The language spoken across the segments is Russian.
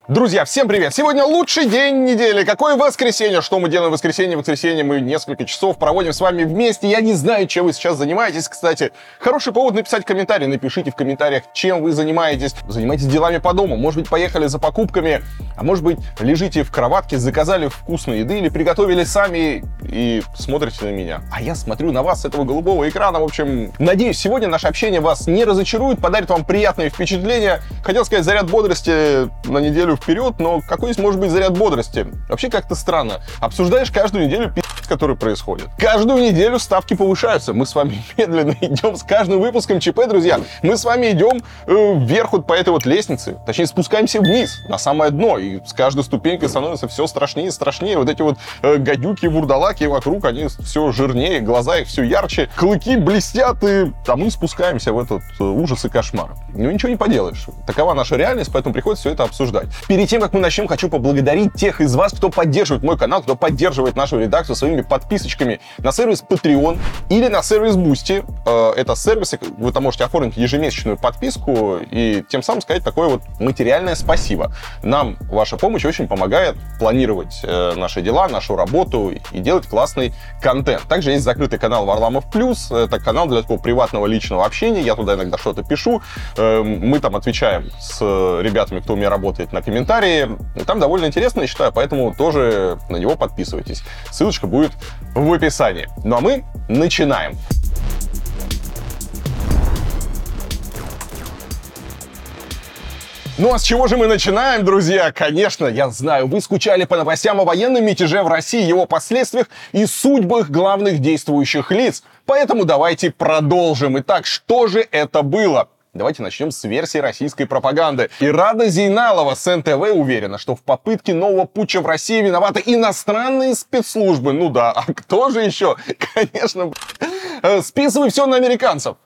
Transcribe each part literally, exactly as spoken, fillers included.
Друзья, всем привет! Сегодня лучший день недели. Какое воскресенье? Что мы делаем в воскресенье? В воскресенье мы несколько часов проводим с вами вместе. Я не знаю, чем вы сейчас занимаетесь, кстати. Хороший повод написать комментарий. Напишите в комментариях, чем вы занимаетесь. Занимаетесь делами по дому. Может быть, поехали за покупками. А может быть, лежите в кроватке, заказали вкусной еды или приготовили сами и смотрите на меня. А я смотрю на вас с этого голубого экрана. В общем, надеюсь, сегодня наше общение вас не разочарует, подарит вам приятные впечатления. Хотел сказать, заряд бодрости на неделю вперед, но какой здесь может быть заряд бодрости? Вообще как-то странно. Обсуждаешь каждую неделю пи***ц, который происходит. Каждую неделю ставки повышаются. Мы с вами медленно идем с каждым выпуском ЧП, друзья. Мы с вами идем э, вверх вот по этой вот лестнице. Точнее, спускаемся вниз, на самое дно. И с каждой ступенькой становится все страшнее и страшнее. Вот эти вот э, гадюки, вурдалаки вокруг, они все жирнее, глаза их все ярче, клыки блестят, и а мы спускаемся в этот э, ужас и кошмар. Ну ничего не поделаешь. Такова наша реальность, поэтому приходится все это обсуждать. Перед тем, как мы начнем, хочу поблагодарить тех из вас, кто поддерживает мой канал, кто поддерживает нашу редакцию своими подписочками на сервис Patreon или на сервис Boosty. Это сервисы, вы там можете оформить ежемесячную подписку и тем самым сказать такое вот материальное спасибо. Нам ваша помощь очень помогает планировать наши дела, нашу работу и делать классный контент. Также есть закрытый канал Варламов Плюс. Это канал для такого приватного личного общения. Я туда иногда что-то пишу. Мы там отвечаем с ребятами, кто у меня работает, на комментарии. Там довольно интересно, я считаю, поэтому тоже на него подписывайтесь. Ссылочка будет в описании. Ну а мы начинаем. Ну а с чего же мы начинаем, друзья? Конечно, я знаю, вы скучали по новостям о военном мятеже в России, его последствиях и судьбах главных действующих лиц. Поэтому давайте продолжим. Итак, что же это было? Давайте начнем с версии российской пропаганды. Ирада Зейналова с эн тэ вэ уверена, что в попытке нового путча в России виноваты иностранные спецслужбы. Ну да, а кто же еще? Конечно, списывай все на американцев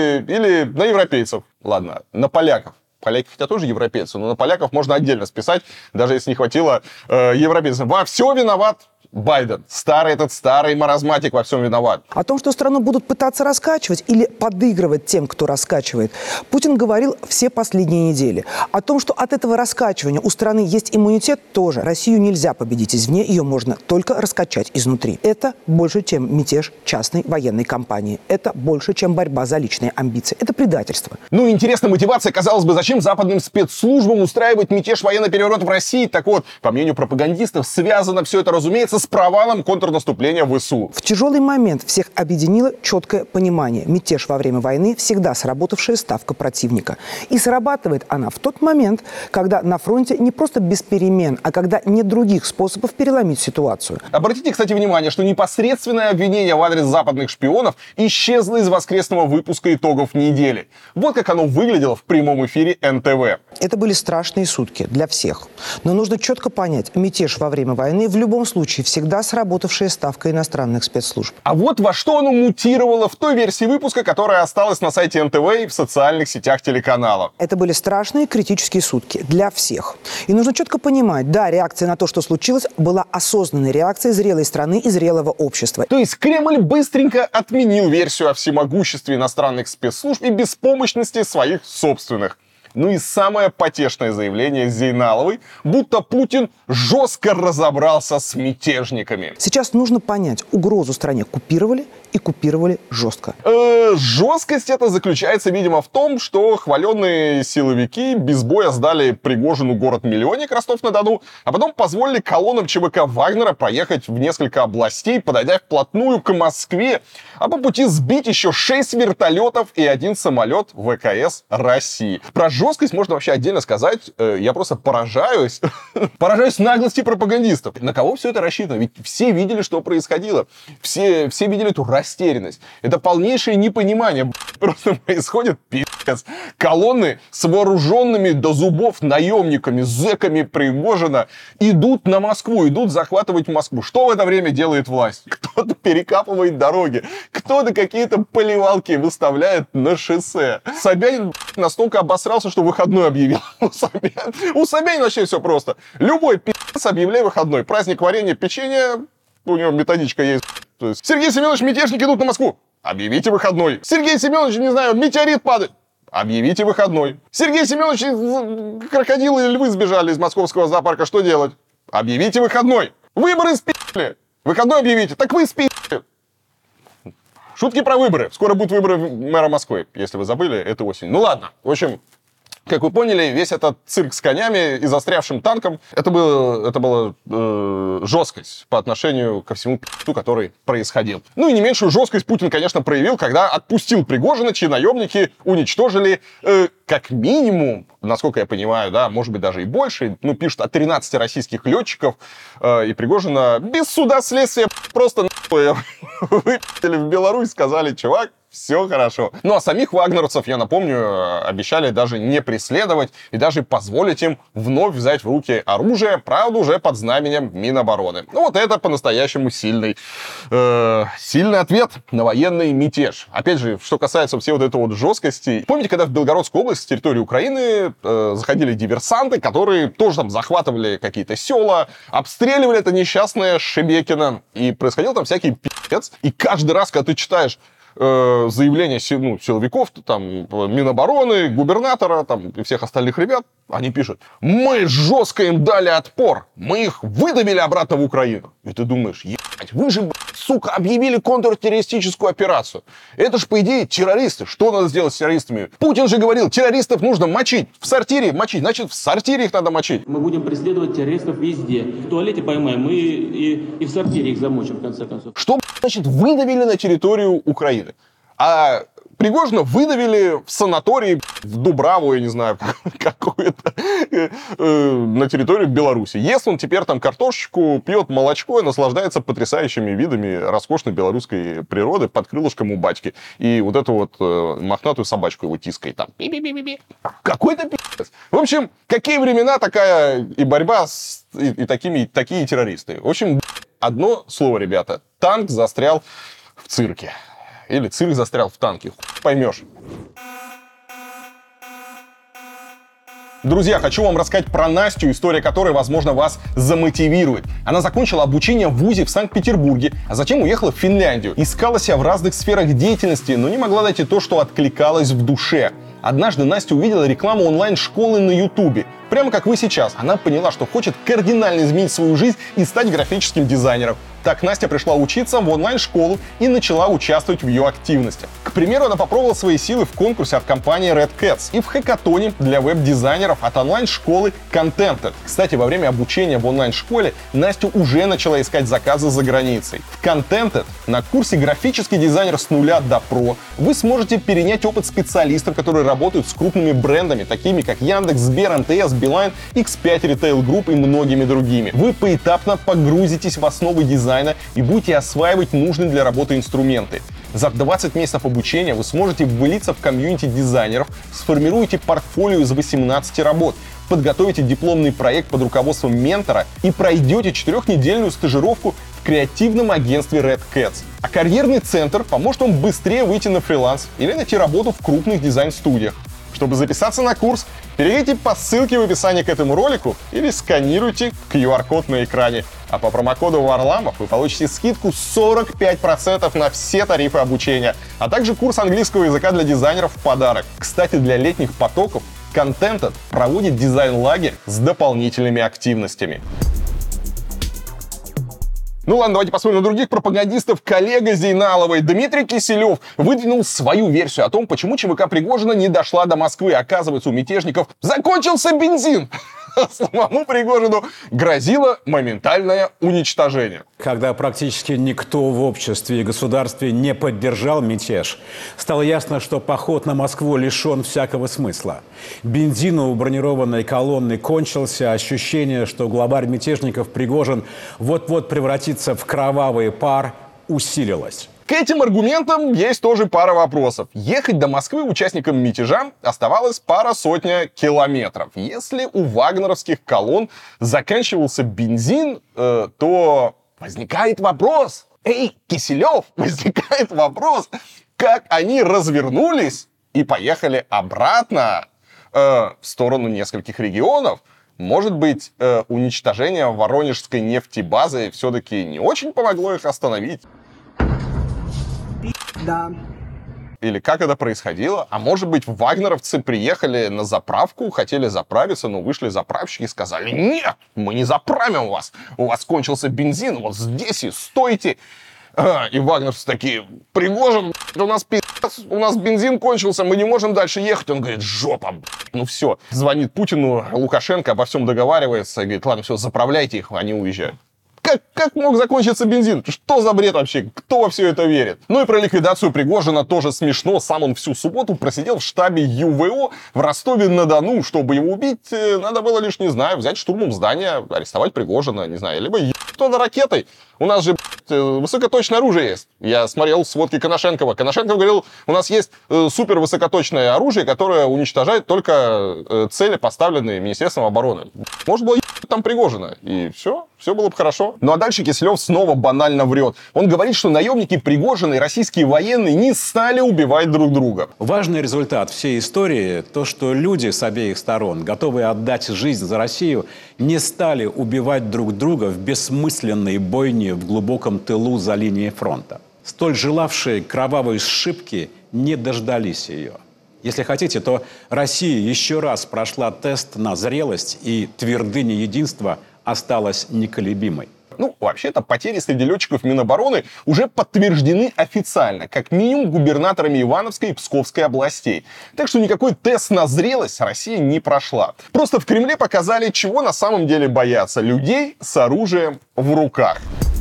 или на европейцев. Ладно, на поляков. Поляки хотя тоже европейцы, но на поляков можно отдельно списать, даже если не хватило э, европейцев. Во все виноват Байден. Старый этот старый маразматик во всем виноват. О том, что страну будут пытаться раскачивать или подыгрывать тем, кто раскачивает, Путин говорил все последние недели. О том, что от этого раскачивания у страны есть иммунитет, тоже. Россию нельзя победить извне, ее можно только раскачать изнутри. Это больше, чем мятеж частной военной компании. Это больше, чем борьба за личные амбиции. Это предательство. Ну, интересная мотивация. Казалось бы, зачем западным спецслужбам устраивать мятеж, военный переворот в России? Так вот, по мнению пропагандистов, связано все это, разумеется, с провалом контрнаступления ВСУ. В тяжелый момент всех объединило четкое понимание. Мятеж во время войны всегда сработавшая ставка противника. И срабатывает она в тот момент, когда на фронте не просто без перемен, а когда нет других способов переломить ситуацию. Обратите, кстати, внимание, что непосредственное обвинение в адрес западных шпионов исчезло из воскресного выпуска итогов недели. Вот как оно выглядело в прямом эфире эн тэ вэ. Это были страшные сутки для всех. Но нужно четко понять, мятеж во время войны в любом случае всегда сработавшая ставка иностранных спецслужб. А вот во что оно мутировало в той версии выпуска, которая осталась на сайте эн тэ вэ и в социальных сетях телеканала. Это были страшные критические сутки для всех. И нужно четко понимать, да, реакция на то, что случилось, была осознанной реакцией зрелой страны и зрелого общества. То есть Кремль быстренько отменил версию о всемогуществе иностранных спецслужб и беспомощности своих собственных. Ну и самое потешное заявление Зейналовой, будто Путин жестко разобрался с мятежниками. Сейчас нужно понять, угрозу стране купировали и купировали жестко. Э, жесткость это заключается, видимо, в том, что хваленные силовики без боя сдали Пригожину город-миллионник Ростов-на-Дону, а потом позволили колоннам ЧВК Вагнера проехать в несколько областей, подойдя вплотную к Москве, а по пути сбить еще шесть вертолетов и один самолет вэ ка эс России. Про жесткость можно вообще отдельно сказать. Э, я просто поражаюсь. Поражаюсь наглости пропагандистов. На кого все это рассчитано? Ведь все видели, что происходило. Все, все видели эту растерянность. Это полнейшее непонимание. Просто происходит пи***ц. Колонны с вооруженными до зубов наемниками, зэками Пригожина идут на Москву, идут захватывать Москву. Что в это время делает власть? Кто-то перекапывает дороги, кто-то какие-то поливалки выставляет на шоссе. Собянин настолько обосрался, что выходной объявил. У Собянина, у Собянина вообще все просто. Любой пи***ц объявляй выходной. Праздник варенья, печенья, у него методичка есть. То есть Сергей Семенович, мятежники идут на Москву. Объявите выходной. Сергей Семенович, не знаю, метеорит падает. Объявите выходной. Сергей Семенович, крокодилы и львы сбежали из московского зоопарка. Что делать? Объявите выходной. Выборы спи***ли. Выходной объявите. Так вы спи***ли. Шутки про выборы. Скоро будут выборы мэра Москвы. Если вы забыли, это осень. Ну ладно. В общем, как вы поняли, весь этот цирк с конями и застрявшим танком, это было, это было э, жесткость по отношению ко всему пи***у, который происходил. Ну и не меньшую жесткость Путин, конечно, проявил, когда отпустил Пригожина, чьи наемники уничтожили э, как минимум, насколько я понимаю, да, может быть, даже и больше, ну, пишут о тринадцати российских летчиков, э, и Пригожина без суда следствия просто нахуй выпили в Беларусь, сказали: чувак, все хорошо. Ну, а самих вагнеровцев, я напомню, обещали даже не преследовать и даже позволить им вновь взять в руки оружие, правда, уже под знаменем Минобороны. Ну, вот это по-настоящему сильный, э, сильный ответ на военный мятеж. Опять же, что касается всей вот этой вот жесткости. Помните, когда в Белгородскую область, с территории Украины, э, заходили диверсанты, которые тоже там захватывали какие-то села, обстреливали это несчастное Шебекино, и происходил там всякий пи***ц. И каждый раз, когда ты читаешь заявления ну, силовиков, там, Минобороны, губернатора там, и всех остальных ребят, они пишут: мы жестко им дали отпор, мы их выдавили обратно в Украину. И ты думаешь: ебать, вы же, сука, объявили контртеррористическую операцию. Это ж, по идее, террористы. Что надо сделать с террористами? Путин же говорил, террористов нужно мочить. В сортире мочить, значит, в сортире их надо мочить. Мы будем преследовать террористов везде. В туалете поймаем, и, и, и в сортире их замочим, в конце концов. Что, значит, выдавили на территорию Украины? А Пригожина выдавили в санатории в Дубраву, я не знаю, какую-то, э, на территорию Беларуси. Ест он теперь там картошечку, пьет молочко и наслаждается потрясающими видами роскошной белорусской природы под крылышком у батьки. И вот эту вот э, мохнатую собачку его тискает там. Би-би-би-би-би. Какой-то пи***ц. В общем, какие времена, такая и борьба, с, и, и такими, такие террористы. В общем, одно слово, ребята. Танк застрял в цирке. Или цирк застрял в танке. Хуй поймешь. Друзья, хочу вам рассказать про Настю, история которой, возможно, вас замотивирует. Она закончила обучение в вузе в Санкт-Петербурге, а затем уехала в Финляндию. Искала себя в разных сферах деятельности, но не могла найти то, что откликалось в душе. Однажды Настя увидела рекламу онлайн-школы на Ютубе. Прямо как вы сейчас. Она поняла, что хочет кардинально изменить свою жизнь и стать графическим дизайнером. Так Настя пришла учиться в онлайн-школу и начала участвовать в ее активностях. К примеру, она попробовала свои силы в конкурсе от компании Red Cats и в хэкатоне для веб-дизайнеров от онлайн-школы Contented. Кстати, во время обучения в онлайн-школе Настя уже начала искать заказы за границей. В Contented на курсе «Графический дизайнер с нуля до про» вы сможете перенять опыт специалистов, которые работают с крупными брендами, такими как Яндекс, Сбер, эм тэ эс, Билайн, икс пять Retail Group и многими другими. Вы поэтапно погрузитесь в основы дизайна и будете осваивать нужные для работы инструменты. За двадцать месяцев обучения вы сможете влиться в комьюнити дизайнеров, сформируете портфолио из восемнадцати работ, подготовите дипломный проект под руководством ментора и пройдете четырехнедельную стажировку в креативном агентстве Red Cats. А карьерный центр поможет вам быстрее выйти на фриланс или найти работу в крупных дизайн-студиях. Чтобы записаться на курс, перейдите по ссылке в описании к этому ролику или сканируйте ку ар-код на экране. А по промокоду Варламов вы получите скидку сорок пять процентов на все тарифы обучения, а также курс английского языка для дизайнеров в подарок. Кстати, для летних потоков Contented проводит дизайн-лагерь с дополнительными активностями. Ну ладно, давайте посмотрим на других пропагандистов. Коллега Зейналовой Дмитрий Киселев выдвинул свою версию о том, почему ЧВК Пригожина не дошла до Москвы. Оказывается, у мятежников закончился бензин. Самому Пригожину грозило моментальное уничтожение. Когда практически никто в обществе и государстве не поддержал мятеж, стало ясно, что поход на Москву лишен всякого смысла. Бензин у бронированной колонны кончился, ощущение, что главарь мятежников Пригожин вот-вот превратится в кровавый пар, усилилось. К этим аргументам есть тоже пара вопросов. Ехать до Москвы участникам мятежа оставалось пара-сотня километров. Если у вагнеровских колонн заканчивался бензин, э, то возникает вопрос. Эй, Киселев, возникает вопрос, как они развернулись и поехали обратно э, в сторону нескольких регионов. Может быть, э, уничтожение Воронежской нефтебазы все-таки не очень помогло их остановить? Да. Или как это происходило? А может быть, вагнеровцы приехали на заправку, хотели заправиться, но вышли заправщики и сказали: нет, мы не заправим вас, у вас кончился бензин, вот здесь и стойте. А, и вагнеровцы такие: Пригожин, у нас пиздец, у нас бензин кончился, мы не можем дальше ехать. Он говорит: жопа, ну все. Звонит Путину, Лукашенко обо всем договаривается, и говорит: ладно, все, заправляйте их, они уезжают. Как, как мог закончиться бензин? Что за бред вообще? Кто во все это верит? Ну и про ликвидацию Пригожина тоже смешно. Сам он всю субботу просидел в штабе ю вэ о в Ростове-на-Дону. Чтобы его убить, надо было лишь, не знаю, взять штурмом здания, арестовать Пригожина, не знаю, либо ебать туда ракетой. У нас же высокоточное оружие есть. Я смотрел сводки Коношенкова. Коношенков говорил: у нас есть супер высокоточное оружие, которое уничтожает только цели, поставленные Министерством обороны. Можно было ебать там Пригожина. И все, все было бы хорошо. Ну а дальше Киселев снова банально врет. Он говорит, что наемники Пригожина и российские военные не стали убивать друг друга. Важный результат всей истории – то, что люди с обеих сторон, готовые отдать жизнь за Россию, не стали убивать друг друга в бессмысленной бойне в глубоком тылу за линией фронта. Столь желавшие кровавой сшибки не дождались ее. Если хотите, то Россия еще раз прошла тест на зрелость, и твердыня единства осталась неколебимой. Ну, вообще-то, потери среди летчиков Минобороны уже подтверждены официально, как минимум губернаторами Ивановской и Псковской областей. Так что никакой тест на зрелость Россия не прошла. Просто в Кремле показали, чего на самом деле боятся: людей с оружием в руках.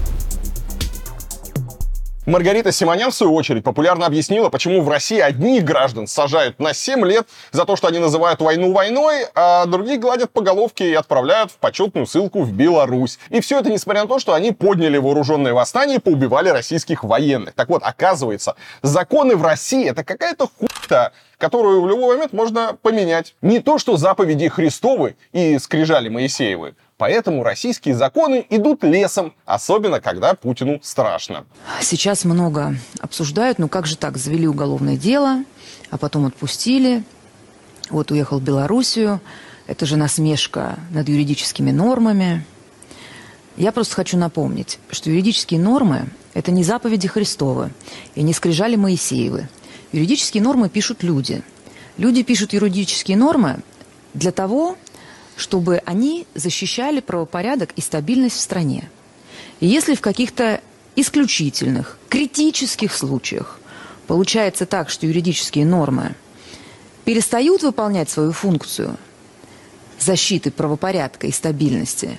Маргарита Симонян, в свою очередь, популярно объяснила, почему в России одних граждан сажают на семь лет за то, что они называют войну войной, а других гладят по головке и отправляют в почетную ссылку в Беларусь. И все это несмотря на то, что они подняли вооруженное восстание и поубивали российских военных. Так вот, оказывается, законы в России — это какая-то хуйта, которую в любой момент можно поменять. Не то, что заповеди Христовы и скрижали Моисеевы. Поэтому российские законы идут лесом, особенно когда Путину страшно. Сейчас много обсуждают, ну как же так, завели уголовное дело, а потом отпустили. Вот уехал в Белоруссию. Это же насмешка над юридическими нормами. Я просто хочу напомнить, что юридические нормы – это не заповеди Христовы и не скрижали Моисеевы. Юридические нормы пишут люди. Люди пишут юридические нормы для того, чтобы они защищали правопорядок и стабильность в стране. И если в каких-то исключительных, критических случаях получается так, что юридические нормы перестают выполнять свою функцию защиты правопорядка и стабильности,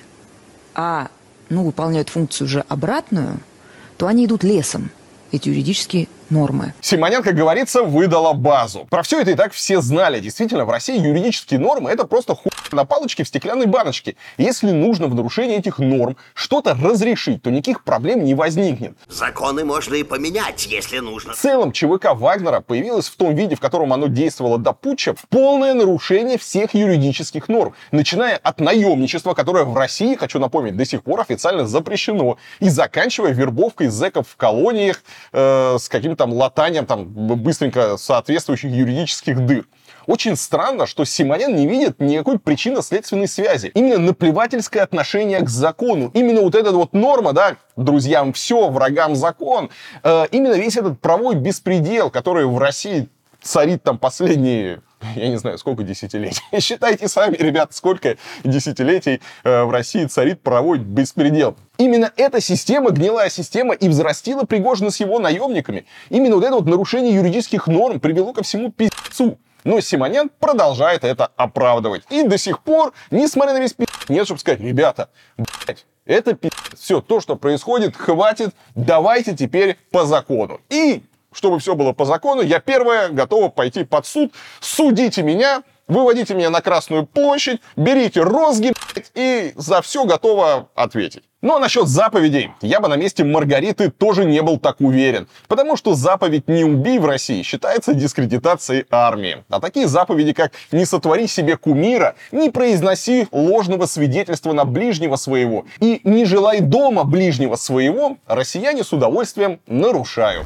а ну, выполняют функцию уже обратную, то они идут лесом, эти юридические нормы. Симонян, как говорится, выдала базу. Про все это и так все знали. Действительно, в России юридические нормы — это просто хуй на палочке в стеклянной баночке. Если нужно в нарушении этих норм что-то разрешить, то никаких проблем не возникнет. Законы можно и поменять, если нужно. В целом, ЧВК Вагнера появилось в том виде, в котором оно действовало до путча, в полное нарушение всех юридических норм. Начиная от наемничества, которое в России, хочу напомнить, до сих пор официально запрещено, и заканчивая вербовкой зэков в колониях э, с каким-то там латанием там быстренько соответствующих юридических дыр. Очень странно, что Симонян не видит никакой причинно-следственной связи. Именно наплевательское отношение к закону. Именно вот эта вот норма, да, друзьям все, врагам закон. Э, именно весь этот правовой беспредел, который в России царит там последние, я не знаю, сколько десятилетий. Считайте сами, ребят, сколько десятилетий э, в России царит правовой беспредел. Именно эта система, гнилая система, и взрастила Пригожина с его наемниками. Именно вот это вот нарушение юридических норм привело ко всему пиздецу. Но Симонян продолжает это оправдывать. И до сих пор, несмотря на весь пиздец, нет, чтобы сказать: ребята, блядь, это пиздец. Все, то, что происходит, хватит, давайте теперь по закону. И чтобы все было по закону, я первая готова пойти под суд. Судите меня, выводите меня на Красную площадь, берите розги, блядь, и за все готова ответить. Ну а насчет заповедей, я бы на месте Маргариты тоже не был так уверен. Потому что заповедь «не убий» в России считается дискредитацией армии. А такие заповеди, как «не сотвори себе кумира», «не произноси ложного свидетельства на ближнего своего» и «не желай дома ближнего своего», россияне с удовольствием нарушают.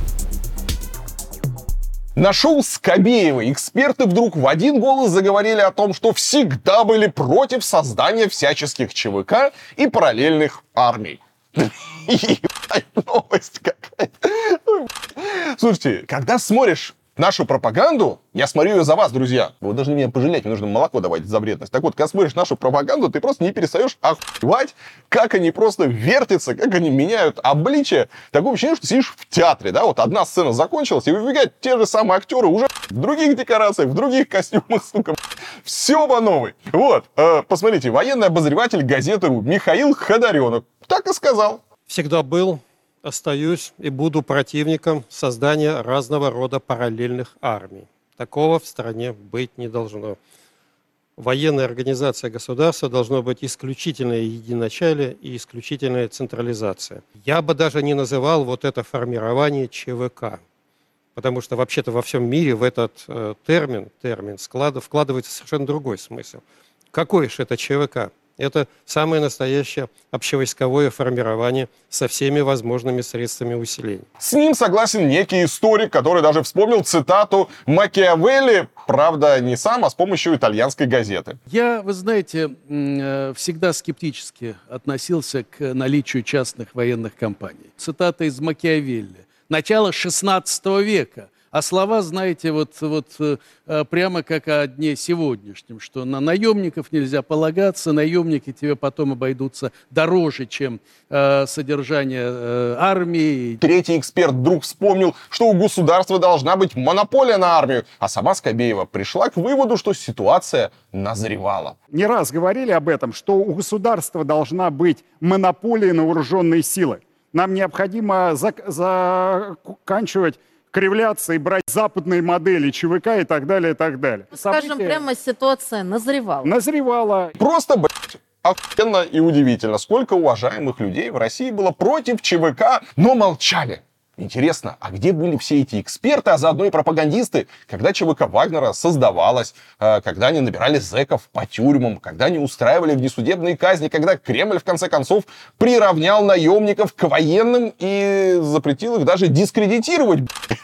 На шоу Скобеевой эксперты вдруг в один голос заговорили о том, что всегда были против создания всяческих ЧВК и параллельных армий. Ебать, новость какая-то. Слушайте, когда смотришь нашу пропаганду, я смотрю ее за вас, друзья. Вы должны меня пожалеть, мне нужно молоко давать за вредность. Так вот, когда смотришь нашу пропаганду, ты просто не перестаешь охуевать, как они просто вертятся, как они меняют обличие. Такое ощущение, что сидишь в театре, да, вот одна сцена закончилась, и выбегают те же самые актеры уже в других декорациях, в других костюмах, сука. Все по новой. Вот, э, посмотрите, военный обозреватель газеты Михаил Ходоренок так и сказал. Всегда был, остаюсь и буду противником создания разного рода параллельных армий. Такого в стране быть не должно. Военная организация государства должно быть исключительное единоначалие и исключительная централизация. Я бы даже не называл вот это формирование ЧВК, потому что вообще-то во всем мире в этот э, термин, термин склад, вкладывается совершенно другой смысл. Какой же это ЧВК? Это самое настоящее общевойсковое формирование со всеми возможными средствами усиления. С ним согласен некий историк, который даже вспомнил цитату Макиавелли, правда, не сам, а с помощью итальянской газеты. Я, вы знаете, всегда скептически относился к наличию частных военных компаний. Цитата из Макиавелли. Начало шестнадцатого века. А слова, знаете, вот, вот прямо как о дне сегодняшнем, что на наемников нельзя полагаться, наемники тебе потом обойдутся дороже, чем э, содержание э, армии. Третий эксперт вдруг вспомнил, что у государства должна быть монополия на армию, а сама Скобеева пришла к выводу, что ситуация назревала. Не раз говорили об этом, что у государства должна быть монополия на вооруженные силы. Нам необходимо зак- заканчивать кривляться и брать западные модели ЧВК и так далее, и так далее. Скажем, События... прямо ситуация назревала. Назревала. Просто, блядь, охуенно и удивительно, сколько уважаемых людей в России было против ЧВК, но молчали. Интересно, а где были все эти эксперты, а заодно и пропагандисты, когда ЧВК Вагнера создавалась, когда они набирали зэков по тюрьмам, когда они устраивали внесудебные казни, когда Кремль, в конце концов, приравнял наемников к военным и запретил их даже дискредитировать?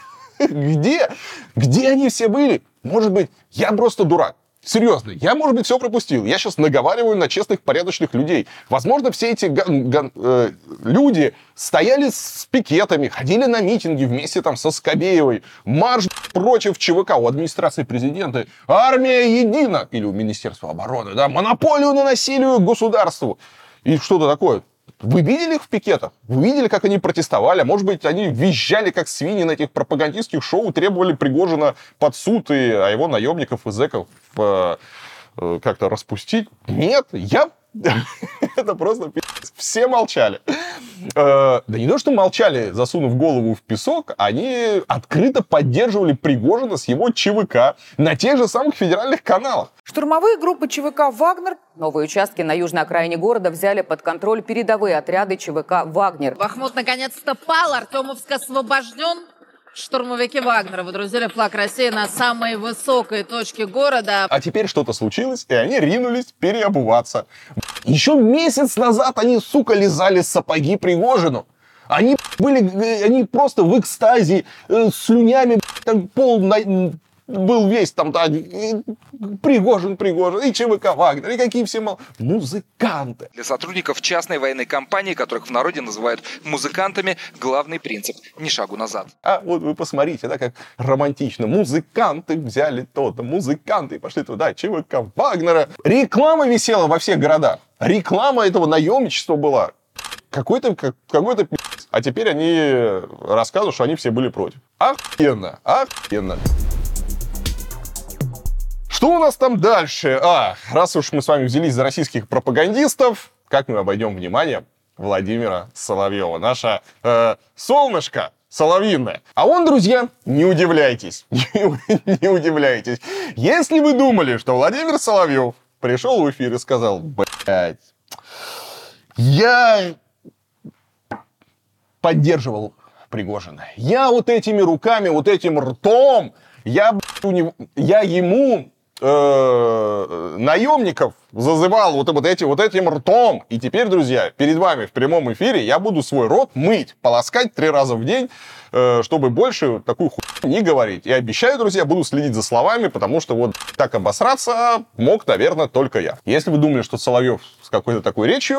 Где? Где они все были? Может быть, я просто дурак. Серьезно, я, может быть, все пропустил. Я сейчас наговариваю на честных, порядочных людей. Возможно, все эти ган- ган- э, люди стояли с пикетами, ходили на митинги вместе там со Скобеевой. Марш против ЧВК у администрации президента. Армия едина. Или у Министерства обороны. Да, монополию на насилие государству. И что-то такое. Вы видели их в пикетах? Вы видели, как они протестовали? А может быть, они визжали, как свиньи на этих пропагандистских шоу, требовали Пригожина под суд, и, а его наемников и зэков э, э, как-то распустить? Нет, я... Это просто пи***ц. Все молчали. Да не то, что молчали, засунув голову в песок, они открыто поддерживали Пригожина с его ЧВК на тех же самых федеральных каналах. Штурмовые группы ЧВК «Вагнер». Новые участки на южной окраине города взяли под контроль передовые отряды ЧВК «Вагнер». Бахмут наконец-то пал, Артемовск освобожден. Штурмовики Вагнера выдрузили флаг России на самой высокой точке города. А теперь что-то случилось, и они ринулись переобуваться. Еще месяц назад они, сука, лизали сапоги Пригожину. Они были, они просто в экстазе, э, слюнями, там, пол на, был весь там, да, Пригожин, Пригожин, и ЧВК Вагнер, и какие все мол... музыканты. Для сотрудников частной военной компании, которых в народе называют музыкантами, главный принцип – ни шагу назад. А вот вы посмотрите, да, как романтично. Музыканты взяли то-то, музыканты пошли туда, ЧВК Вагнера. Реклама висела во всех городах. Реклама этого наемничества была. Какой-то, какой-то пи***. А теперь они рассказывают, что они все были против. Охуенно, охуенно. Что у нас там дальше? А, раз уж мы с вами взялись за российских пропагандистов, как мы обойдем внимание Владимира Соловьева, наше э, солнышко соловьиное. А он, друзья, не удивляйтесь, не удивляйтесь. Если вы думали, что Владимир Соловьев пришел в эфир и сказал: блядь, я поддерживал Пригожина, я вот этими руками, вот этим ртом, я, я ему э, наемников зазывал вот, вот, эти, вот этим ртом. И теперь, друзья, перед вами в прямом эфире я буду свой рот мыть, полоскать три раза в день, э, чтобы больше такую хуйню не говорить. И обещаю, друзья, буду следить за словами, потому что вот так обосраться мог, наверное, только я. Если вы думали, что Соловьев с какой-то такой речью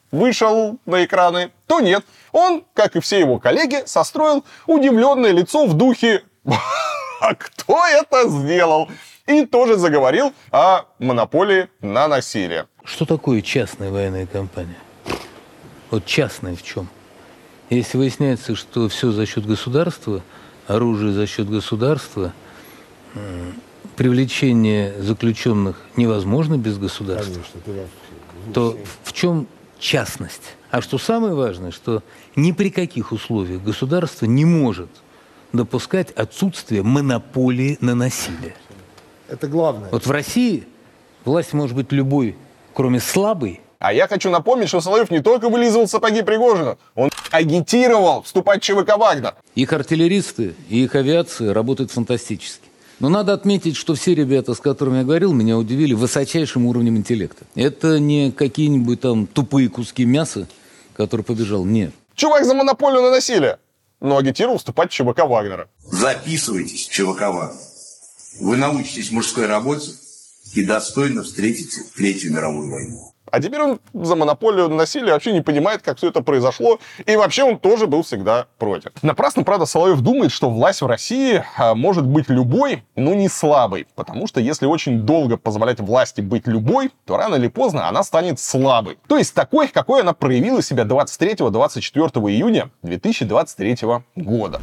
вышел на экраны, то нет. Он, как и все его коллеги, состроил удивленное лицо в духе «А кто это сделал?» и тоже заговорил о монополии на насилие. Что такое частная военная компания? Вот частная в чем? Если выясняется, что все за счет государства, оружие за счет государства, привлечение заключенных невозможно без государства, Конечно, то в чем частность? А что самое важное, что ни при каких условиях государство не может допускать отсутствие монополии на насилие. Это главное. Вот в России власть может быть любой, кроме слабой. А я хочу напомнить, что Соловьев не только вылизывал сапоги Пригожина, он агитировал вступать в ЧВК «Вагнер». Их артиллеристы и их авиация работают фантастически. Но надо отметить, что все ребята, с которыми я говорил, меня удивили высочайшим уровнем интеллекта. Это не какие-нибудь там тупые куски мяса, который побежал. Нет. Чувак за монополию на насилие, но агитировал вступать в ЧВК «Вагнера». Записывайтесь в ЧВК «Вагнер». Вы научитесь мужской работе и достойно встретите Третью мировую войну. А теперь он за монополию на насилие вообще не понимает, как все это произошло. И вообще он тоже был всегда против. Напрасно, правда, Соловьев думает, что власть в России а, может быть любой, но не слабой. Потому что если очень долго позволять власти быть любой, то рано или поздно она станет слабой. То есть такой, какой она проявила себя двадцать третьего — двадцать четвёртого июня две тысячи двадцать третьего года.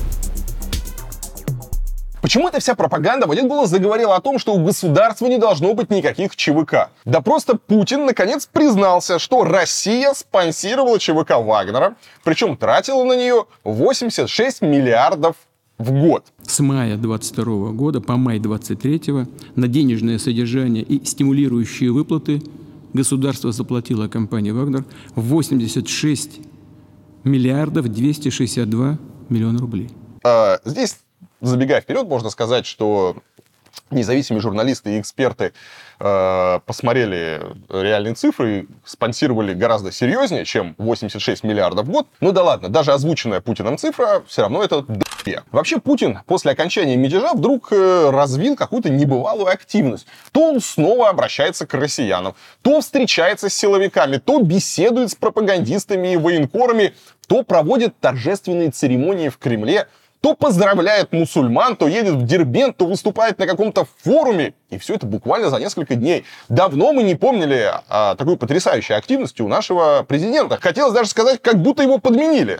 Почему эта вся пропаганда в один голос заговорила о том, что у государства не должно быть никаких ЧВК? Да просто Путин наконец признался, что Россия спонсировала ЧВК «Вагнера», причем тратила на нее восемьдесят шесть миллиардов в год. С мая двадцать второго года по май двадцать третьего на денежное содержание и стимулирующие выплаты государство заплатило компании «Вагнер» восемьдесят шесть миллиардов двести шестьдесят два миллиона рублей. А, здесь... Забегая вперед, можно сказать, что независимые журналисты и эксперты э, посмотрели реальные цифры и спонсировали гораздо серьезнее, чем восемьдесят шесть миллиардов в год. Ну да ладно, даже озвученная Путиным цифра все равно это д***е. Вообще Путин после окончания мятежа вдруг э, развил какую-то небывалую активность. То он снова обращается к россиянам, то встречается с силовиками, то беседует с пропагандистами и военкорами, то проводит торжественные церемонии в Кремле, то поздравляет мусульман, то едет в Дербент, то выступает на каком-то форуме. И все это буквально за несколько дней. Давно мы не помнили о такой потрясающей активности у нашего президента. Хотелось даже сказать, как будто его подменили.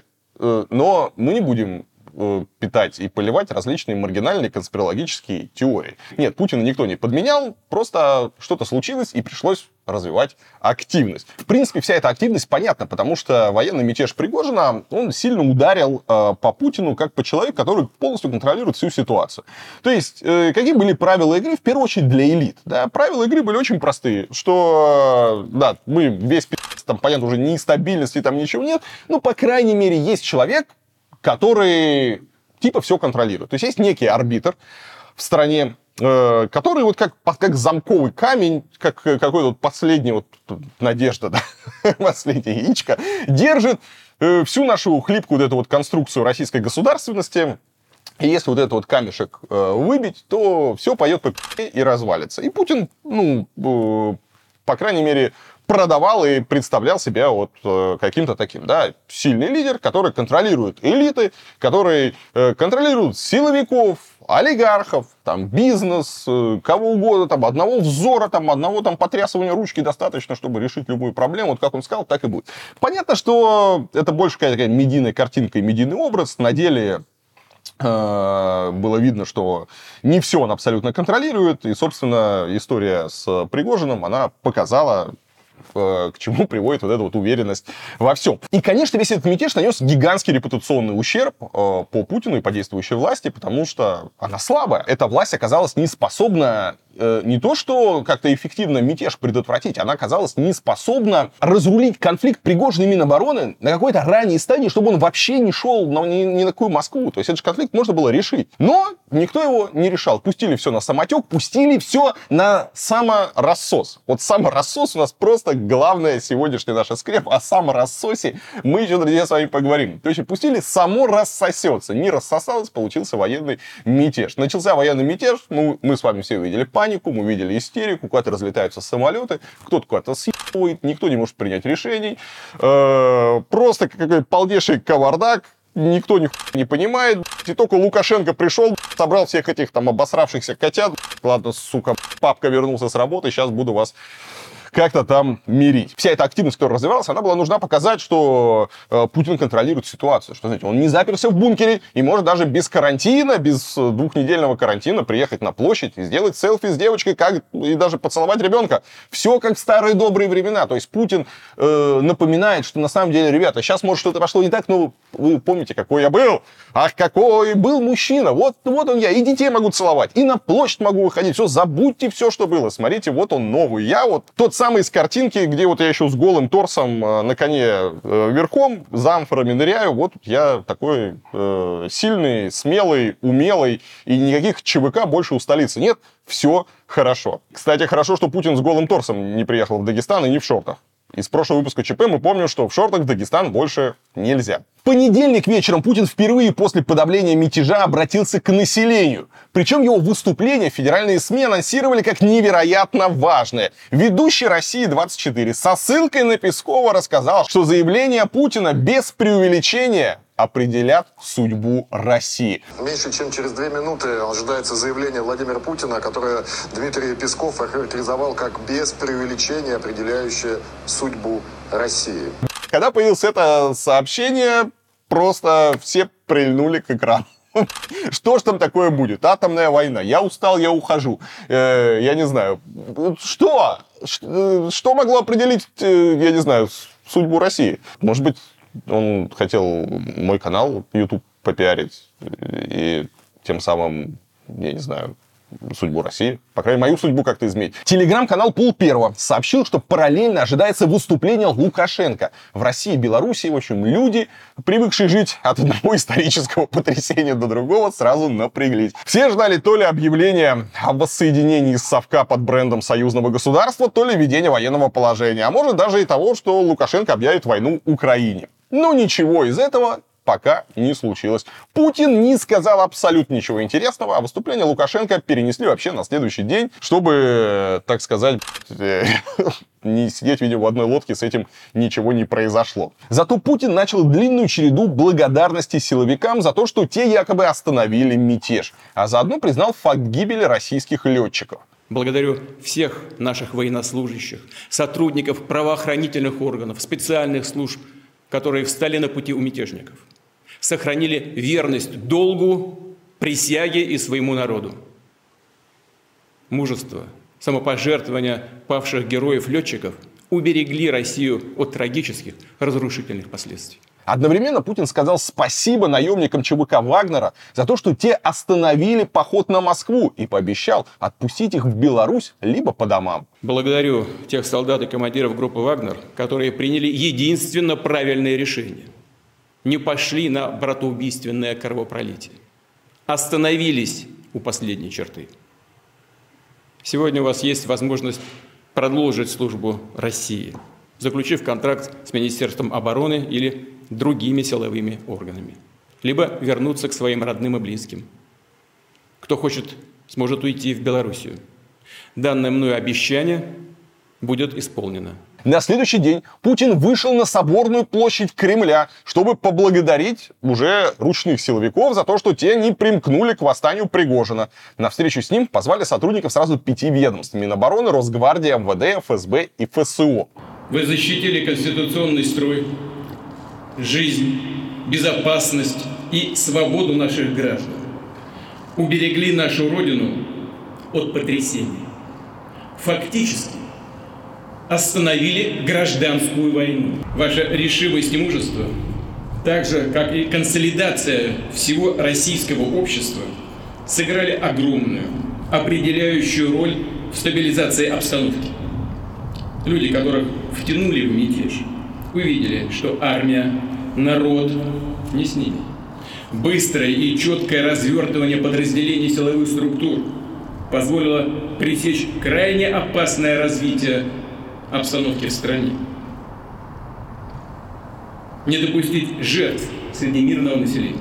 Но мы не будем питать и поливать различные маргинальные конспирологические теории. Нет, Путина никто не подменял, просто что-то случилось и пришлось развивать активность. В принципе, вся эта активность понятна, потому что военный мятеж Пригожина, он сильно ударил э, по Путину, как по человеку, который полностью контролирует всю ситуацию. То есть, э, какие были правила игры, в первую очередь, для элит? Да? Правила игры были очень простые, что, э, да, мы весь пи***ц, там, понятно, уже ни стабильности, там ничего нет, но, по крайней мере, есть человек, который типа все контролирует. То есть есть некий арбитр в стране, э, который вот как, как замковый камень, как какой-то вот последний вот надежда, да, последняя яичко, держит э, всю нашу хлипкую вот эту вот конструкцию российской государственности. И если вот этот вот камешек э, выбить, то все пойдет по пи***е и развалится. И Путин, ну, э, по крайней мере, продавал и представлял себя вот э, каким-то таким, да, сильный лидер, который контролирует элиты, который э, контролирует силовиков, олигархов, там, бизнес, э, кого угодно, там, одного взора, там, одного там потрясывания ручки достаточно, чтобы решить любую проблему. Вот как он сказал, так и будет. Понятно, что это больше какая-то такая медийная картинка и медийный образ. На деле э, было видно, что не все он абсолютно контролирует. И, собственно, история с Пригожиным, она показала, к чему приводит вот эта вот уверенность во всем. И, конечно, весь этот мятеж нанес гигантский репутационный ущерб э, по Путину и по действующей власти, потому что она слабая. Эта власть оказалась не способна э, не то, что как-то эффективно мятеж предотвратить, она оказалась не способна разрулить конфликт Пригожина и Минобороны на какой-то ранней стадии, чтобы он вообще не шел на, ни, ни на какую Москву. То есть этот же конфликт можно было решить. Но никто его не решал. Пустили все на самотек, пустили все на саморассос. Вот саморассос у нас просто главное сегодняшний наш скреп. О саморассосе мы еще, друзья, с вами поговорим. То есть пустили, само рассосется. Не рассосалось, получился военный мятеж. Начался военный мятеж, ну, мы с вами все увидели по панику, мы видели истерику, куда-то разлетаются самолеты, кто-то куда-то съебывает, никто не может принять решений. Просто какой-то полнейший кавардак, никто ни не понимает. И только Лукашенко пришел, собрал всех этих там обосравшихся котят. Ладно, сука, папка вернулся с работы, сейчас буду вас как-то там мирить. Вся эта активность, которая развивалась, она была нужна показать, что э, Путин контролирует ситуацию. Что, знаете, он не заперся в бункере и может даже без карантина, без двухнедельного карантина приехать на площадь и сделать селфи с девочкой, как и даже поцеловать ребенка. Все как в старые добрые времена. То есть Путин э, напоминает, что на самом деле, ребята, сейчас, может, что-то пошло не так, но вы помните, какой я был. Ах, какой был мужчина. Вот, вот он я. И детей могу целовать, и на площадь могу выходить. Все, забудьте все, что было. Смотрите, вот он новый. Я вот тот самый из картинки, где вот я еще с голым торсом э, на коне э, верхом, за амфорами ныряю. Вот я такой э, сильный, смелый, умелый. И никаких ЧВК больше у столицы нет. Все хорошо. Кстати, хорошо, что Путин с голым торсом не приехал в Дагестан и не в шортах. Из прошлого выпуска ЧП мы помним, что в шортах в Дагестан больше нельзя. В понедельник вечером Путин впервые после подавления мятежа обратился к населению. Причем его выступление федеральные СМИ анонсировали как невероятно важное. Ведущий России двадцать четыре со ссылкой на Пескова рассказал, что заявления Путина без преувеличения определят судьбу России. Меньше чем через две минуты ожидается заявление Владимира Путина, которое Дмитрий Песков охарактеризовал как без преувеличения определяющее судьбу России. Когда появилось это сообщение, просто все прильнули к экрану. Что ж там такое будет? Атомная война. Я устал, я ухожу. Э, я не знаю. Что? Что могло определить, я не знаю, судьбу России? Может быть, он хотел мой канал YouTube попиарить и тем самым, я не знаю, судьбу России. По крайней мере, мою судьбу как-то изменить. Телеграм-канал Пол Первого сообщил, что параллельно ожидается выступление Лукашенко. В России и Белоруссии, в общем, люди, привыкшие жить от одного исторического потрясения до другого, сразу напряглись. Все ждали то ли объявления о воссоединении совка под брендом союзного государства, то ли введения военного положения. А может даже и того, что Лукашенко объявит войну Украине. Но ничего из этого пока не случилось. Путин не сказал абсолютно ничего интересного, а выступление Лукашенко перенесли вообще на следующий день, чтобы, так сказать, не сидеть, видимо, в одной лодке, с этим ничего не произошло. Зато Путин начал длинную череду благодарности силовикам за то, что те якобы остановили мятеж, а заодно признал факт гибели российских летчиков. Благодарю всех наших военнослужащих, сотрудников правоохранительных органов, специальных служб, которые встали на пути у мятежников, сохранили верность долгу, присяге и своему народу. Мужество, самопожертвование павших героев-летчиков уберегли Россию от трагических, разрушительных последствий. Одновременно Путин сказал спасибо наемникам ЧВК Вагнера за то, что те остановили поход на Москву, и пообещал отпустить их в Беларусь либо по домам. Благодарю тех солдат и командиров группы «Вагнер», которые приняли единственно правильное решение. Не пошли на братоубийственное кровопролитие. Остановились у последней черты. Сегодня у вас есть возможность продолжить службу России, заключив контракт с Министерством обороны или другими силовыми органами. Либо вернуться к своим родным и близким. Кто хочет, сможет уйти в Белоруссию. Данное мною обещание будет исполнено. На следующий день Путин вышел на Соборную площадь Кремля, чтобы поблагодарить уже ручных силовиков за то, что те не примкнули к восстанию Пригожина. На встречу с ним позвали сотрудников сразу пяти ведомств: Минобороны, Росгвардии, эм вэ дэ, эф эс бэ и эф эс о. Вы защитили конституционный строй, жизнь, безопасность и свободу наших граждан. Уберегли нашу Родину от потрясений. Фактически остановили гражданскую войну. Ваша решимость и мужество, так же, как и консолидация всего российского общества, сыграли огромную, определяющую роль в стабилизации обстановки. Люди, которых втянули в мятеж, увидели, что армия, народ не с ними. Быстрое и четкое развертывание подразделений силовых структур позволило пресечь крайне опасное развитие обстановки в стране. Не допустить жертв среди мирного населения.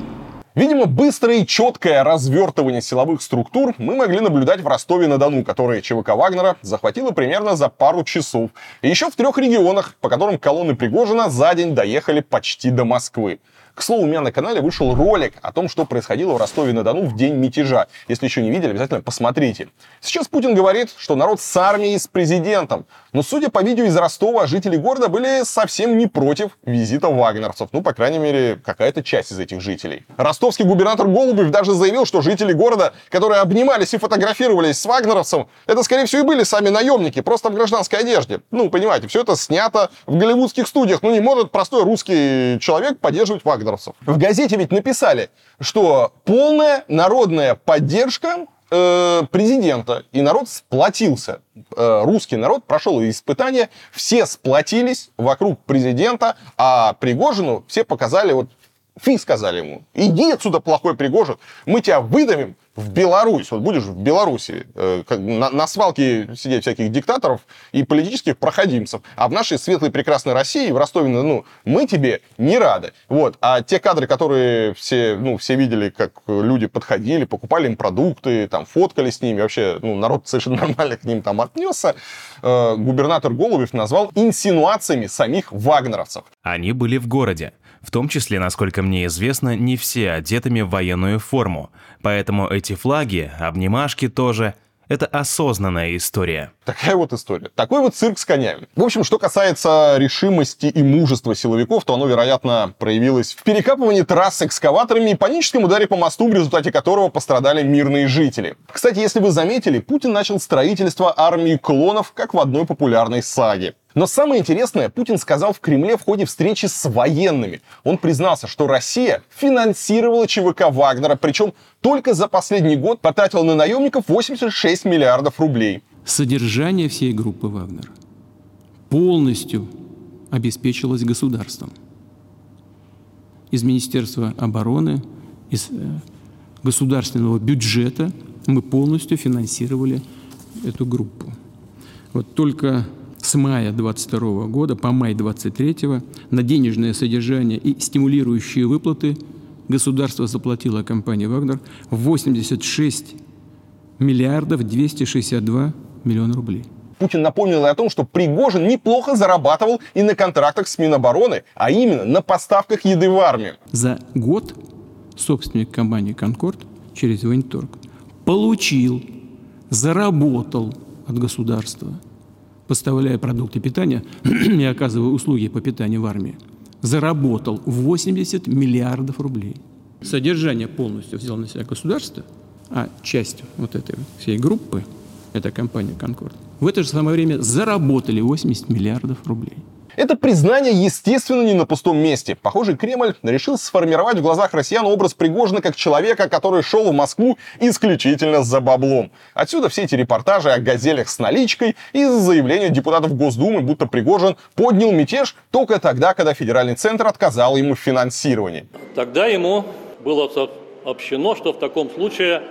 Видимо, быстрое и четкое развертывание силовых структур мы могли наблюдать в Ростове-на-Дону, который ЧВК Вагнера захватила примерно за пару часов. И еще в трех регионах, по которым колонны Пригожина за день доехали почти до Москвы. К слову, у меня на канале вышел ролик о том, что происходило в Ростове-на-Дону в день мятежа. Если еще не видели, обязательно посмотрите. Сейчас Путин говорит, что народ с армией и с президентом. Но, судя по видео из Ростова, жители города были совсем не против визита вагнерцев. Ну, по крайней мере, какая-то часть из этих жителей. Ростовский губернатор Голубев даже заявил, что жители города, которые обнимались и фотографировались с вагнеровцем, это, скорее всего, и были сами наемники, просто в гражданской одежде. Ну, понимаете, все это снято в голливудских студиях. Ну, не может простой русский человек поддерживать вагнеровцев. В газете ведь написали, что полная народная поддержка э, президента, и народ сплотился. Э, русский народ прошел испытания, все сплотились вокруг президента, а Пригожину все показали, вот, фи сказали ему, иди отсюда, плохой Пригожин, мы тебя выдавим в Беларусь. Вот будешь в Беларуси э, на, на свалке сидеть всяких диктаторов и политических проходимцев. А в нашей светлой прекрасной России, в Ростове-на-Дону, мы тебе не рады. Вот. А те кадры, которые все, ну, все видели, как люди подходили, покупали им продукты, там, фоткали с ними, вообще, ну, народ совершенно нормально к ним там отнесся, э, губернатор Голубев назвал инсинуациями самих вагнеровцев. Они были в городе. В том числе, насколько мне известно, не все одетыми в военную форму. Поэтому эти флаги, обнимашки тоже – это осознанная история. Такая вот история. Такой вот цирк с конями. В общем, что касается решимости и мужества силовиков, то оно, вероятно, проявилось в перекапывании трасс экскаваторами и паническом ударе по мосту, в результате которого пострадали мирные жители. Кстати, если вы заметили, Путин начал строительство армии клонов, как в одной популярной саге. Но самое интересное, Путин сказал в Кремле в ходе встречи с военными. Он признался, что Россия финансировала ЧВК Вагнера, причем только за последний год потратила на наемников восемьдесят шесть миллиардов рублей. Содержание всей группы «Вагнер» полностью обеспечилось государством. Из Министерства обороны, из государственного бюджета мы полностью финансировали эту группу. Вот только с мая двадцать второго года по май двадцать третьего на денежное содержание и стимулирующие выплаты государство заплатило компании «Вагнер» восемьдесят шесть миллиардов двести шестьдесят два миллиона рублей. Путин напомнил и о том, что Пригожин неплохо зарабатывал и на контрактах с Минобороны, а именно на поставках еды в армию. За год собственник компании «Конкорд» через Военторг получил, заработал от государства, поставляя продукты питания и оказывая услуги по питанию в армии, заработал восемьдесят миллиардов рублей. Содержание полностью взял на себя государство, а часть вот этой всей группы, эта компания «Конкорд», в это же самое время заработали восемьдесят миллиардов рублей. Это признание, естественно, не на пустом месте. Похоже, Кремль решил сформировать в глазах россиян образ Пригожина как человека, который шел в Москву исключительно за баблом. Отсюда все эти репортажи о газелях с наличкой и заявления депутатов Госдумы, будто Пригожин поднял мятеж только тогда, когда федеральный центр отказал ему в финансировании. Тогда ему было сообщено, что в таком случае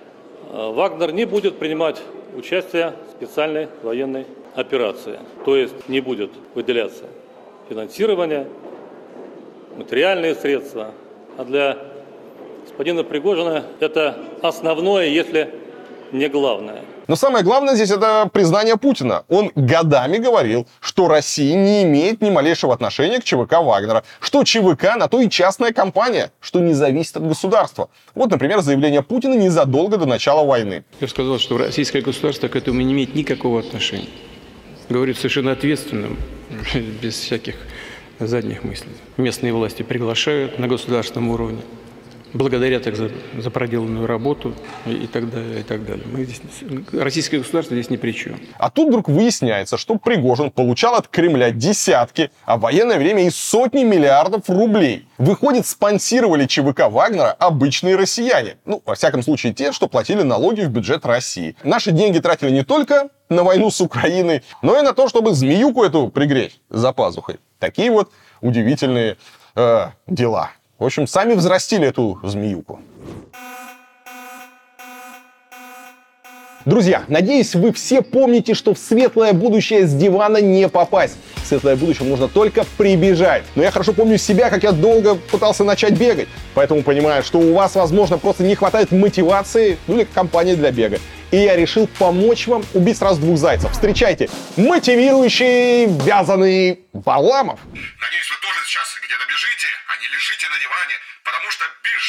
Вагнер не будет принимать участие в специальной военной операции. То есть не будет выделяться финансирование, материальные средства. А для господина Пригожина это основное, если не главное. Но самое главное здесь это признание Путина. Он годами говорил, что Россия не имеет ни малейшего отношения к ЧВК Вагнера, что ЧВК на то и частная компания, что не зависит от государства. Вот, например, заявление Путина незадолго до начала войны. Я сказал, что российское государство к этому не имеет никакого отношения. Говорит совершенно ответственным, без всяких задних мыслей. Местные власти приглашают на государственном уровне, благодарят их за, за проделанную работу и, и так далее, и так далее. Мы здесь, российское государство здесь ни при чем. А тут вдруг выясняется, что Пригожин получал от Кремля десятки, а в военное время и сотни миллиардов рублей. Выходит, спонсировали ЧВК Вагнера обычные россияне. Ну, во всяком случае, те, что платили налоги в бюджет России. Наши деньги тратили не только на войну с Украиной, но и на то, чтобы змеюку эту пригреть за пазухой. Такие вот удивительные э, дела. В общем, сами взрастили эту змеюку. Друзья, надеюсь, вы все помните, что в светлое будущее с дивана не попасть. В светлое будущее нужно только прибежать. Но я хорошо помню себя, как я долго пытался начать бегать. Поэтому понимаю, что у вас, возможно, просто не хватает мотивации, ну или компании для бега. И я решил помочь вам убить сразу двух зайцев. Встречайте, мотивирующий вязаный Варламов. Надеюсь, вы тоже сейчас где-то бежите, а не лежите на диване, потому что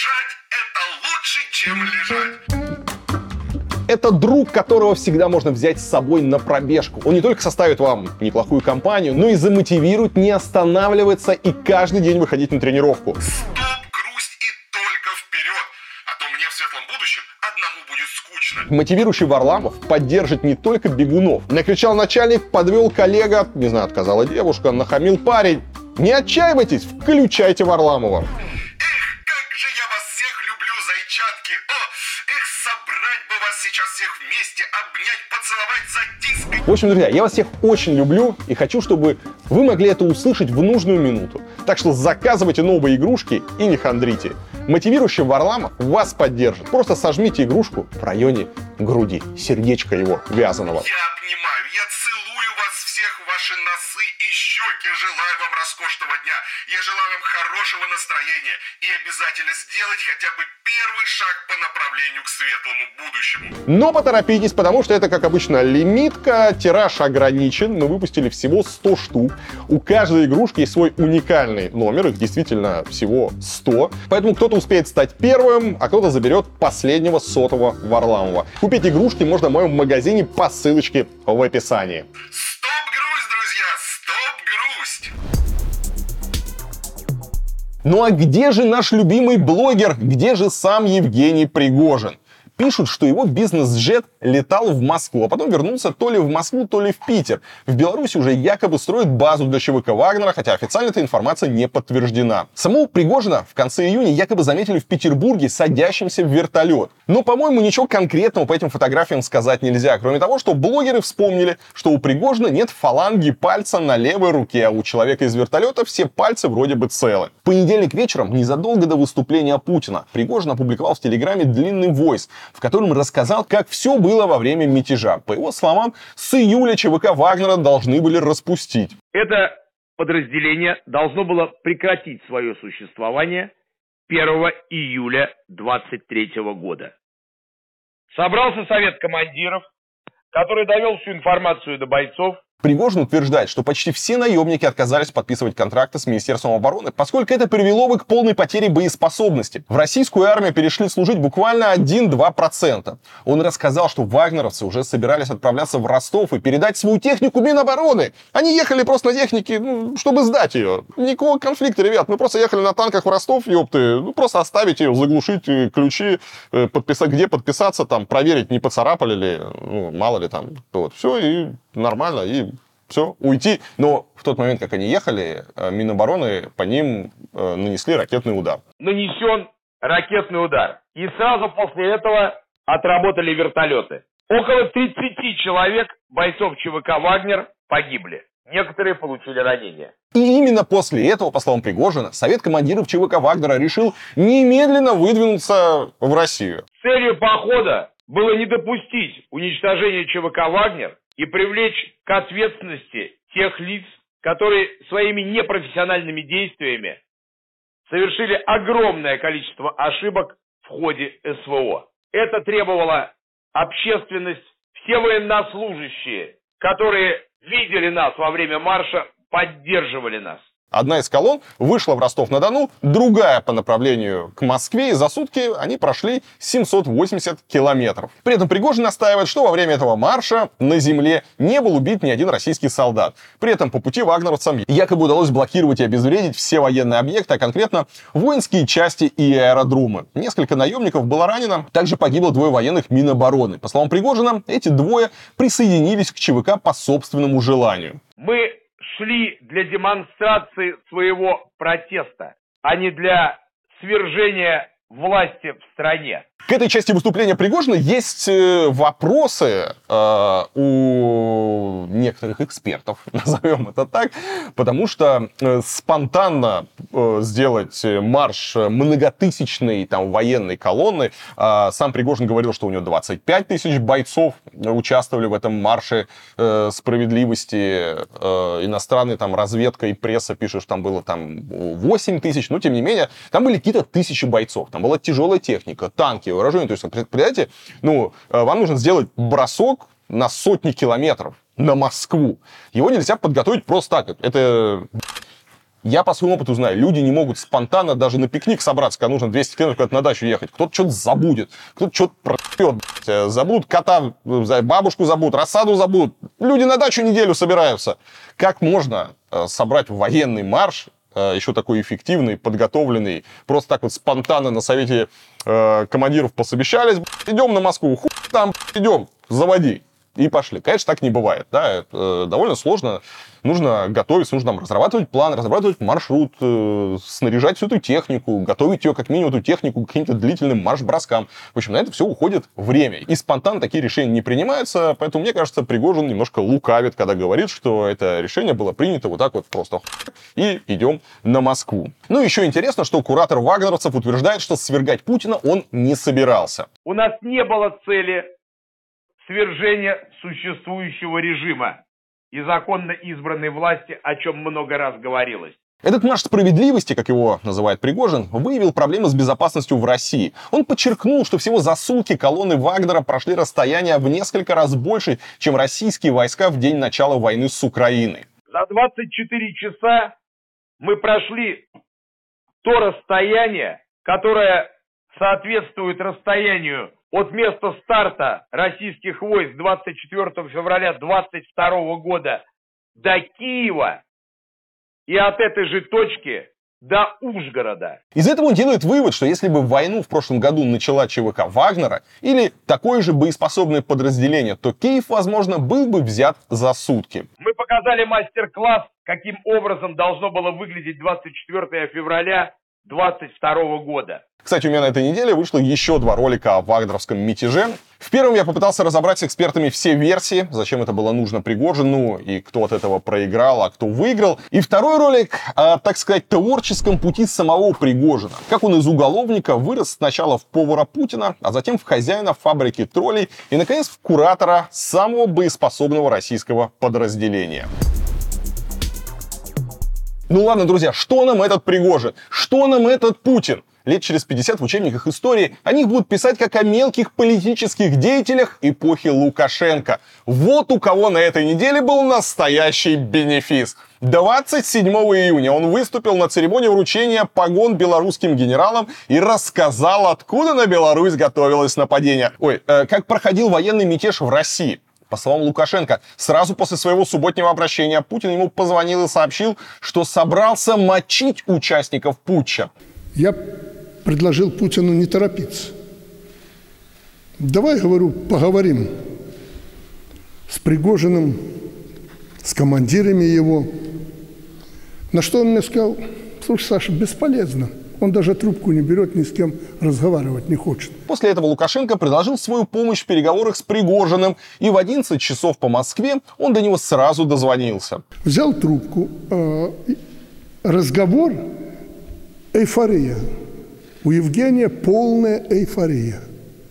бежать — это лучше, чем лежать. Это друг, которого всегда можно взять с собой на пробежку. Он не только составит вам неплохую компанию, но и замотивирует не останавливаться и каждый день выходить на тренировку. Стоп, грусть и только вперед, а то мне в светлом будущем одному будет скучно. Мотивирующий Варламов поддержит не только бегунов. Накричал начальник, подвел коллега, не знаю, отказала девушка, нахамил парень. Не отчаивайтесь, включайте Варламова. Сейчас всех вместе обнять, поцеловать, затискать. В общем, друзья, я вас всех очень люблю и хочу, чтобы вы могли это услышать в нужную минуту. Так что заказывайте новые игрушки и не хандрите. Мотивирующий Варламов вас поддержит. Просто сожмите игрушку в районе груди, сердечко его вязаного. Я обнимаю, я целую вас всех, ваши носы и щеки. Желаю вам роскошного дня. Я желаю вам хорошего настроения. И обязательно сделать хотя бы первый шаг по направлению к светлому будущему. Но поторопитесь, потому что это, как обычно, лимитка. Тираж ограничен. Мы выпустили всего сто штук. У каждой игрушки есть свой уникальный номер. Их действительно всего сто. Поэтому кто-то успеет стать первым, а кто-то заберет последнего сотого Варламова. Купить игрушки можно в моем магазине по ссылочке в описании. Стоп грусть, друзья! Стоп грусть! Ну а где же наш любимый блогер? Где же сам Евгений Пригожин? Пишут, что его бизнес-джет летал в Москву, а потом вернулся то ли в Москву, то ли в Питер. В Беларуси уже якобы строят базу для ЧВК Вагнера, хотя официально эта информация не подтверждена. Самого Пригожина в конце июня якобы заметили в Петербурге садящимся в вертолет. Но, по-моему, ничего конкретного по этим фотографиям сказать нельзя, кроме того, что блогеры вспомнили, что у Пригожина нет фаланги пальца на левой руке, а у человека из вертолета все пальцы вроде бы целы. В понедельник вечером, незадолго до выступления Путина, Пригожин опубликовал в Телеграме длинный войс, в котором рассказал, как все было во время мятежа. По его словам, с июля ЧВК Вагнера должны были распустить. Это подразделение должно было прекратить свое существование первого июля двадцать третьего года. Собрался совет командиров, который довел всю информацию до бойцов. Пригожин утверждает, что почти все наемники отказались подписывать контракты с Министерством обороны, поскольку это привело бы к полной потере боеспособности. В российскую армию перешли служить буквально один-два процента. Он рассказал, что вагнеровцы уже собирались отправляться в Ростов и передать свою технику Минобороны. Они ехали просто на технике, ну, чтобы сдать ее. Никакого конфликта, ребят. Мы просто ехали на танках в Ростов, ёпты. Ну, просто оставить ее, заглушить ключи, подписать, где подписаться, там, проверить, не поцарапали ли, ну, мало ли там. Вот, все, и нормально, и все, уйти. Но в тот момент, как они ехали, Минобороны по ним нанесли ракетный удар. Нанесен ракетный удар. И сразу после этого отработали вертолеты. Около тридцати человек, бойцов ЧВК «Вагнер», погибли. Некоторые получили ранения. И именно после этого, по словам Пригожина, совет командиров ЧВК Вагнера решил немедленно выдвинуться в Россию. Целью похода было не допустить уничтожения ЧВК «Вагнер» и привлечь к ответственности тех лиц, которые своими непрофессиональными действиями совершили огромное количество ошибок в ходе СВО. Это требовало общественность, все военнослужащие, которые видели нас во время марша, поддерживали нас. Одна из колонн вышла в Ростов-на-Дону, другая по направлению к Москве, и за сутки они прошли семьсот восемьдесят километров. При этом Пригожин настаивает, что во время этого марша на земле не был убит ни один российский солдат. При этом по пути вагнеровцам якобы удалось блокировать и обезвредить все военные объекты, а конкретно воинские части и аэродромы. Несколько наемников было ранено, также погибло двое военных Минобороны. По словам Пригожина, эти двое присоединились к ЧВК по собственному желанию. Мы шли для демонстрации своего протеста, а не для свержения власти в стране. К этой части выступления Пригожина есть вопросы э, у некоторых экспертов, назовем это так, потому что э, спонтанно э, сделать марш многотысячной там, военной колонны, э, сам Пригожин говорил, что у него двадцать пять тысяч бойцов участвовали в этом марше э, справедливости, э, иностранная там разведка и пресса пишут, что там было там восемь тысяч, но тем не менее, там были какие-то тысячи бойцов, там была тяжелая техника, танки, вооружение. То есть, представляете, ну, вам нужно сделать бросок на сотни километров на Москву. Его нельзя подготовить просто так. Это... Я по своему опыту знаю, люди не могут спонтанно даже на пикник собраться, когда нужно двести километров куда-то на дачу ехать. Кто-то что-то забудет, кто-то что-то пропьет, забудут кота, бабушку забудут, рассаду забудут. Люди на дачу неделю собираются. Как можно собрать военный марш, еще такой эффективный, подготовленный, просто так вот спонтанно на совете э, командиров посовещались, идем на Москву, хуй там, идем, заводи. И пошли. Конечно, так не бывает. Да? Это э, довольно сложно. Нужно готовиться, нужно там, разрабатывать план, разрабатывать маршрут, э, снаряжать всю эту технику, готовить ее как минимум, эту технику к каким-то длительным марш-броскам. В общем, на это все уходит время. И спонтанно такие решения не принимаются, поэтому, мне кажется, Пригожин немножко лукавит, когда говорит, что это решение было принято вот так вот просто и идем на Москву. Ну, еще интересно, что куратор вагнеровцев утверждает, что свергать Путина он не собирался. У нас не было цели свержения существующего режима и законно избранной власти, о чем много раз говорилось. Этот марш справедливости, как его называет Пригожин, выявил проблемы с безопасностью в России. Он подчеркнул, что всего за сутки колонны Вагнера прошли расстояние в несколько раз больше, чем российские войска в день начала войны с Украиной. За двадцать четыре часа мы прошли то расстояние, которое соответствует расстоянию от места старта российских войск двадцать четвёртого февраля двадцать второго года до Киева и от этой же точки до Ужгорода. Из этого он делает вывод, что если бы войну в прошлом году начала ЧВК Вагнера или такое же боеспособное подразделение, то Киев, возможно, был бы взят за сутки. Мы показали мастер-класс, каким образом должно было выглядеть двадцать четвёртого февраля двадцать второго года. Кстати, у меня на этой неделе вышло еще два ролика о вагнеровском мятеже. В первом я попытался разобрать с экспертами все версии, зачем это было нужно Пригожину и кто от этого проиграл, а кто выиграл. И второй ролик о, так сказать, творческом пути самого Пригожина. Как он из уголовника вырос сначала в повара Путина, а затем в хозяина фабрики троллей и, наконец, в куратора самого боеспособного российского подразделения. Ну ладно, друзья, что нам этот Пригожин? Что нам этот Путин? Лет через пятьдесят в учебниках истории о них будут писать как о мелких политических деятелях эпохи Лукашенко. Вот у кого на этой неделе был настоящий бенефис. двадцать седьмого июня он выступил на церемонии вручения погон белорусским генералам и рассказал, откуда на Беларусь готовилось нападение. Ой, э, как проходил военный мятеж в России. По словам Лукашенко, сразу после своего субботнего обращения Путин ему позвонил и сообщил, что собрался мочить участников путча. Я предложил Путину не торопиться. Давай, говорю, поговорим с Пригожиным, с командирами его. На что он мне сказал: слушай, Саша, бесполезно. Он даже трубку не берет, ни с кем разговаривать не хочет. После этого Лукашенко предложил свою помощь в переговорах с Пригожиным, и в одиннадцать часов по Москве он до него сразу дозвонился. Взял трубку, разговор, эйфория. У Евгения полная эйфория.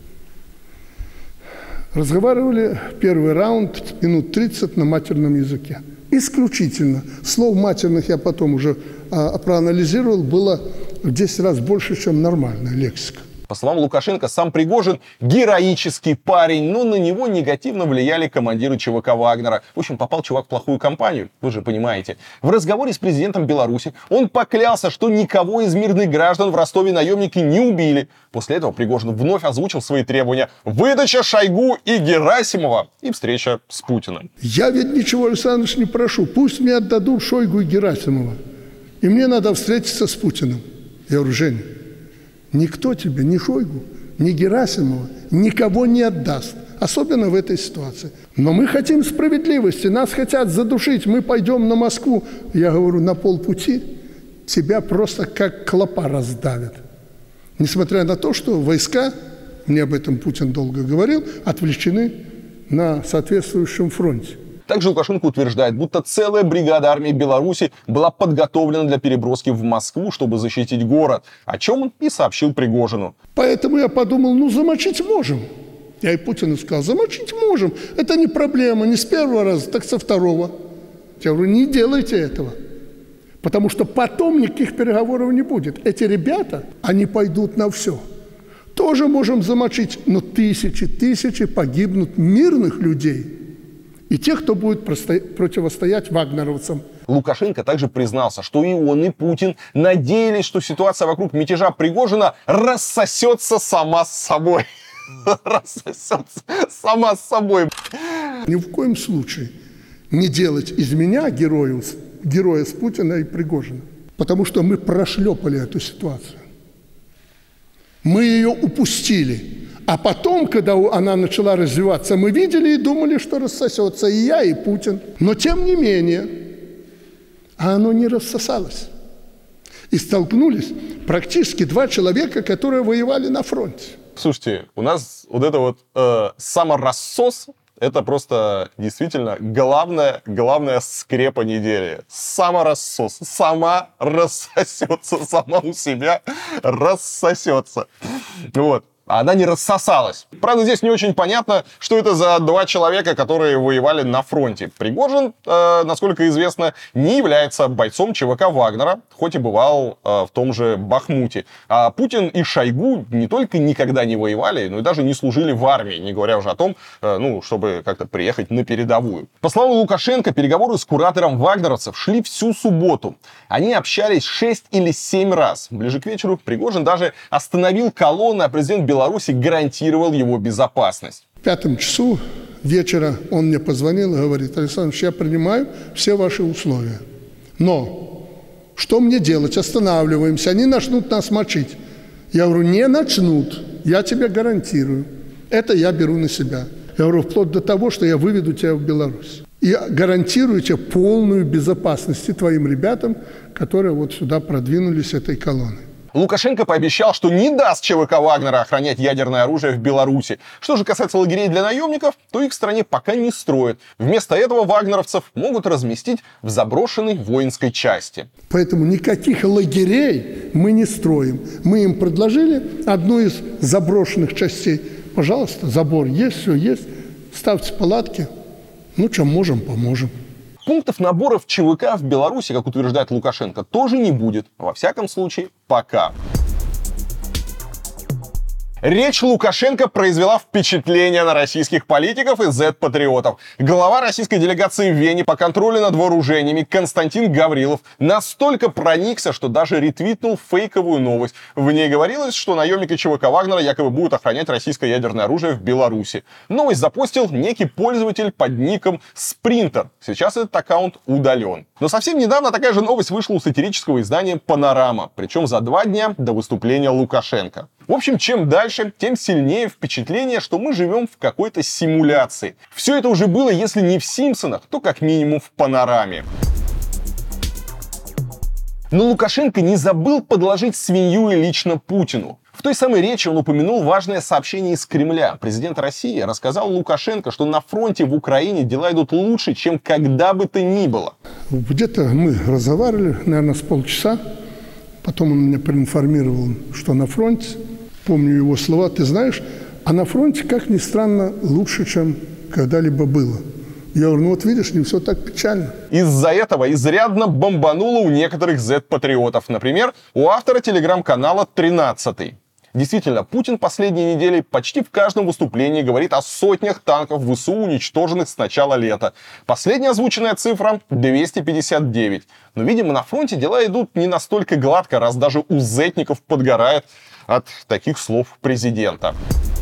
Разговаривали первый раунд минут тридцать на матерном языке. Исключительно. Слов матерных я потом уже а, проанализировал, было в десять раз больше, чем нормальная лексика. По словам Лукашенко, сам Пригожин героический парень, но на него негативно влияли командиры ЧВК Вагнера. В общем, попал чувак в плохую компанию, вы же понимаете. В разговоре с президентом Беларуси он поклялся, что никого из мирных граждан в Ростове наемники не убили. После этого Пригожин вновь озвучил свои требования: выдача Шойгу и Герасимова и встреча с Путиным. Я ведь ничего, Александрович, не прошу. Пусть мне отдадут Шойгу и Герасимова. И мне надо встретиться с Путиным. Я говорю: Женя, никто тебе, ни Шойгу, ни Герасимова, никого не отдаст. Особенно в этой ситуации. Но мы хотим справедливости. Нас хотят задушить. Мы пойдем на Москву. Я говорю, на полпути тебя просто как клопа раздавят. Несмотря на то, что войска, мне об этом Путин долго говорил, отвлечены на соответствующем фронте. Также Лукашенко утверждает, будто целая бригада армии Беларуси была подготовлена для переброски в Москву, чтобы защитить город, о чем он и сообщил Пригожину. Поэтому я подумал, ну замочить можем. Я и Путину сказал, замочить можем. Это не проблема, не с первого раза, так со второго. Я говорю, не делайте этого. Потому что потом никаких переговоров не будет. Эти ребята, они пойдут на все. Тоже можем замочить, но тысячи, тысячи погибнут мирных людей. И тех, кто будет противостоять вагнеровцам. Лукашенко также признался, что и он, и Путин надеялись, что ситуация вокруг мятежа Пригожина рассосется сама с собой. Рассосется сама с собой. Ни в коем случае не делать из меня героя, героя с Путина и Пригожина. Потому что мы прошлепали эту ситуацию. Мы ее упустили. А потом, когда она начала развиваться, мы видели и думали, что рассосется и я, и Путин. Но тем не менее, а оно не рассосалось. И столкнулись практически два человека, которые воевали на фронте. Слушайте, у нас вот это вот э, саморассос, это просто действительно главная, главная скрепа недели. Саморассос. Сама рассосется, сама у себя рассосется. Вот. Она не рассосалась. Правда, здесь не очень понятно, что это за два человека, которые воевали на фронте. Пригожин, э, насколько известно, не является бойцом ЧВК Вагнера, хоть и бывал э, в том же Бахмуте. А Путин и Шойгу не только никогда не воевали, но и даже не служили в армии, не говоря уже о том, э, ну, чтобы как-то приехать на передовую. По словам Лукашенко, переговоры с куратором вагнеровцев шли всю субботу. Они общались шесть или семь раз. Ближе к вечеру Пригожин даже остановил колонны, а президент Беларуси Беларуси гарантировал его безопасность. В пятом часу вечера он мне позвонил и говорит: Александр, я принимаю все ваши условия. Но что мне делать? Останавливаемся, они начнут нас мочить. Я говорю, не начнут, я тебе гарантирую. Это я беру на себя. Я говорю, вплоть до того, что я выведу тебя в Беларусь. И гарантирую тебе полную безопасность и твоим ребятам, которые вот сюда продвинулись этой колонной. Лукашенко пообещал, что не даст ЧВК Вагнера охранять ядерное оружие в Беларуси. Что же касается лагерей для наемников, то их в стране пока не строят. Вместо этого вагнеровцев могут разместить в заброшенной воинской части. Поэтому никаких лагерей мы не строим. Мы им предложили одну из заброшенных частей. Пожалуйста, забор есть, все есть. Ставьте палатки. Ну, чем можем, поможем. Пунктов набора в ЧВК в Беларуси, как утверждает Лукашенко, тоже не будет. Во всяком случае, пока. Речь Лукашенко произвела впечатление на российских политиков и зет-патриотов. Глава российской делегации в Вене по контролю над вооружениями Константин Гаврилов настолько проникся, что даже ретвитнул фейковую новость. В ней говорилось, что наемники ЧВК Вагнера якобы будут охранять российское ядерное оружие в Беларуси. Новость запостил некий пользователь под ником Спринтер. Сейчас этот аккаунт удален. Но совсем недавно такая же новость вышла у сатирического издания «Панорама», причем за два дня до выступления Лукашенко. В общем, чем дальше, тем сильнее впечатление, что мы живем в какой-то симуляции. Все это уже было, если не в «Симпсонах», то как минимум в «Панораме». Но Лукашенко не забыл подложить свинью и лично Путину. В той самой речи он упомянул важное сообщение из Кремля. Президент России рассказал Лукашенко, что на фронте в Украине дела идут лучше, чем когда бы то ни было. Где-то мы разговаривали, наверное, с полчаса. Потом он меня проинформировал, что на фронте. Помню его слова, ты знаешь, а на фронте, как ни странно, лучше, чем когда-либо было. Я говорю, ну вот видишь, не все так печально. Из-за этого изрядно бомбануло у некоторых зет-патриотов. Например, у автора телеграм-канала тринадцатый. Действительно, Путин последние недели почти в каждом выступлении говорит о сотнях танков ВСУ, уничтоженных с начала лета. Последняя озвученная цифра — двести пятьдесят девять. Но, видимо, на фронте дела идут не настолько гладко, раз даже у зетников подгорает от таких слов президента.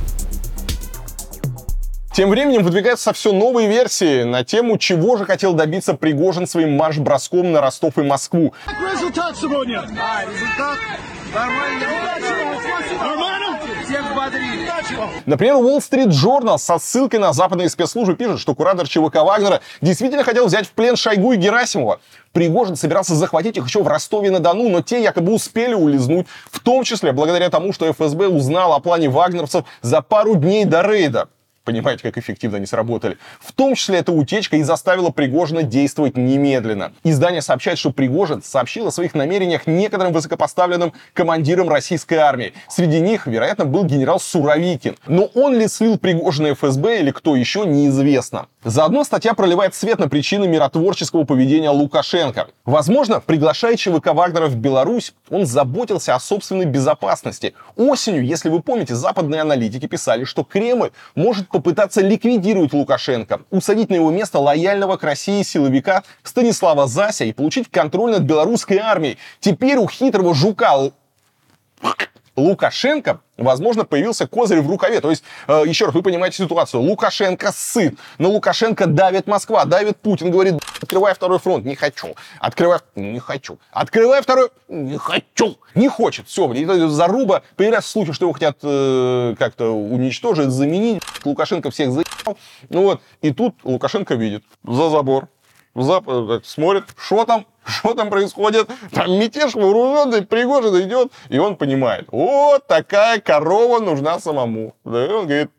Тем временем выдвигаются все новые версии на тему, чего же хотел добиться Пригожин своим марш-броском на Ростов и Москву. Результат сегодня? Да, результат нормальный. Нормально? всех бодрит. Например, Wall Street Journal со ссылкой на западные спецслужбы пишет, что куратор ЧВК Вагнера действительно хотел взять в плен Шойгу и Герасимова. Пригожин собирался захватить их еще в Ростове-на-Дону, но те якобы успели улизнуть, в том числе благодаря тому, что эф эс бэ узнал о плане вагнеровцев за пару дней до рейда. Понимаете, как эффективно они сработали. В том числе эта утечка и заставила Пригожина действовать немедленно. Издание сообщает, что Пригожин сообщил о своих намерениях некоторым высокопоставленным командирам российской армии. Среди них, вероятно, был генерал Суровикин. Но он ли слил Пригожина эф эс бэ или кто еще, неизвестно. Заодно статья проливает свет на причины миротворческого поведения Лукашенко. Возможно, приглашая ЧВК Вагнера в Беларусь, он заботился о собственной безопасности. Осенью, если вы помните, западные аналитики писали, что Кремль может попытаться ликвидировать Лукашенко, усадить на его место лояльного к России силовика Станислава Зася и получить контроль над белорусской армией. Теперь у хитрого жука Лукашенко, возможно, появился козырь в рукаве. То есть, э, еще раз, вы понимаете ситуацию. Лукашенко сыт. На Лукашенко давит Москва, давит Путин. Говорит, открывай второй фронт. Не хочу. Открывай. Не хочу. Открывай второй. Не хочу. Не хочет. Все. Заруба. Появляется слухи, что его хотят э, как-то уничтожить, заменить. Лукашенко всех заебал. Ну вот. И тут Лукашенко видит. За забор. За, смотрит, что там, что там происходит. Там мятеж вооруженный, Пригожин идет. И он понимает, вот такая корова нужна самому. Да, и он говорит,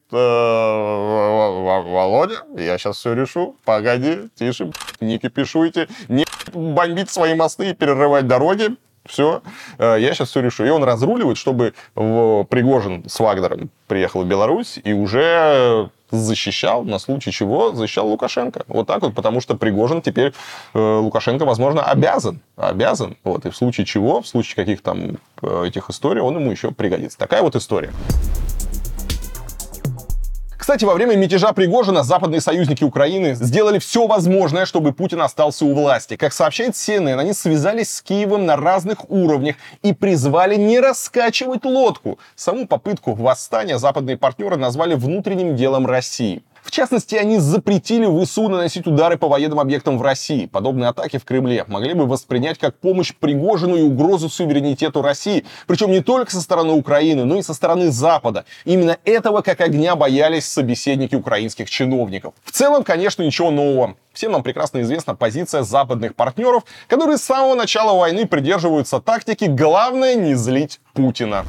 Володя, я сейчас все решу. Погоди, тише, не кипишуйте, не бомбить свои мосты и перерывать дороги. Все, я сейчас все решу. И он разруливает, чтобы Пригожин с Вагнером приехал в Беларусь и уже защищал, на случай чего защищал Лукашенко. Вот так вот, потому что Пригожин теперь э, Лукашенко, возможно, обязан. Обязан. Вот, и в случае чего, в случае каких там этих историй, он ему еще пригодится. Такая вот история. Кстати, во время мятежа Пригожина западные союзники Украины сделали все возможное, чтобы Путин остался у власти. Как сообщает си эн эн, они связались с Киевом на разных уровнях и призвали не раскачивать лодку. Саму попытку восстания западные партнеры назвали внутренним делом России. В частности, они запретили ВСУ наносить удары по военным объектам в России. Подобные атаки в Кремле могли бы воспринять как помощь Пригожину и угрозу суверенитету России. Причем не только со стороны Украины, но и со стороны Запада. Именно этого как огня боялись собеседники украинских чиновников. В целом, конечно, ничего нового. Всем нам прекрасно известна позиция западных партнеров, которые с самого начала войны придерживаются тактики «главное не злить Путина».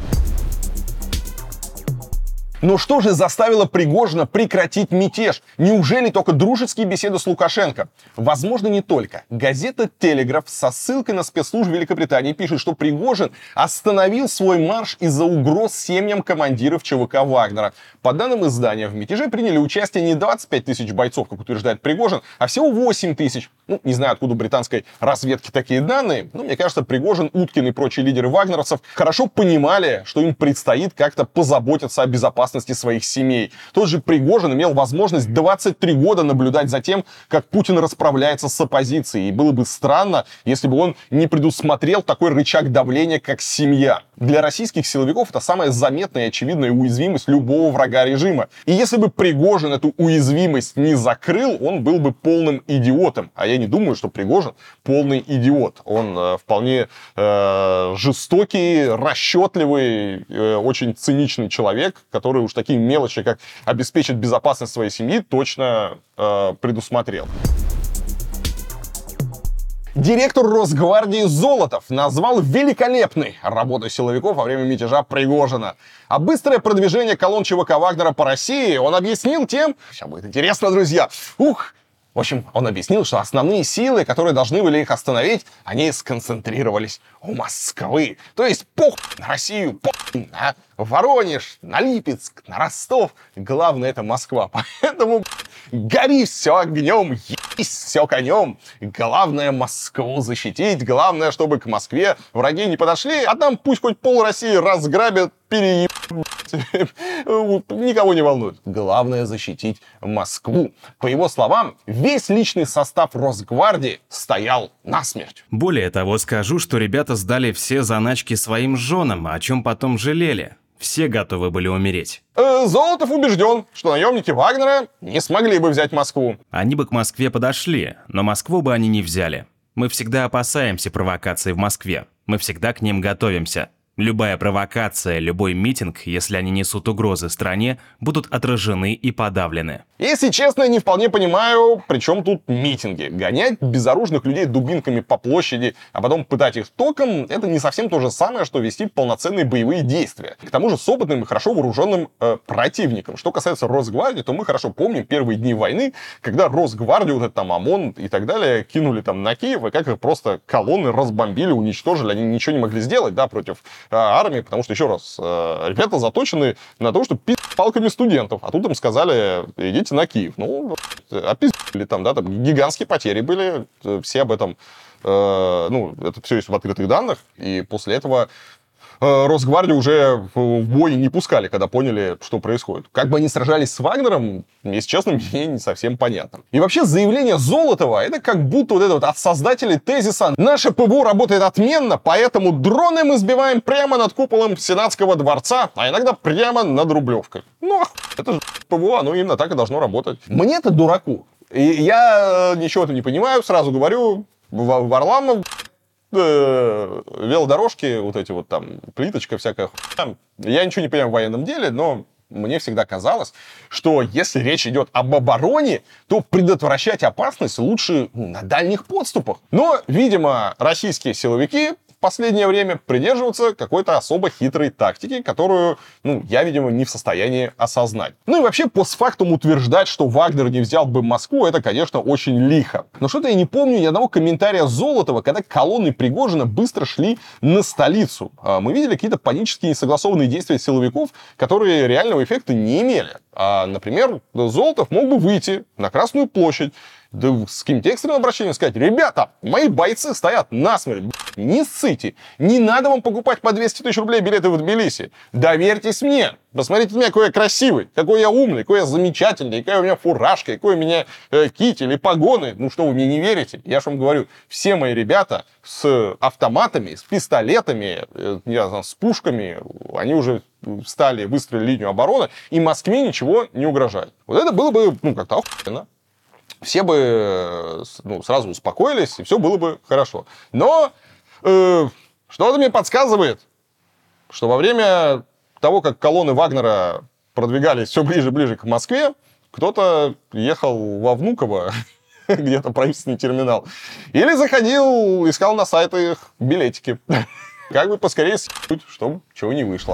Но что же заставило Пригожина прекратить мятеж? Неужели только дружеские беседы с Лукашенко? Возможно, не только. Газета «Телеграф» со ссылкой на спецслужбы Великобритании пишет, что Пригожин остановил свой марш из-за угроз семьям командиров ЧВК Вагнера. По данным издания, в мятеже приняли участие не двадцать пять тысяч бойцов, как утверждает Пригожин, а всего восемь тысяч. Ну, не знаю, откуда у британской разведки такие данные, но мне кажется, Пригожин, Уткин и прочие лидеры вагнеровцев хорошо понимали, что им предстоит как-то позаботиться о безопасности своих семей. Тот же Пригожин имел возможность двадцать три года наблюдать за тем, как Путин расправляется с оппозицией. И было бы странно, если бы он не предусмотрел такой рычаг давления, как семья. Для российских силовиков это самая заметная и очевидная уязвимость любого врага режима. И если бы Пригожин эту уязвимость не закрыл, он был бы полным идиотом. А я не думаю, что Пригожин полный идиот. Он э, вполне э, жестокий, расчетливый, э, очень циничный человек, который уж такие мелочи, как обеспечить безопасность своей семьи, точно э, предусмотрел. Директор Росгвардии Золотов назвал великолепной работу силовиков во время мятежа Пригожина. А быстрое продвижение колонн ЧВК Вагнера по России он объяснил тем... Сейчас будет интересно, друзья. Ух! В общем, он объяснил, что основные силы, которые должны были их остановить, они сконцентрировались у Москвы. То есть похуй на Россию, похуй на Воронеж, на Липецк, на Ростов. Главное — это Москва. Поэтому гори все огнем, есть все конем. Главное — Москву защитить. Главное, чтобы к Москве враги не подошли. А там пусть хоть пол России разграбят, перееб... Никого не волнует. Главное — защитить Москву. По его словам, весь личный состав Росгвардии стоял насмерть. Более того, скажу, что ребята сдали все заначки своим женам, о чем потом жалели. Все готовы были умереть. Э, Золотов убежден, что наемники Вагнера не смогли бы взять Москву. Они бы к Москве подошли, но Москву бы они не взяли. Мы всегда опасаемся провокаций в Москве. Мы всегда к ним готовимся. Любая провокация, любой митинг, если они несут угрозы стране, будут отражены и подавлены. Если честно, я не вполне понимаю, при чем тут митинги. Гонять безоружных людей дубинками по площади, а потом пытать их током, это не совсем то же самое, что вести полноценные боевые действия. К тому же с опытным и хорошо вооруженным э, противником. Что касается Росгвардии, то мы хорошо помним первые дни войны, когда Росгвардию, вот это там ОМОН и так далее, кинули там на Киев, и как их просто колонны разбомбили, уничтожили, они ничего не могли сделать, да, против армии, потому что, еще раз, ребята заточены на то, чтобы пи***ть палками студентов, а тут им сказали, идите на Киев. Ну, опиздили там, да, там гигантские потери были, все об этом, э, ну, это все есть в открытых данных, и после этого Росгвардию уже в бой не пускали, когда поняли, что происходит. Как бы они сражались с Вагнером, если честно, мне не совсем понятно. И вообще заявление Золотова, это как будто вот это вот от создателей тезиса «Наше ПВО работает отменно, поэтому дроны мы сбиваем прямо над куполом Сенатского дворца, а иногда прямо над Рублевкой». Ну, это же ПВО, оно именно так и должно работать. Мне-то дураку. И я ничего это не понимаю, сразу говорю, Варламов... велодорожки, вот эти вот там, плиточка всякая хуйня. Я ничего не понимаю в военном деле, но мне всегда казалось, что если речь идет об обороне, то предотвращать опасность лучше ну, на дальних подступах. Но, видимо, российские силовики в последнее время придерживаются какой-то особо хитрой тактики, которую, ну, я, видимо, не в состоянии осознать. Ну и вообще, постфактум утверждать, что Вагнер не взял бы Москву, это, конечно, очень лихо. Но что-то я не помню ни одного комментария Золотова, когда колонны Пригожина быстро шли на столицу. Мы видели какие-то панические несогласованные действия силовиков, которые реального эффекта не имели. А, например, Золотов мог бы выйти на Красную площадь, да с каким-то экстренным обращением сказать: ребята, мои бойцы стоят насмерть, не ссыте, не надо вам покупать по двести тысяч рублей билеты в Тбилиси, доверьтесь мне, посмотрите на меня, какой я красивый, какой я умный, какой я замечательный, какая у меня фуражка, какой у меня э, китель и погоны. Ну что, вы мне не верите? Я же вам говорю, все мои ребята с автоматами, с пистолетами, э, я знаю, с пушками, они уже встали, выстроили линию обороны, и Москве ничего не угрожает. Вот это было бы, ну, как-то охуенно. Все бы ну, сразу успокоились, и все было бы хорошо. Но э, что-то мне подсказывает, что во время того, как колонны Вагнера продвигались все ближе и ближе к Москве, кто-то ехал во Внуково, где-то правительственный терминал, или заходил, искал на сайтах билетики. Как бы поскорее с***ть, чтобы чего не вышло.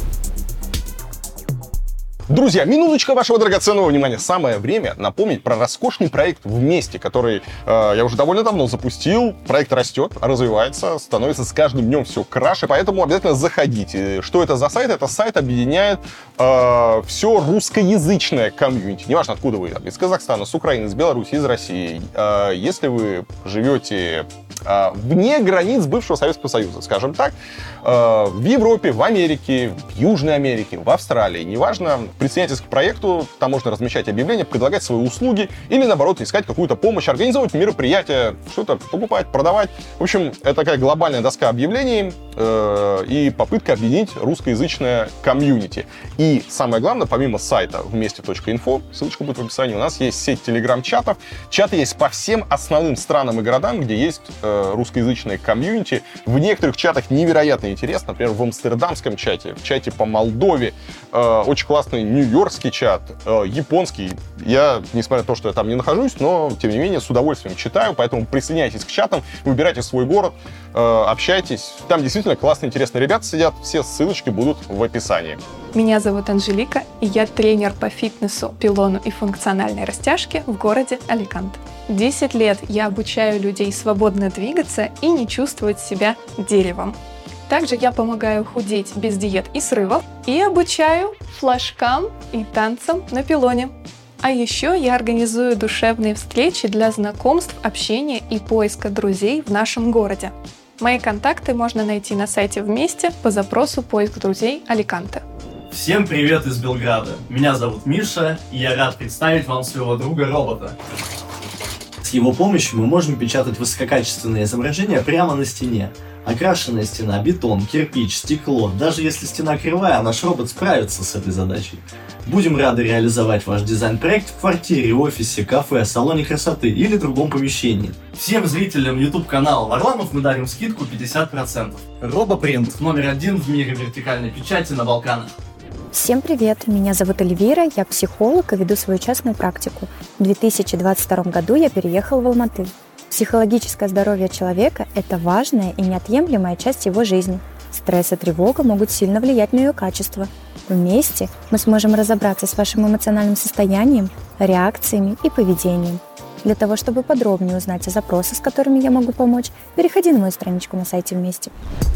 Друзья, минуточка вашего драгоценного внимания. Самое время напомнить про роскошный проект «Вместе», который э, я уже довольно давно запустил. Проект растет, развивается, становится с каждым днем все краше, поэтому обязательно заходите. Что это за сайт? Это сайт объединяет э, все русскоязычное комьюнити. Неважно, откуда вы, из Казахстана, с Украины, из Беларуси, из России. Э, если вы живете э, вне границ бывшего Советского Союза, скажем так, э, в Европе, в Америке, в Южной Америке, в Австралии, неважно, присоединяйтесь к проекту, там можно размещать объявления, предлагать свои услуги или, наоборот, искать какую-то помощь, организовывать мероприятия, что-то покупать, продавать. В общем, это такая глобальная доска объявлений э, и попытка объединить русскоязычное комьюнити. И самое главное, помимо сайта вместе точка инфо, ссылочка будет в описании, у нас есть сеть телеграм-чатов. Чаты есть по всем основным странам и городам, где есть э, русскоязычное комьюнити. В некоторых чатах невероятно интересно, например, в амстердамском чате, в чате по Молдове, э, очень классный нью-йоркский чат, э, японский. Я, несмотря на то, что я там не нахожусь, но, тем не менее, с удовольствием читаю, поэтому присоединяйтесь к чатам, выбирайте свой город, э, общайтесь. Там действительно классные, интересные ребята сидят, все ссылочки будут в описании. Меня зовут Анжелика, и я тренер по фитнесу, пилону и функциональной растяжке в городе Аликанте. десять лет я обучаю людей свободно двигаться и не чувствовать себя деревом. Также я помогаю худеть без диет и срывов и обучаю флажкам и танцам на пилоне. А еще я организую душевные встречи для знакомств, общения и поиска друзей в нашем городе. Мои контакты можно найти на сайте «Вместе» по запросу «Поиск друзей Аликанте». Всем привет из Белграда. Меня зовут Миша, и я рад представить вам своего друга-робота. С его помощью мы можем печатать высококачественные изображения прямо на стене. Окрашенная стена, бетон, кирпич, стекло. Даже если стена кривая, наш робот справится с этой задачей. Будем рады реализовать ваш дизайн-проект в квартире, офисе, кафе, салоне красоты или другом помещении. Всем зрителям YouTube-канала Варламов мы дарим скидку пятьдесят процентов. Робопринт номер один в мире вертикальной печати на Балканах. Всем привет, меня зовут Эльвира, я психолог и веду свою частную практику. В две тысячи двадцать втором году я переехала в Алматы. Психологическое здоровье человека – это важная и неотъемлемая часть его жизни. Стресс и тревога могут сильно влиять на ее качество. Вместе мы сможем разобраться с вашим эмоциональным состоянием, реакциями и поведением. Для того, чтобы подробнее узнать о запросах, с которыми я могу помочь, переходи на мою страничку на сайте «Вместе».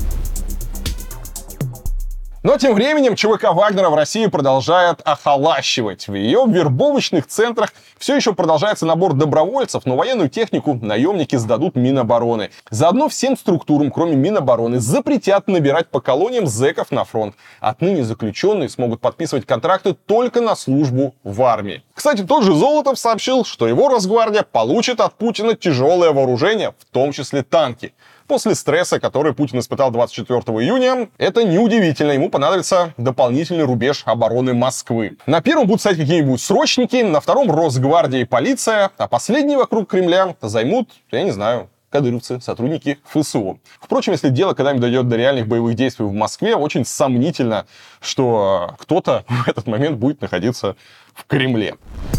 Но тем временем ЧВК Вагнера в России продолжает охолащивать. В ее вербовочных центрах все еще продолжается набор добровольцев, но военную технику наемники сдадут Минобороны. Заодно всем структурам, кроме Минобороны, запретят набирать по колониям зэков на фронт. Отныне заключенные смогут подписывать контракты только на службу в армии. Кстати, тот же Золотов сообщил, что его Росгвардия получит от Путина тяжелое вооружение, в том числе танки. После стресса, который Путин испытал двадцать четвёртого июня, это неудивительно. Ему понадобится дополнительный рубеж обороны Москвы. На первом будут стоять какие-нибудь срочники, на втором Росгвардия и полиция, а последние вокруг Кремля займут, я не знаю, кадыровцы, сотрудники ФСО. Впрочем, если дело когда-нибудь дойдет до реальных боевых действий в Москве, очень сомнительно, что кто-то в этот момент будет находиться в Кремле.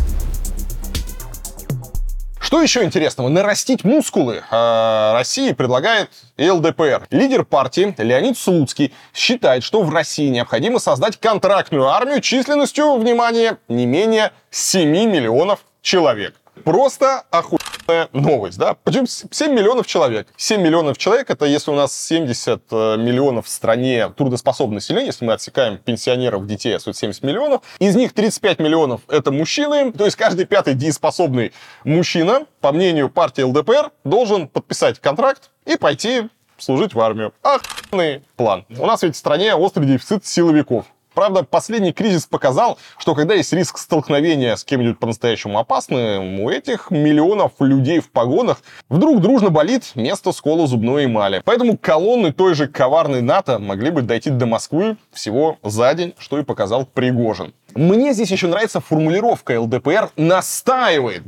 Что еще интересного? Нарастить мускулы России предлагает эл дэ пэ эр. Лидер партии Леонид Слуцкий считает, что в России необходимо создать контрактную армию численностью, внимание, не менее семи миллионов человек. Просто охуенная новость, да? Почему семь миллионов человек? семь миллионов человек — это если у нас семьдесят миллионов в стране трудоспособного населения, если мы отсекаем пенсионеров, детей, это семьдесят миллионов. Из них тридцать пять миллионов — это мужчины. То есть каждый пятый дееспособный мужчина, по мнению партии эл дэ пэ эр, должен подписать контракт и пойти служить в армию. Охуенный план. У нас ведь в стране острый дефицит силовиков. Правда, последний кризис показал, что когда есть риск столкновения с кем-нибудь по-настоящему опасным, у этих миллионов людей в погонах вдруг дружно болит место скола зубной эмали. Поэтому колонны той же коварной НАТО могли бы дойти до Москвы всего за день, что и показал Пригожин. Мне здесь еще нравится формулировка эл дэ пэ эр «настаивает».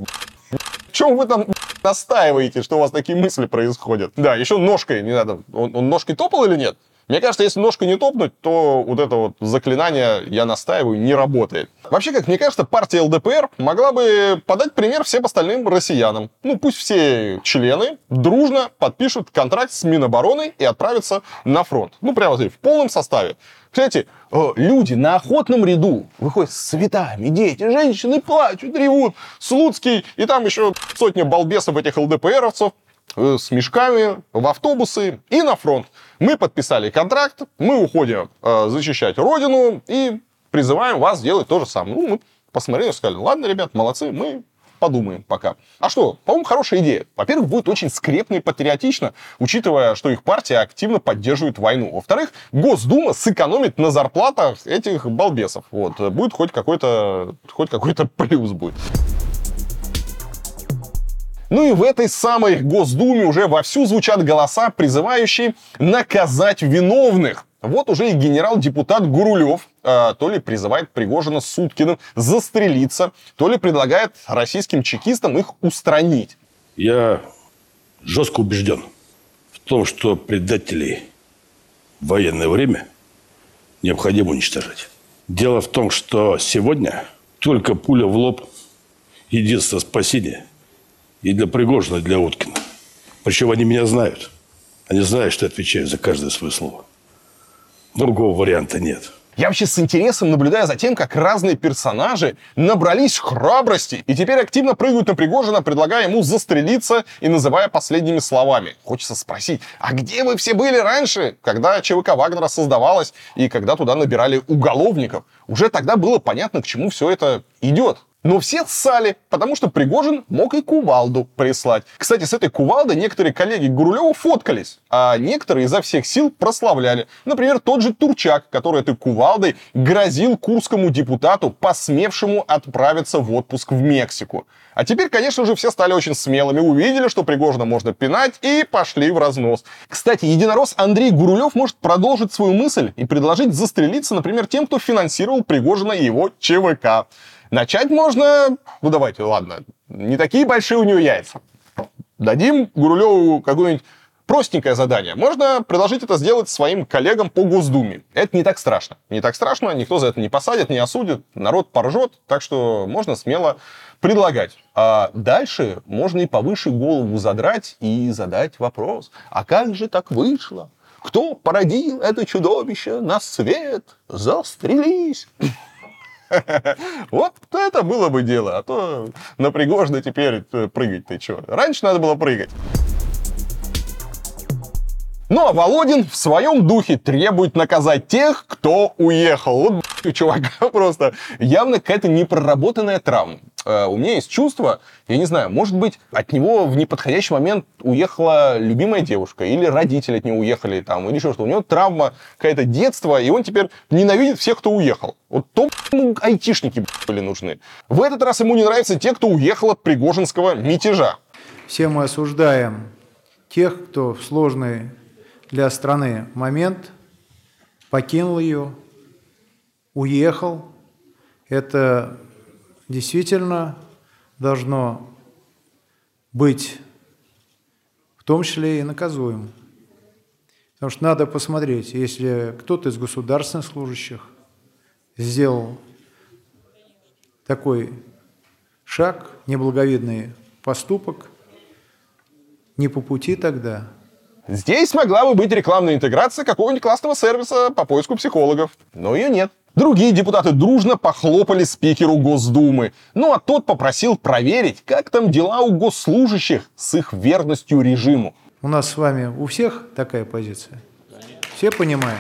В чем вы там настаиваете, что у вас такие мысли происходят? Да, еще ножкой не надо. Он, он ножкой топал или нет? Мне кажется, если ножкой не топнуть, то вот это вот заклинание «я настаиваю» не работает. Вообще, как мне кажется, партия эл дэ пэ эр могла бы подать пример всем остальным россиянам. Ну, пусть все члены дружно подпишут контракт с Минобороны и отправятся на фронт. Ну, прямо в полном составе. Кстати, люди на охотном ряду выходят с цветами, дети, женщины плачут, ревут. Слуцкий и там еще сотня балбесов этих эл дэ пэ эровцев с мешками в автобусы и на фронт. Мы подписали контракт, мы уходим э, защищать Родину и призываем вас делать то же самое. Ну, мы посмотрели и сказали, ладно, ребят, молодцы, мы подумаем пока. А что, по-моему, хорошая идея. Во-первых, будет очень скрепно и патриотично, учитывая, что их партия активно поддерживает войну. Во-вторых, Госдума сэкономит на зарплатах этих балбесов. Вот. Будет хоть какой-то, хоть какой-то плюс будет. Ну и в этой самой Госдуме уже вовсю звучат голоса, призывающие наказать виновных. Вот уже и генерал-депутат Гурулев э, то ли призывает Пригожина с Уткиным застрелиться, то ли предлагает российским чекистам их устранить. Я жестко убежден в том, что предателей в военное время необходимо уничтожать. Дело в том, что сегодня только пуля в лоб — единственное спасение и для Пригожина, и для Уткина. Причем они меня знают. Они знают, что я отвечаю за каждое свое слово. Другого варианта нет. Я вообще с интересом наблюдаю за тем, как разные персонажи набрались храбрости и теперь активно прыгают на Пригожина, предлагая ему застрелиться и называя последними словами. Хочется спросить, а где вы все были раньше, когда ЧВК Вагнера создавалась и когда туда набирали уголовников? Уже тогда было понятно, к чему все это идет. Но все ссали, потому что Пригожин мог и кувалду прислать. Кстати, с этой кувалдой некоторые коллеги Гурулеву фоткались, а некоторые изо всех сил прославляли. Например, тот же Турчак, который этой кувалдой грозил курскому депутату, посмевшему отправиться в отпуск в Мексику. А теперь, конечно же, все стали очень смелыми, увидели, что Пригожина можно пинать, и пошли в разнос. Кстати, единорос Андрей Гурулев может продолжить свою мысль и предложить застрелиться, например, тем, кто финансировал Пригожина и его ЧВК. Начать можно... Ну, давайте, ладно. Не такие большие у него яйца. Дадим Гурулеву какое-нибудь простенькое задание. Можно предложить это сделать своим коллегам по Госдуме. Это не так страшно. Не так страшно, никто за это не посадит, не осудит, народ поржет, так что можно смело предлагать. А дальше можно и повыше голову задрать и задать вопрос. А как же так вышло? Кто породил это чудовище на свет? Застрелись! Вот это было бы дело, а то на Пригожина теперь прыгать ты чё. Раньше надо было прыгать. Ну а Володин в своем духе требует наказать тех, кто уехал. Вот у чувака просто явно какая-то непроработанная травма. Uh, у меня есть чувство, я не знаю, может быть, от него в неподходящий момент уехала любимая девушка, или родители от него уехали, там, или еще что-то. У него травма, какое-то детство, и он теперь ненавидит всех, кто уехал. Вот то ему айтишники были нужны. В этот раз ему не нравятся те, кто уехал от пригожинского мятежа. Все мы осуждаем тех, кто в сложный для страны момент покинул ее, уехал. Это действительно должно быть в том числе и наказуемо. Потому что надо посмотреть, если кто-то из государственных служащих сделал такой шаг, неблаговидный поступок, не по пути тогда. Здесь могла бы быть рекламная интеграция какого-нибудь классного сервиса по поиску психологов, но ее нет. Другие депутаты дружно похлопали спикеру Госдумы. Ну а тот попросил проверить, как там дела у госслужащих с их верностью режиму. У нас с вами у всех такая позиция? Все понимаем?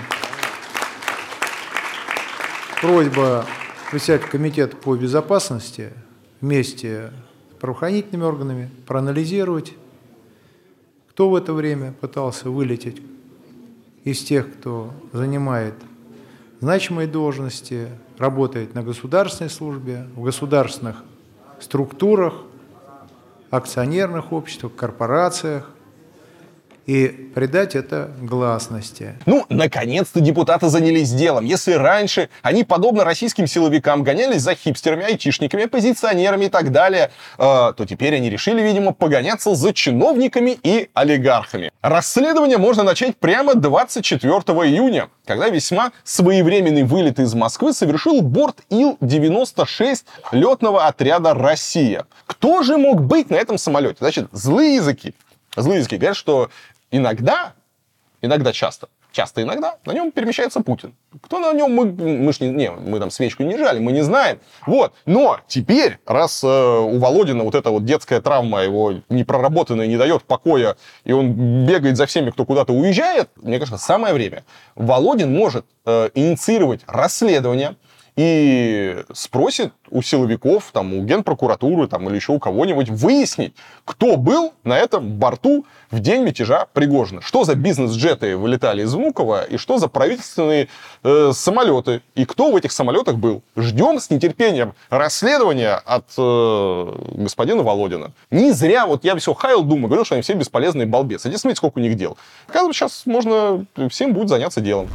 Просьба присядь в комитет по безопасности вместе с правоохранительными органами, проанализировать, кто в это время пытался вылететь из тех, кто занимает значимые должности, работает на государственной службе, в государственных структурах, акционерных обществах, корпорациях, и придать это гласности. Ну, наконец-то депутаты занялись делом. Если раньше они, подобно российским силовикам, гонялись за хипстерами, айтишниками, оппозиционерами и так далее, э, то теперь они решили, видимо, погоняться за чиновниками и олигархами. Расследование можно начать прямо двадцать четвёртого июня, когда весьма своевременный вылет из Москвы совершил борт Ил девяносто шесть летного отряда «Россия». Кто же мог быть на этом самолете? Значит, злые языки. Злые языки говорят, что иногда, иногда часто, часто иногда на нем перемещается Путин. Кто на нем, мы, мы ж не, не, мы там свечку не жали, мы не знаем. Вот, но теперь, раз э, у Володина вот эта вот детская травма его непроработанная не дает покоя, и он бегает за всеми, кто куда-то уезжает, мне кажется, самое время. Володин может э, инициировать расследование и спросит у силовиков, там, у Генпрокуратуры там, или еще у кого-нибудь выяснить, кто был на этом борту в день мятежа Пригожина. Что за бизнес-джеты вылетали из Внуково и что за правительственные э, самолеты. И кто в этих самолетах был. Ждем с нетерпением расследования от э, господина Володина. Не зря вот я все хаял, думаю, говорил, что они все бесполезные балбесы. Иди смотрите, сколько у них дел. Оказывается, сейчас можно всем будет заняться делом.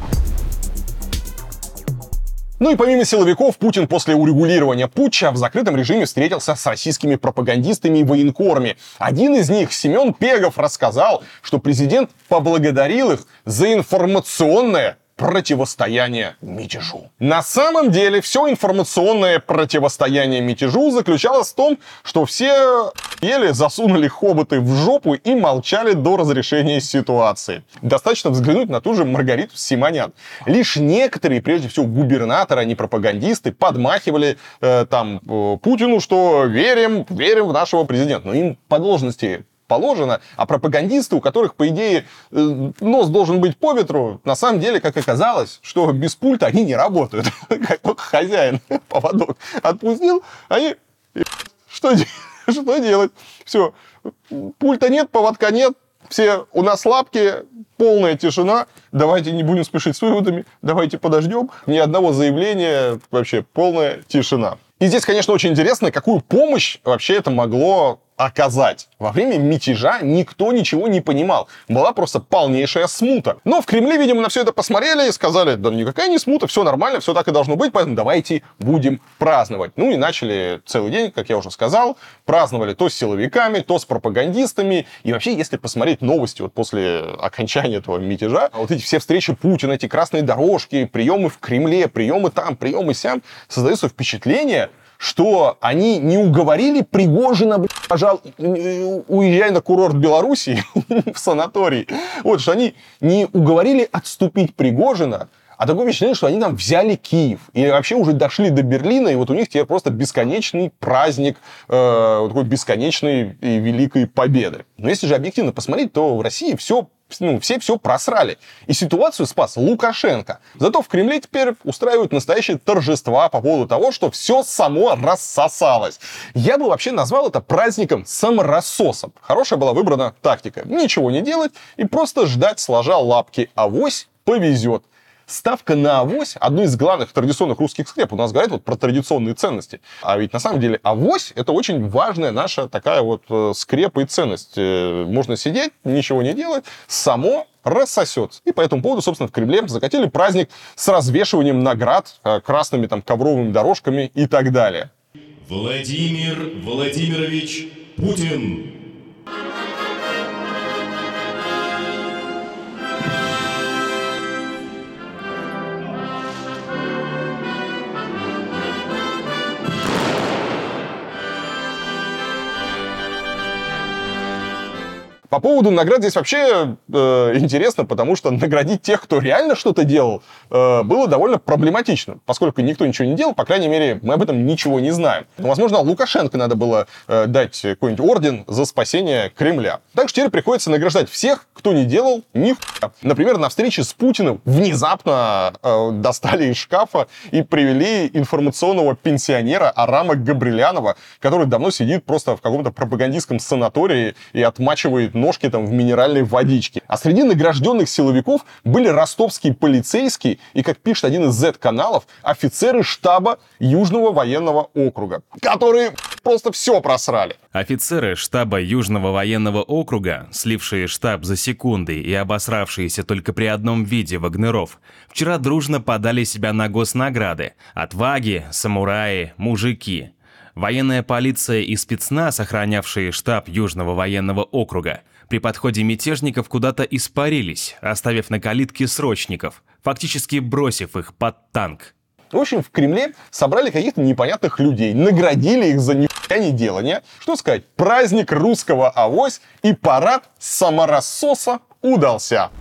Ну и помимо силовиков, Путин после урегулирования путча в закрытом режиме встретился с российскими пропагандистами и военкорами. Один из них, Семен Пегов, рассказал, что президент поблагодарил их за информационное противостояние мятежу. На самом деле, все информационное противостояние мятежу заключалось в том, что все еле засунули хоботы в жопу и молчали до разрешения ситуации. Достаточно взглянуть на ту же Маргариту Симонян. Лишь некоторые, прежде всего губернаторы, а не пропагандисты, подмахивали э, там э, Путину, что верим, верим в нашего президента. Но им по должности положено, а пропагандисты, у которых, по идее, нос должен быть по ветру, на самом деле, как оказалось, что без пульта они не работают. Как только хозяин поводок отпустил, они И, что, что делать? Все, пульта нет, поводка нет, все у нас лапки, полная тишина. Давайте не будем спешить с выводами, давайте подождем. Ни одного заявления, вообще полная тишина. И здесь, конечно, очень интересно, какую помощь вообще это могло оказать. Во время мятежа никто ничего не понимал. Была просто полнейшая смута. Но в Кремле, видимо, на все это посмотрели и сказали, да никакая не смута, все нормально, все так и должно быть, поэтому давайте будем праздновать. Ну и начали целый день, как я уже сказал, праздновали то с силовиками, то с пропагандистами. И вообще, если посмотреть новости вот после окончания этого мятежа, вот эти все встречи Путина, эти красные дорожки, приемы в Кремле, приемы там, приемы сям, создается впечатление, что они не уговорили Пригожина, пожалуй, уезжай на курорт Белоруссии в санаторий. Вот, что они не уговорили отступить Пригожина, а такое впечатление, что они там взяли Киев. И вообще уже дошли до Берлина, и вот у них теперь просто бесконечный праздник, э, вот такой бесконечной и великой победы. Но если же объективно посмотреть, то в России все Ну, все все просрали. И ситуацию спас Лукашенко. Зато в Кремле теперь устраивают настоящие торжества по поводу того, что все само рассосалось. Я бы вообще назвал это праздником саморассосом. Хорошая была выбрана тактика. Ничего не делать и просто ждать, сложа лапки. Авось повезет. Ставка на авось, одно из главных традиционных русских скреп. У нас говорят вот про традиционные ценности. А ведь на самом деле авось — это очень важная наша такая вот скрепа и ценность. Можно сидеть, ничего не делать, само рассосется. И по этому поводу, собственно, в Кремле закатили праздник с развешиванием наград, красными там ковровыми дорожками и так далее. Владимир Владимирович Путин. По поводу наград здесь вообще э, интересно, потому что наградить тех, кто реально что-то делал, э, было довольно проблематично, поскольку никто ничего не делал, по крайней мере, мы об этом ничего не знаем. Но, возможно, Лукашенко надо было э, дать какой-нибудь орден за спасение Кремля. Так что теперь приходится награждать всех, кто не делал ни хуя. Например, на встрече с Путиным внезапно э, достали из шкафа и привели информационного пенсионера Арама Габрилянова, который давно сидит просто в каком-то пропагандистском санатории и отмачивает ножки там в минеральной водичке. А среди награжденных силовиков были ростовские полицейские и, как пишет один из зет-каналов, офицеры штаба Южного военного округа, которые просто все просрали. Офицеры штаба Южного военного округа, слившие штаб за секунды и обосравшиеся только при одном виде вагнеров, вчера дружно подали себя на госнаграды: отваги, самураи, мужики. Военная полиция и спецназ, охранявшие штаб Южного военного округа, при подходе мятежников куда-то испарились, оставив на калитке срочников, фактически бросив их под танк. В общем, в Кремле собрали каких-то непонятных людей, наградили их за нихуя не делание. Что сказать, праздник русского авось и парад саморассоса удался.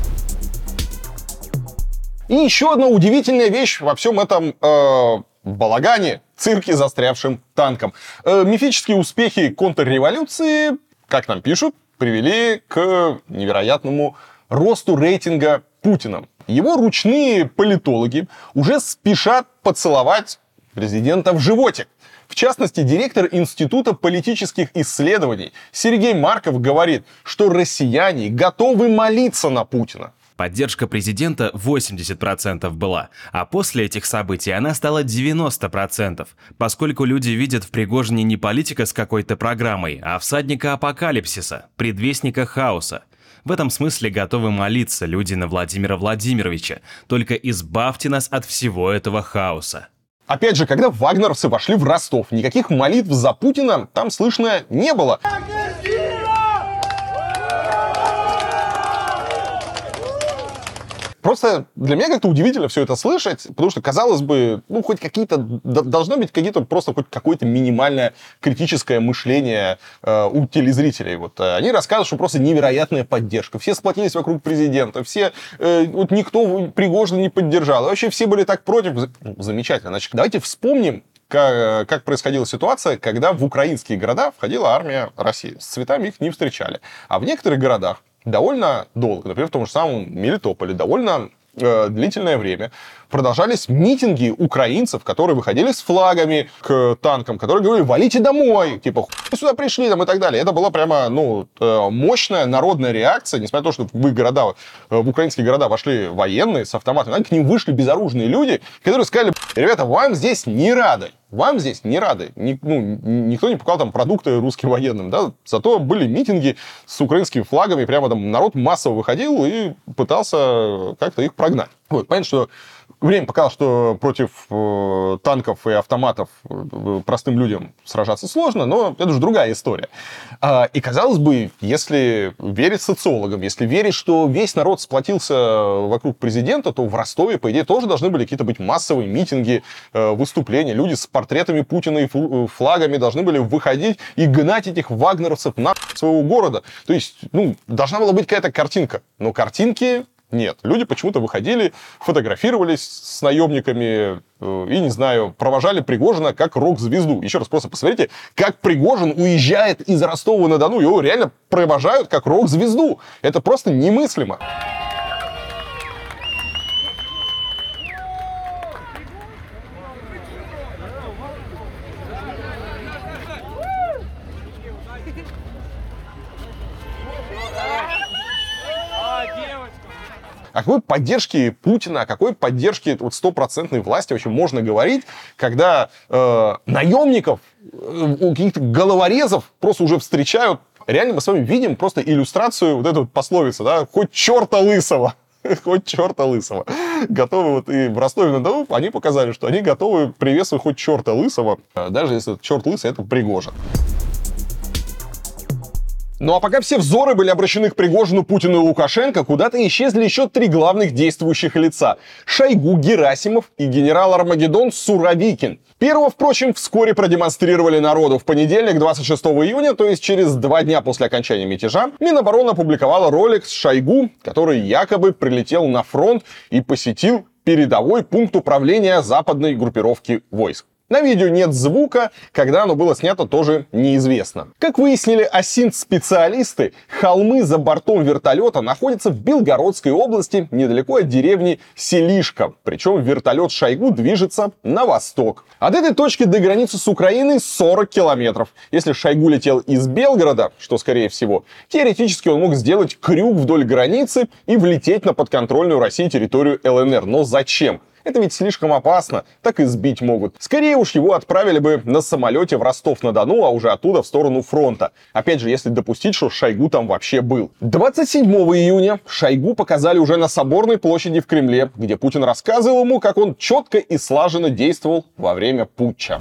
И еще одна удивительная вещь во всем этом э, балагане, цирке с застрявшим танком. Э, мифические успехи контрреволюции, как нам пишут, привели к невероятному росту рейтинга Путина. Его ручные политологи уже спешат поцеловать президента в животик. В частности, директор Института политических исследований Сергей Марков говорит, что россияне готовы молиться на Путина. Поддержка президента восемьдесят процентов была, а после этих событий она стала девяносто процентов, поскольку люди видят в Пригожине не политика с какой-то программой, а всадника апокалипсиса, предвестника хаоса. В этом смысле готовы молиться люди на Владимира Владимировича, только избавьте нас от всего этого хаоса. Опять же, когда вагнеровцы вошли в Ростов, никаких молитв за Путина там слышно не было. Просто для меня как-то удивительно все это слышать, потому что, казалось бы, ну, хоть какие-то, должно быть какие-то, просто хоть какое-то минимальное критическое мышление э, у телезрителей. Вот, э, они рассказывают, что просто невероятная поддержка. Все сплотились вокруг президента, все, э, вот никто Пригожина не поддержал. И вообще все были так против. Замечательно. Значит, давайте вспомним, Как, как происходила ситуация, когда в украинские города входила армия России. С цветами их не встречали. А в некоторых городах довольно долго, например, в том же самом Мелитополе, довольно э, длительное время продолжались митинги украинцев, которые выходили с флагами к танкам, которые говорили: валите домой, типа, хуй сюда пришли, там, и так далее. Это была прямо, ну, мощная народная реакция, несмотря на то, что в их города, в украинские города вошли военные с автоматами, к ним вышли безоружные люди, которые сказали: ребята, вам здесь не рады. Вам здесь не рады. Ни, ну, никто не покупал там продукты русским военным, да, зато были митинги с украинскими флагами, прямо там народ массово выходил и пытался как-то их прогнать. Вот, понятно, что время показало, что против э, танков и автоматов э, простым людям сражаться сложно, но это уже другая история. А, и, казалось бы, если верить социологам, если верить, что весь народ сплотился вокруг президента, то в Ростове, по идее, тоже должны были какие-то быть массовые митинги, э, выступления. Люди с портретами Путина и флагами должны были выходить и гнать этих вагнеровцев на своего города. То есть, ну, должна была быть какая-то картинка. Но картинки... нет. Люди почему-то выходили, фотографировались с наемниками э, и, не знаю, провожали Пригожина как рок-звезду. Еще раз просто посмотрите, как Пригожин уезжает из Ростова-на-Дону. Его реально провожают как рок-звезду. Это просто немыслимо. О какой поддержке Путина, о какой поддержке вот стопроцентной власти вообще можно говорить, когда э, наемников, э, каких-то головорезов просто уже встречают. Реально мы с вами видим просто иллюстрацию вот этой вот пословицы, да, хоть черта лысого. Хоть черта лысого. Готовы вот и в Ростове-на-Дону они показали, что они готовы приветствовать хоть черта лысого, даже если этот черт лысый — это Пригожин. Ну а пока все взоры были обращены к Пригожину, Путину и Лукашенко, куда-то исчезли еще три главных действующих лица: Шойгу, Герасимов и генерал Армагеддон Суровикин. Первого, впрочем, вскоре продемонстрировали народу. В понедельник, двадцать шестого июня, то есть через два дня после окончания мятежа, Минобороны опубликовала ролик с Шойгу, который якобы прилетел на фронт и посетил передовой пункт управления западной группировки войск. На видео нет звука, когда оно было снято, тоже неизвестно. Как выяснили осинт-специалисты, холмы за бортом вертолета находятся в Белгородской области, недалеко от деревни Селишка. Причем вертолет Шойгу движется на восток. От этой точки до границы с Украиной сорок километров. Если Шойгу летел из Белгорода, что скорее всего, теоретически он мог сделать крюк вдоль границы и влететь на подконтрольную России территорию эл эн эр. Но зачем? Это ведь слишком опасно, так и сбить могут. Скорее уж его отправили бы на самолете в Ростов-на-Дону, а уже оттуда в сторону фронта. Опять же, если допустить, что Шойгу там вообще был. двадцать седьмого июня Шойгу показали уже на Соборной площади в Кремле, где Путин рассказывал ему, как он четко и слаженно действовал во время путча.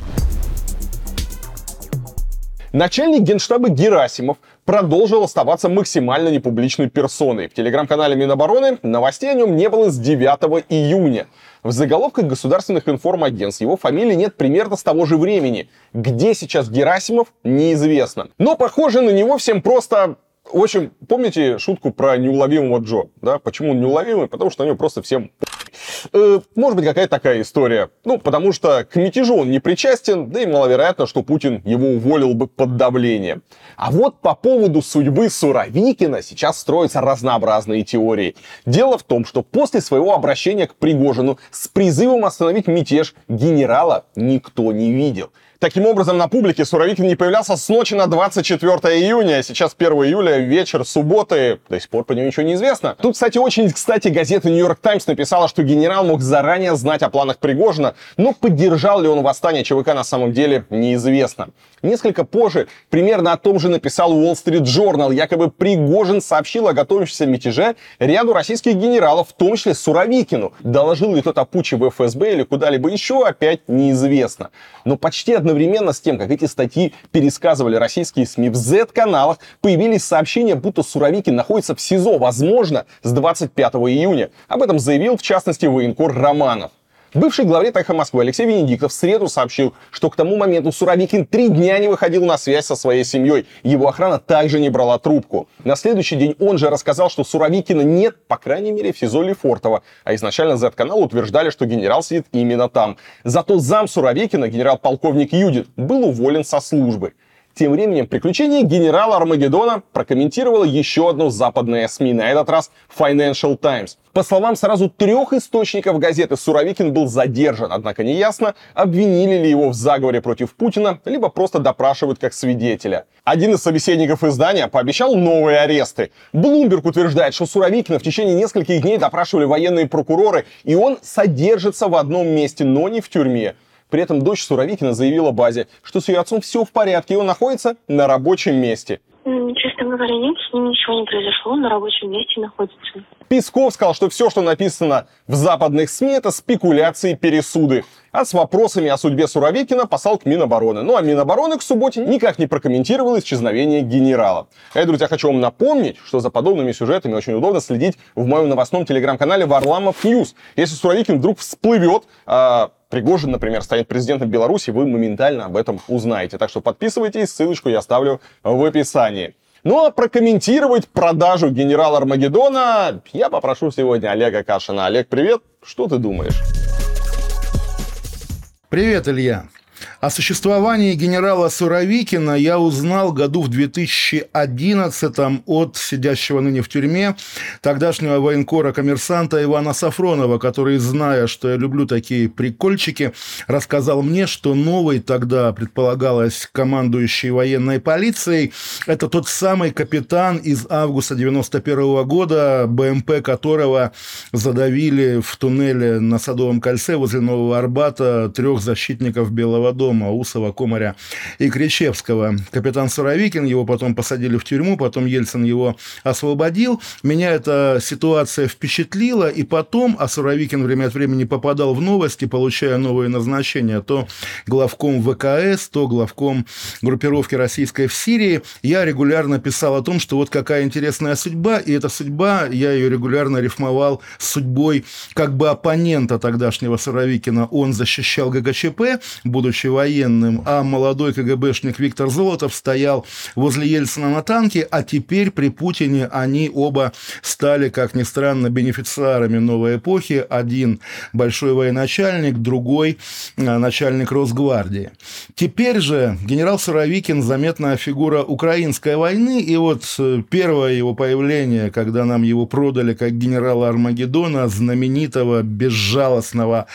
Начальник Генштаба Герасимов продолжил оставаться максимально непубличной персоной. В телеграм-канале Минобороны новостей о нем не было с девятого июня. В заголовках государственных информагентств его фамилии нет примерно с того же времени. Где сейчас Герасимов, неизвестно. Но похоже, на него всем просто... В общем, помните шутку про неуловимого Джо? Да? Почему он неуловимый? Потому что на него просто всем... Э, может быть, какая-то такая история. Ну, потому что к мятежу он не причастен, да и маловероятно, что Путин его уволил бы под давлением. А вот по поводу судьбы Суровикина сейчас строятся разнообразные теории. Дело в том, что после своего обращения к Пригожину с призывом остановить мятеж генерала никто не видел. Таким образом, на публике Суровикин не появлялся с ночи на двадцать четвёртое июня, а сейчас первого июля, вечер субботы, до сих пор по нему ничего не известно. Тут, кстати, очень кстати, газета «Нью-Йорк Таймс» написала, что генерал мог заранее знать о планах Пригожина, но поддержал ли он восстание ЧВК на самом деле неизвестно. Несколько позже примерно о том же написал Wall Street Journal. Якобы Пригожин сообщил о готовящемся мятеже ряду российских генералов, в том числе Суровикину. Доложил ли тот о путче в эф эс бэ или куда-либо еще, опять неизвестно. Но почти одновременно с тем, как эти статьи пересказывали российские СМИ, в зет-каналах появились сообщения, будто Суровикин находится в СИЗО, возможно, с двадцать пятого июня. Об этом заявил, в частности, военкор Романов. Бывший главред «Эхо Москвы» Алексей Венедиктов в среду сообщил, что к тому моменту Суровикин три дня не выходил на связь со своей семьей. Его охрана также не брала трубку. На следующий день он же рассказал, что Суровикина нет, по крайней мере, в СИЗО Лефортово. А изначально зет-канал утверждали, что генерал сидит именно там. Зато зам Суровикина, генерал-полковник Юдин, был уволен со службы. Тем временем приключения генерала Армагеддона прокомментировала еще одно западное СМИ, на этот раз Financial Times. По словам сразу трех источников газеты, Суровикин был задержан, однако неясно, обвинили ли его в заговоре против Путина, либо просто допрашивают как свидетеля. Один из собеседников издания пообещал новые аресты. Bloomberg утверждает, что Суровикина в течение нескольких дней допрашивали военные прокуроры, и он содержится в одном месте, но не в тюрьме. При этом дочь Суровикина заявила базе, что с ее отцом все в порядке, и он находится на рабочем месте. Честно говоря, нет, с ним ничего не произошло, он на рабочем месте находится. Песков сказал, что все, что написано в западных СМИ, это спекуляции и пересуды. А с вопросами о судьбе Суровикина послал к Минобороны. Ну а Минобороны к субботе никак не прокомментировал исчезновение генерала. А я, друзья, хочу вам напомнить, что за подобными сюжетами очень удобно следить в моем новостном телеграм-канале Варламов Ньюс. Если Суровикин вдруг всплывет, а Пригожин, например, станет президентом Беларуси, вы моментально об этом узнаете. Так что подписывайтесь, ссылочку я оставлю в описании. Ну а прокомментировать продажу генерала Армагеддона я попрошу сегодня Олега Кашина. Олег, привет, что ты думаешь? Привет, Илья. О существовании генерала Суровикина я узнал году в две тысячи одиннадцатом от сидящего ныне в тюрьме тогдашнего военкора-коммерсанта Ивана Сафронова, который, зная, что я люблю такие прикольчики, рассказал мне, что новый тогда предполагалось командующий военной полицией – это тот самый капитан из августа девяносто первого года, БМП которого задавили в туннеле на Садовом кольце возле Нового Арбата трех защитников Белого дома, Усова, Комаря и Кричевского. Капитан Суровикин, его потом посадили в тюрьму, потом Ельцин его освободил. Меня эта ситуация впечатлила, и потом, а Суровикин время от времени попадал в новости, получая новые назначения, то главком ВКС, то главком группировки российской в Сирии, я регулярно писал о том, что вот какая интересная судьба, и эта судьба, я ее регулярно рифмовал с судьбой как бы оппонента тогдашнего Суровикина. Он защищал ГКЧП, будучи военным, а молодой КГБшник Виктор Золотов стоял возле Ельцина на танке, а теперь при Путине они оба стали, как ни странно, бенефициарами новой эпохи. Один большой военачальник, другой начальник Росгвардии. Теперь же генерал Суровикин заметная фигура украинской войны, и вот первое его появление, когда нам его продали как генерала Армагеддона, знаменитого, безжалостного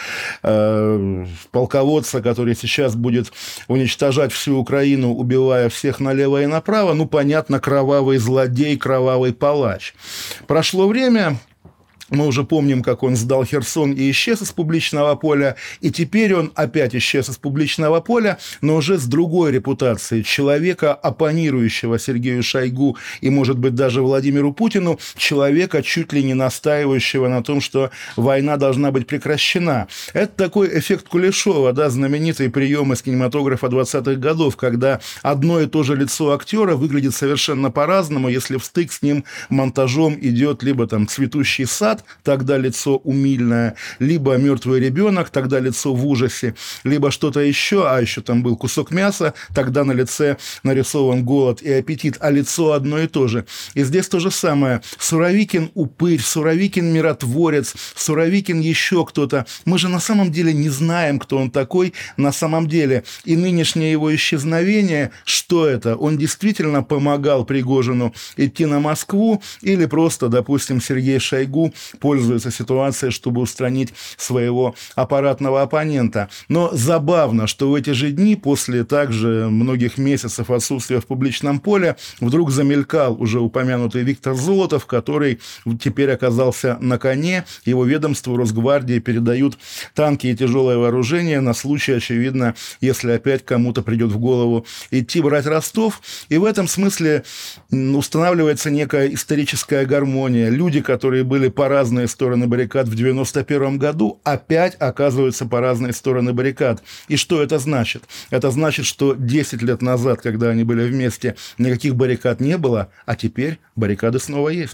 э, полководца, который сейчас будет уничтожать всю Украину, убивая всех налево и направо, ну, понятно, кровавый злодей, кровавый палач. Прошло время... Мы уже помним, как он сдал Херсон и исчез из публичного поля, и теперь он опять исчез из публичного поля, но уже с другой репутацией человека, оппонирующего Сергею Шойгу и, может быть, даже Владимиру Путину, человека, чуть ли не настаивающего на том, что война должна быть прекращена. Это такой эффект Кулешова, да, знаменитый прием из кинематографа двадцатых годов, когда одно и то же лицо актера выглядит совершенно по-разному, если в стык с ним монтажом идет либо там цветущий сад, тогда лицо умильное, либо мертвый ребенок, тогда лицо в ужасе, либо что-то еще, а еще там был кусок мяса, тогда на лице нарисован голод и аппетит, а лицо одно и то же. И здесь то же самое. Суровикин упырь, Суровикин миротворец, Суровикин еще кто-то. Мы же на самом деле не знаем, кто он такой на самом деле. И нынешнее его исчезновение, что это? Он действительно помогал Пригожину идти на Москву или просто, допустим, Сергей Шойгу пользуется ситуацией, чтобы устранить своего аппаратного оппонента. Но забавно, что в эти же дни, после также многих месяцев отсутствия в публичном поле, вдруг замелькал уже упомянутый Виктор Золотов, который теперь оказался на коне. Его ведомству Росгвардии передают танки и тяжелое вооружение на случай, очевидно, если опять кому-то придет в голову идти брать Ростов. И в этом смысле устанавливается некая историческая гармония. Люди, которые были по разные стороны баррикад в девяносто первом году, опять оказываются по разные стороны баррикад. И что это значит? Это значит, что десять лет назад, когда они были вместе, никаких баррикад не было, а теперь баррикады снова есть.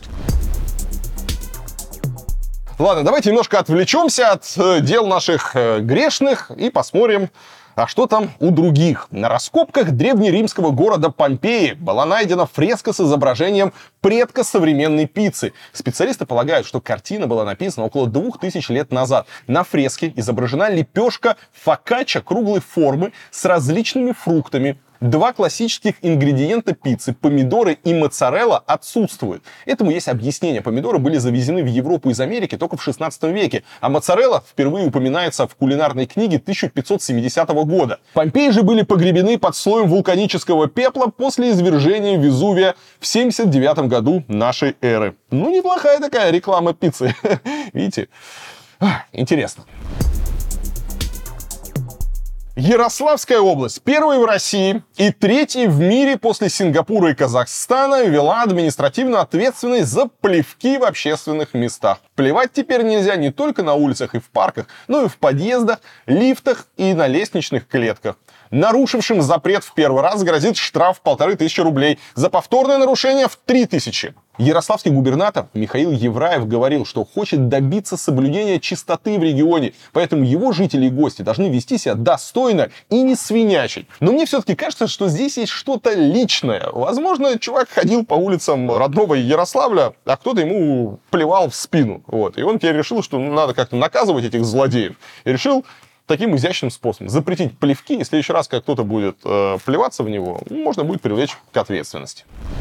Ладно, давайте немножко отвлечемся от э, дел наших э, грешных и посмотрим, а что там у других? На раскопках древнеримского города Помпеи была найдена фреска с изображением предка современной пиццы. Специалисты полагают, что картина была написана около двух тысяч лет назад. На фреске изображена лепешка фокачча круглой формы с различными фруктами. Два классических ингредиента пиццы, помидоры и моцарелла, отсутствуют. Этому есть объяснение. Помидоры были завезены в Европу из Америки только в шестнадцатом веке, а моцарелла впервые упоминается в кулинарной книге тысяча пятьсот семидесятого года. Помпеи же были погребены под слоем вулканического пепла после извержения Везувия в семьдесят девятом году нашей эры. Ну, неплохая такая реклама пиццы. Видите? Интересно. Ярославская область, первая в России и третья в мире после Сингапура и Казахстана, ввела административную ответственность за плевки в общественных местах. Плевать теперь нельзя не только на улицах и в парках, но и в подъездах, лифтах и на лестничных клетках. Нарушившим запрет в первый раз грозит штраф в полторы тысячи рублей, за повторное нарушение в три тысячи. Ярославский губернатор Михаил Евраев говорил, что хочет добиться соблюдения чистоты в регионе, поэтому его жители и гости должны вести себя достойно и не свинячить. Но мне все-таки кажется, что здесь есть что-то личное. Возможно, чувак ходил по улицам родного Ярославля, а кто-то ему плевал в спину. Вот. И он теперь решил, что надо как-то наказывать этих злодеев. И решил таким изящным способом запретить плевки, и в следующий раз, как кто-то будет э, плеваться в него, можно будет привлечь к ответственности.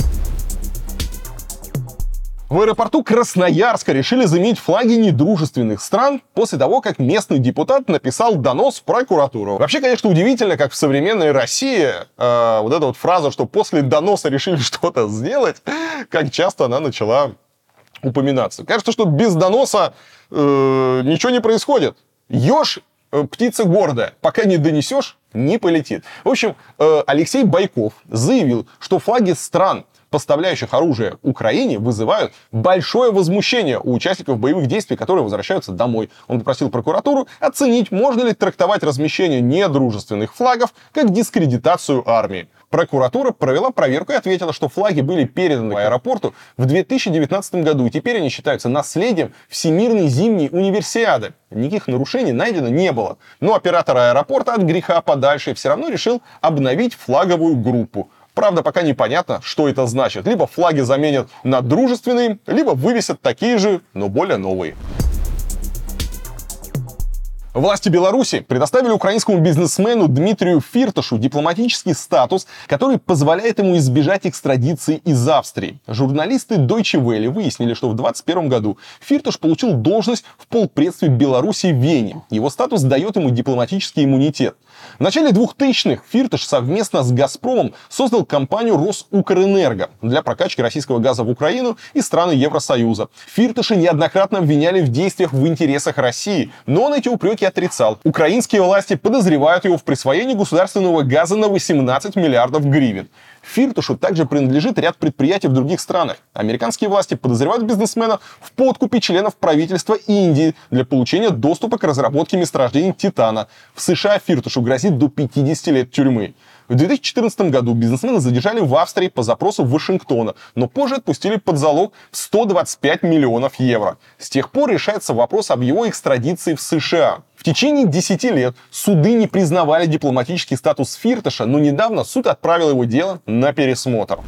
В аэропорту Красноярска решили заменить флаги недружественных стран после того, как местный депутат написал донос в прокуратуру. Вообще, конечно, удивительно, как в современной России э, вот эта вот фраза, что после доноса решили что-то сделать, как часто она начала упоминаться. Кажется, что без доноса э, ничего не происходит. Еж э, птица гордая, пока не донесешь, не полетит. В общем, э, Алексей Байков заявил, что флаги стран, поставляющих оружие Украине, вызывают большое возмущение у участников боевых действий, которые возвращаются домой. Он попросил прокуратуру оценить, можно ли трактовать размещение недружественных флагов как дискредитацию армии. Прокуратура провела проверку и ответила, что флаги были переданы к аэропорту в две тысячи девятнадцатом году, и теперь они считаются наследием Всемирной зимней универсиады. Никаких нарушений найдено не было. Но оператор аэропорта от греха подальше все равно решил обновить флаговую группу. Правда, пока непонятно, что это значит. Либо флаги заменят на дружественные, либо вывесят такие же, но более новые. Власти Беларуси предоставили украинскому бизнесмену Дмитрию Фирташу дипломатический статус, который позволяет ему избежать экстрадиции из Австрии. Журналисты Deutsche Welle выяснили, что в двадцать первом году Фирташ получил должность в полпредстве Беларуси в Вене. Его статус дает ему дипломатический иммунитет. В начале двухтысячных Фирташ совместно с «Газпромом» создал компанию «Росукрэнерго» для прокачки российского газа в Украину и страны Евросоюза. Фирташа неоднократно обвиняли в действиях в интересах России, но он эти упреки отрицал. Украинские власти подозревают его в присвоении государственного газа на восемнадцать миллиардов гривен. Фирташу также принадлежит ряд предприятий в других странах. Американские власти подозревают бизнесмена в подкупе членов правительства Индии для получения доступа к разработке месторождений титана. В США Фирташу грозит до пятидесяти лет тюрьмы. В две тысячи четырнадцатом году бизнесмена задержали в Австрии по запросу Вашингтона, но позже отпустили под залог в сто двадцать пять миллионов евро. С тех пор решается вопрос об его экстрадиции в США. В течение десяти лет суды не признавали дипломатический статус Фирташа, но недавно суд отправил его дело на пересмотр.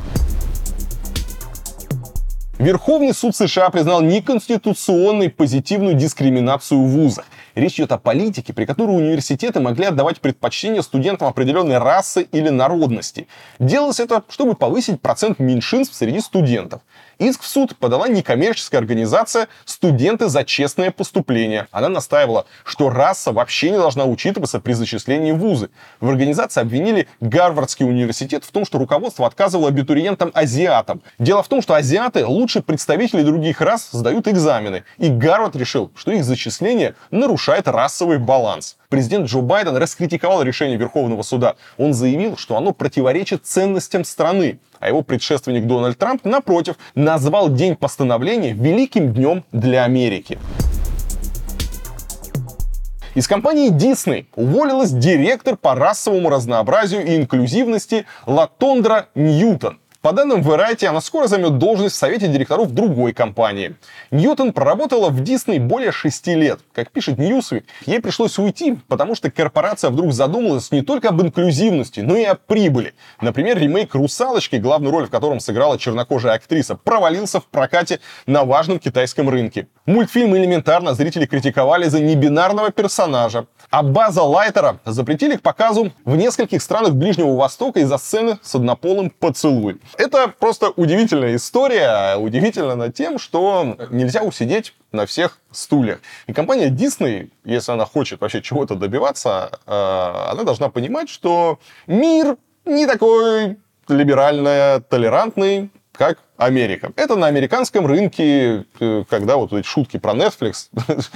Верховный суд США признал неконституционной позитивную дискриминацию в вузах. Речь идет о политике, при которой университеты могли отдавать предпочтение студентам определенной расы или народности. Делалось это, чтобы повысить процент меньшинств среди студентов. Иск в суд подала некоммерческая организация «Студенты за честное поступление». Она настаивала, что раса вообще не должна учитываться при зачислении в вузы. В организации обвинили Гарвардский университет в том, что руководство отказывало абитуриентам-азиатам. Дело в том, что азиаты, лучшие представители других рас, сдают экзамены. И Гарвард решил, что их зачисление нарушает расовый баланс. Президент Джо Байден раскритиковал решение Верховного суда. Он заявил, что оно противоречит ценностям страны. А его предшественник Дональд Трамп, напротив, назвал день постановления великим днем для Америки. Из компании Disney уволилась директор по расовому разнообразию и инклюзивности Латондра Ньютон. По данным Variety, она скоро займет должность в совете директоров другой компании. Ньютон проработала в Disney более шести лет. Как пишет Newsweek, ей пришлось уйти, потому что корпорация вдруг задумалась не только об инклюзивности, но и о прибыли. Например, ремейк «Русалочки», главную роль в котором сыграла чернокожая актриса, провалился в прокате на важном китайском рынке. Мультфильм элементарно зрители критиковали за небинарного персонажа. А База Лайтера запретили к показу в нескольких странах Ближнего Востока из-за сцены с однополым поцелуем. Это просто удивительная история. Удивительно над тем, что нельзя усидеть на всех стульях. И компания Disney, если она хочет вообще чего-то добиваться, она должна понимать, что мир не такой либерально толерантный, как Америка. Это на американском рынке, когда вот эти шутки про Netflix,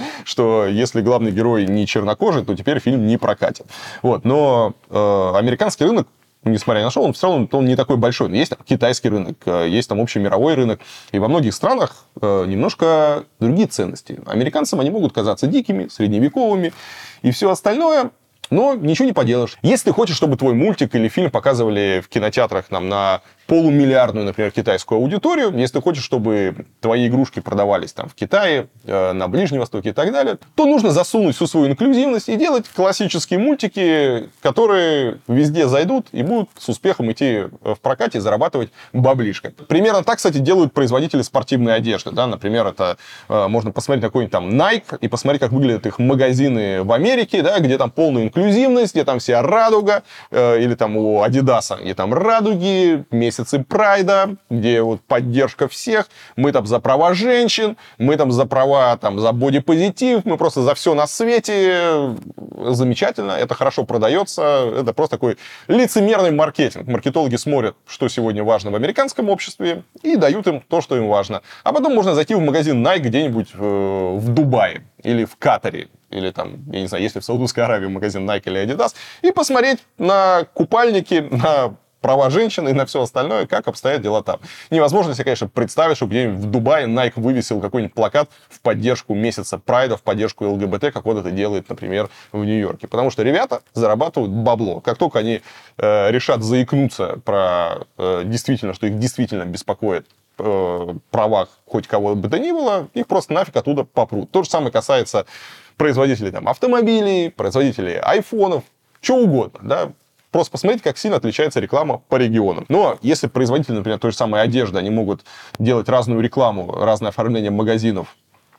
что если главный герой не чернокожий, то теперь фильм не прокатит. Вот. Но э, американский рынок, несмотря на что, он все равно он не такой большой. Есть там китайский рынок, есть там общий мировой рынок. И во многих странах э, немножко другие ценности. Американцам они могут казаться дикими, средневековыми и все остальное. Но ничего не поделаешь. Если ты хочешь, чтобы твой мультик или фильм показывали в кинотеатрах нам, на полумиллиардную, например, китайскую аудиторию, если ты хочешь, чтобы твои игрушки продавались там в Китае, э, на Ближнем Востоке и так далее, то нужно засунуть всю свою инклюзивность и делать классические мультики, которые везде зайдут и будут с успехом идти в прокате и зарабатывать баблишко. Примерно так, кстати, делают производители спортивной одежды. Да? Например, это э, можно посмотреть на какой-нибудь там Nike и посмотреть, как выглядят их магазины в Америке, да, где там полная инклюзивность, где там вся радуга, э, или там у Адидаса, где там радуги, месяцы Прайда, где вот поддержка всех, мы там за права женщин, мы там за права, там, за бодипозитив, мы просто за все на свете. Замечательно, это хорошо продается, это просто такой лицемерный маркетинг. Маркетологи смотрят, что сегодня важно в американском обществе, и дают им то, что им важно. А потом можно зайти в магазин Nike где-нибудь э, в Дубае или в Катаре, или там, я не знаю, если в Саудовской Аравии магазин Nike или Adidas, и посмотреть на купальники, на права женщины и на все остальное, как обстоят дела там. Невозможно себе, конечно, представить, что где-нибудь в Дубае Nike вывесил какой-нибудь плакат в поддержку месяца Прайда, в поддержку ЛГБТ, как вот это делает, например, в Нью-Йорке. Потому что ребята зарабатывают бабло. Как только они э, решат заикнуться про э, действительно, что их действительно беспокоит э, правах хоть кого бы то ни было, их просто нафиг оттуда попрут. То же самое касается производителей там, автомобилей, производителей айфонов, чего угодно, да. Просто посмотрите, как сильно отличается реклама по регионам. Но если производители, например, той же самой одежды, они могут делать разную рекламу, разное оформление магазинов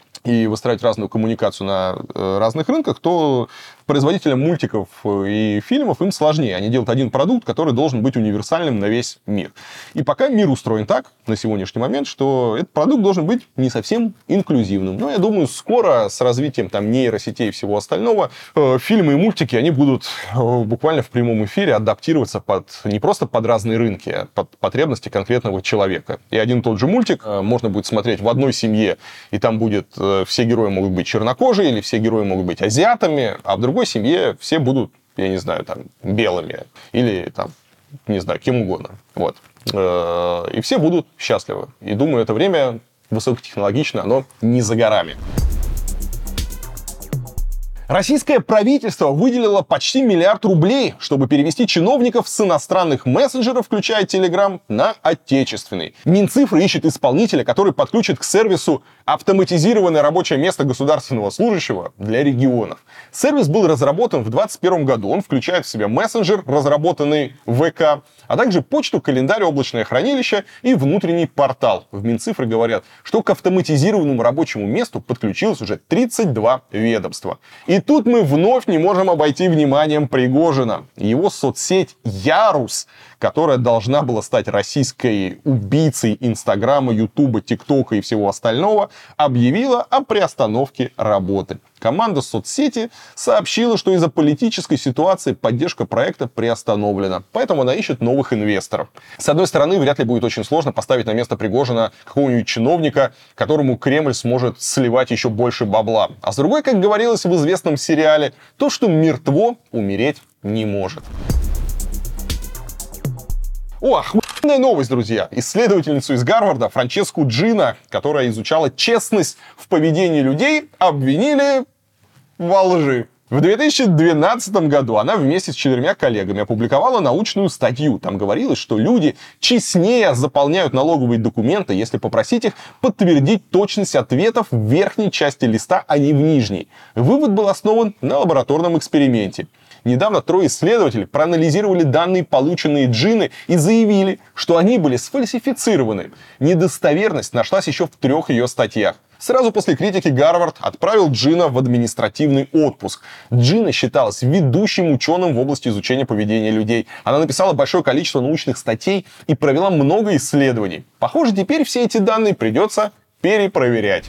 и выстраивать разную коммуникацию на разных рынках, то производителям мультиков и фильмов им сложнее. Они делают один продукт, который должен быть универсальным на весь мир. И пока мир устроен так, на сегодняшний момент, что этот продукт должен быть не совсем инклюзивным. Но я думаю, скоро с развитием там нейросетей и всего остального, фильмы и мультики, они будут буквально в прямом эфире адаптироваться под, не просто под разные рынки, а под потребности конкретного человека. И один и тот же мультик можно будет смотреть в одной семье, и там будет все герои могут быть чернокожие, или все герои могут быть азиатами, а в другой В другой семье все будут, я не знаю, там, белыми или, там, не знаю, кем угодно. Вот. И все будут счастливы. И думаю, это время высокотехнологичное, оно не за горами. Российское правительство выделило почти миллиард рублей, чтобы перевести чиновников с иностранных мессенджеров, включая Telegram, на отечественный. Минцифры ищет исполнителя, который подключит к сервису автоматизированное рабочее место государственного служащего для регионов. Сервис был разработан в две тысячи двадцать первом году. Он включает в себя мессенджер, разработанный в ВК, а также почту, календарь, облачное хранилище и внутренний портал. В Минцифры говорят, что к автоматизированному рабочему месту подключилось уже тридцать два ведомства. И тут мы вновь не можем обойти вниманием Пригожина. Его соцсеть Ярус, которая должна была стать российской убийцей Инстаграма, Ютуба, ТикТока и всего остального, объявила о приостановке работы. Команда соцсети сообщила, что из-за политической ситуации поддержка проекта приостановлена, поэтому она ищет новых инвесторов. С одной стороны, вряд ли будет очень сложно поставить на место Пригожина какого-нибудь чиновника, которому Кремль сможет сливать еще больше бабла. А с другой, как говорилось в известном сериале, то, что мертво, умереть не может. О, охуенная новость, друзья! Исследовательницу из Гарварда Франческу Джина, которая изучала честность в поведении людей, обвинили во лжи. В две тысячи двенадцатом году она вместе с четырьмя коллегами опубликовала научную статью. Там говорилось, что люди честнее заполняют налоговые документы, если попросить их подтвердить точность ответов в верхней части листа, а не в нижней. Вывод был основан на лабораторном эксперименте. Недавно трое исследователей проанализировали данные, полученные Джины, и заявили, что они были сфальсифицированы. Недостоверность нашлась еще в трех ее статьях. Сразу после критики Гарвард отправил Джина в административный отпуск. Джина считалась ведущим ученым в области изучения поведения людей. Она написала большое количество научных статей и провела много исследований. Похоже, теперь все эти данные придется перепроверять.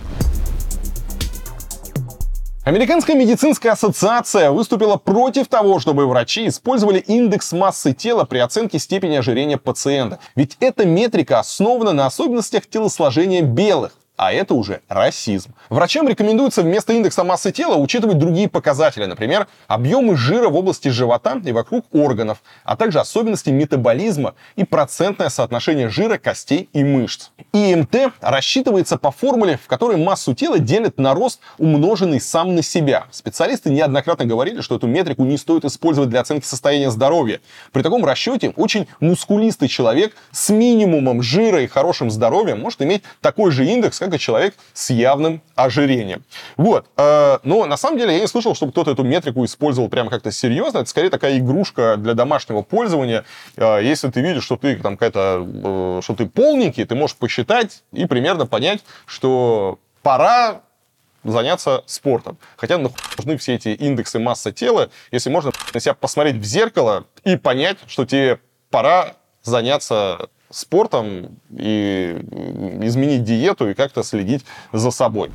Американская медицинская ассоциация выступила против того, чтобы врачи использовали индекс массы тела при оценке степени ожирения пациента. Ведь эта метрика основана на особенностях телосложения белых. А это уже расизм. Врачам рекомендуется вместо индекса массы тела учитывать другие показатели, например, объемы жира в области живота и вокруг органов, а также особенности метаболизма и процентное соотношение жира, костей и мышц. И эм тэ рассчитывается по формуле, в которой массу тела делят на рост, умноженный сам на себя. Специалисты неоднократно говорили, что эту метрику не стоит использовать для оценки состояния здоровья. При таком расчете очень мускулистый человек с минимумом жира и хорошим здоровьем может иметь такой же индекс, как и человек с явным ожирением. Вот. Но на самом деле я не слышал, чтобы кто-то эту метрику использовал прямо как-то серьезно. Это скорее такая игрушка для домашнего пользования. Если ты видишь, что ты там какая-то, что ты полненький, ты можешь посчитать и примерно понять, что пора заняться спортом. Хотя нахуй нужны все эти индексы массы тела, если можно на себя посмотреть в зеркало и понять, что тебе пора заняться спортом и изменить диету и как-то следить за собой.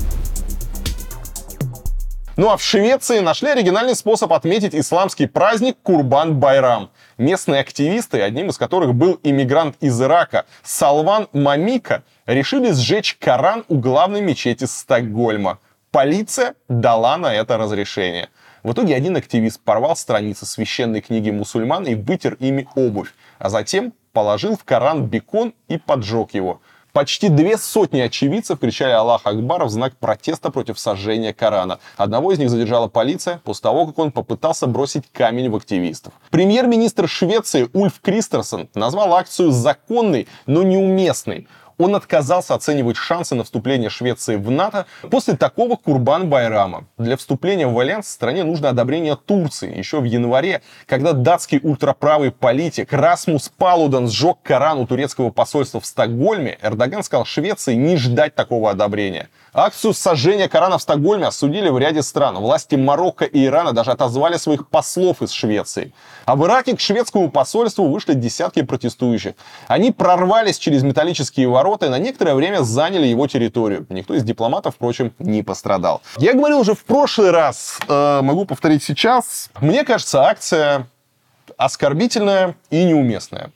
Ну а в Швеции нашли оригинальный способ отметить исламский праздник Курбан-Байрам. Местные активисты, одним из которых был иммигрант из Ирака Салван Мамика, решили сжечь Коран у главной мечети Стокгольма. Полиция дала на это разрешение. В итоге один активист порвал страницы священной книги мусульман и вытер ими обувь, а затем положил в Коран бекон и поджег его. Почти две сотни очевидцев кричали «Аллах Акбар» в знак протеста против сожжения Корана. Одного из них задержала полиция после того, как он попытался бросить камень в активистов. Премьер-министр Швеции Ульф Кристерсон назвал акцию законной, но неуместной. Он отказался оценивать шансы на вступление Швеции в НАТО после такого Курбан-Байрама. Для вступления в альянс стране нужно одобрение Турции. Еще в январе, когда датский ультраправый политик Расмус Палуден сжег Коран у турецкого посольства в Стокгольме, Эрдоган сказал Швеции не ждать такого одобрения. Акцию сожжения Корана в Стокгольме осудили в ряде стран. Власти Марокко и Ирана даже отозвали своих послов из Швеции. А в Ираке к шведскому посольству вышли десятки протестующих. Они прорвались через металлические ворота и на некоторое время заняли его территорию. Никто из дипломатов, впрочем, не пострадал. Я говорил уже в прошлый раз, э, могу повторить сейчас. Мне кажется, акция оскорбительная и неуместная.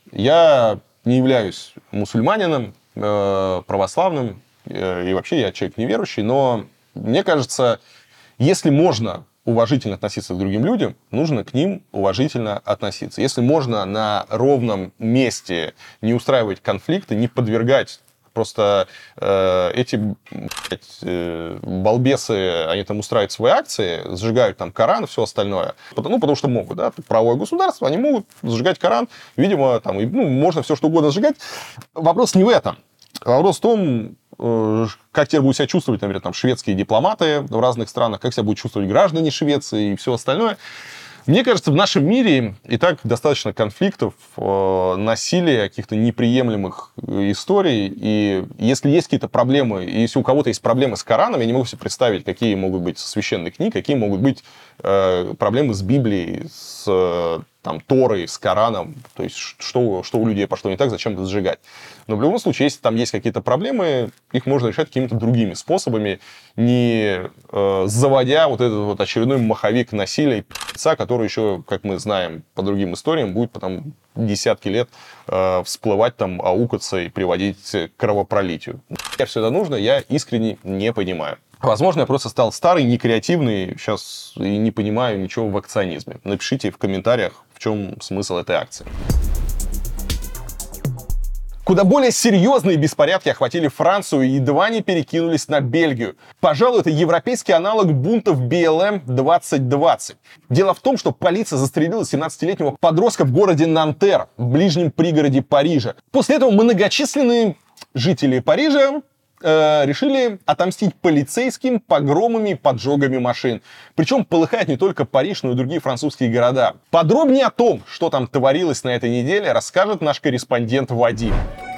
Я не являюсь мусульманином, э, православным, и вообще я человек неверующий, но мне кажется, если можно уважительно относиться к другим людям, нужно к ним уважительно относиться. Если можно на ровном месте не устраивать конфликты, не подвергать просто э, эти блядь, э, балбесы, они там устраивают свои акции, сжигают там Коран и все остальное. Потому, ну, потому что могут, да, правое государство, они могут сжигать Коран, видимо, там, ну, можно все что угодно сжигать. Вопрос не в этом. Вопрос в том, как теперь будут себя чувствовать, например, там, шведские дипломаты в разных странах, как себя будут чувствовать граждане Швеции и все остальное. Мне кажется, в нашем мире и так достаточно конфликтов, насилия, каких-то неприемлемых историй. И если есть какие-то проблемы, и если у кого-то есть проблемы с Кораном, я не могу себе представить, какие могут быть со священной книгой, какие могут быть э, проблемы с Библией, с там, Торой, с Кораном. То есть, что, что у людей пошло не так, зачем это сжигать. Но в любом случае, если там есть какие-то проблемы, их можно решать какими-то другими способами, не э, заводя вот этот вот очередной маховик насилия, пи***ца, который еще, как мы знаем по другим историям, будет потом десятки лет э, всплывать, там, аукаться и приводить к кровопролитию. Я все это нужно, я искренне не понимаю. Возможно, я просто стал старый, некреативный, сейчас и не понимаю ничего в акционизме. Напишите в комментариях, в чем смысл этой акции. Куда более серьезные беспорядки охватили Францию и едва не перекинулись на Бельгию. Пожалуй, это европейский аналог бунтов би эл эм двадцать двадцать. Дело в том, что полиция застрелила семнадцатилетнего подростка в городе Нантер, в ближнем пригороде Парижа. После этого многочисленные жители Парижа э, решили отомстить полицейским погромами и поджогами машин. Причем полыхает не только Париж, но и другие французские города. Подробнее о том, что там творилось на этой неделе, расскажет наш корреспондент Вадим.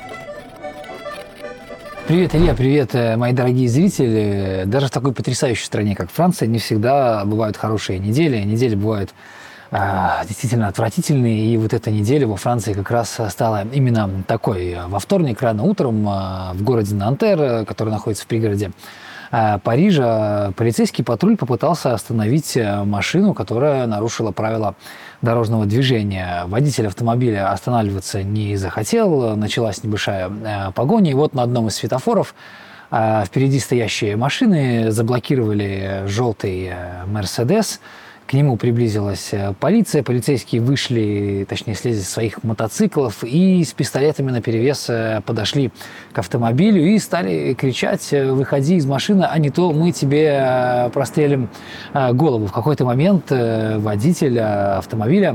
Привет, Илья, привет, мои дорогие зрители. Даже в такой потрясающей стране, как Франция, не всегда бывают хорошие недели. Недели бывают а, действительно отвратительные. И вот эта неделя во Франции как раз стала именно такой. Во вторник рано утром а, в городе Нантер, который находится в пригороде Парижа, полицейский патруль попытался остановить машину, которая нарушила правила дорожного движения. Водитель автомобиля останавливаться не захотел, началась небольшая погоня, и вот на одном из светофоров впереди стоящие машины заблокировали желтый «Мерседес». К нему приблизилась полиция, полицейские вышли, точнее, слезли с своих мотоциклов и с пистолетами наперевес подошли к автомобилю и стали кричать: «Выходи из машины, а не то мы тебе прострелим голову». В какой-то момент водитель автомобиля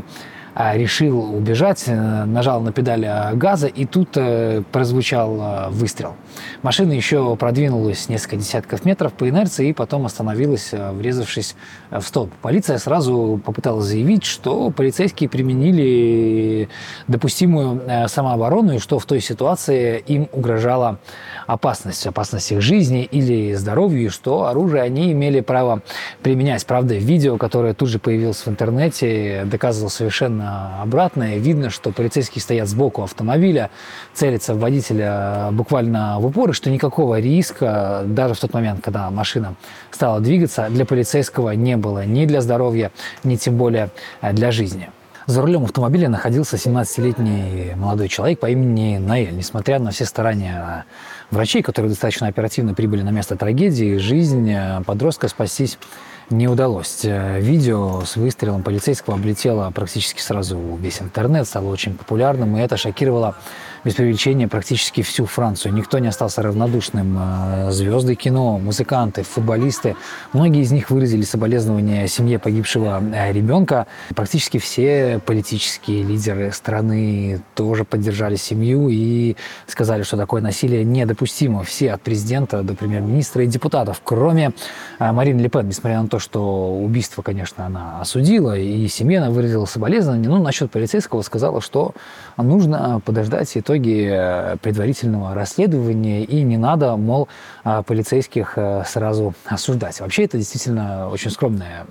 решил убежать, нажал на педаль газа, и тут прозвучал выстрел. Машина еще продвинулась несколько десятков метров по инерции и потом остановилась, врезавшись в столб. Полиция сразу попыталась заявить, что полицейские применили допустимую самооборону и что в той ситуации им угрожала опасность, опасность их жизни или здоровью, и что оружие они имели право применять. Правда, видео, которое тут же появилось в интернете, доказывало совершенно обратное. Видно, что полицейские стоят сбоку автомобиля, целятся в водителя буквально в упор, и что никакого риска, даже в тот момент, когда машина стала двигаться, для полицейского не было ни для здоровья, ни тем более для жизни. За рулем автомобиля находился семнадцатилетний молодой человек по имени Наэль. Несмотря на все старания врачей, которые достаточно оперативно прибыли на место трагедии, жизнь подростка спастись не удалось. Видео с выстрелом полицейского облетело практически сразу весь интернет, стало очень популярным, и это шокировало без преувеличения практически всю Францию. Никто не остался равнодушным. Звезды кино, музыканты, футболисты. Многие из них выразили соболезнования семье погибшего ребенка. Практически все политические лидеры страны тоже поддержали семью и сказали, что такое насилие недопустимо. Все, от президента до премьер-министра и депутатов, кроме Марины Ле Пен, несмотря на то, что убийство, конечно, она осудила, и семья она выразила соболезнования, но насчет полицейского сказала, что нужно подождать итоги предварительного расследования, и не надо, мол, полицейских сразу осуждать. Вообще, это действительно очень скромная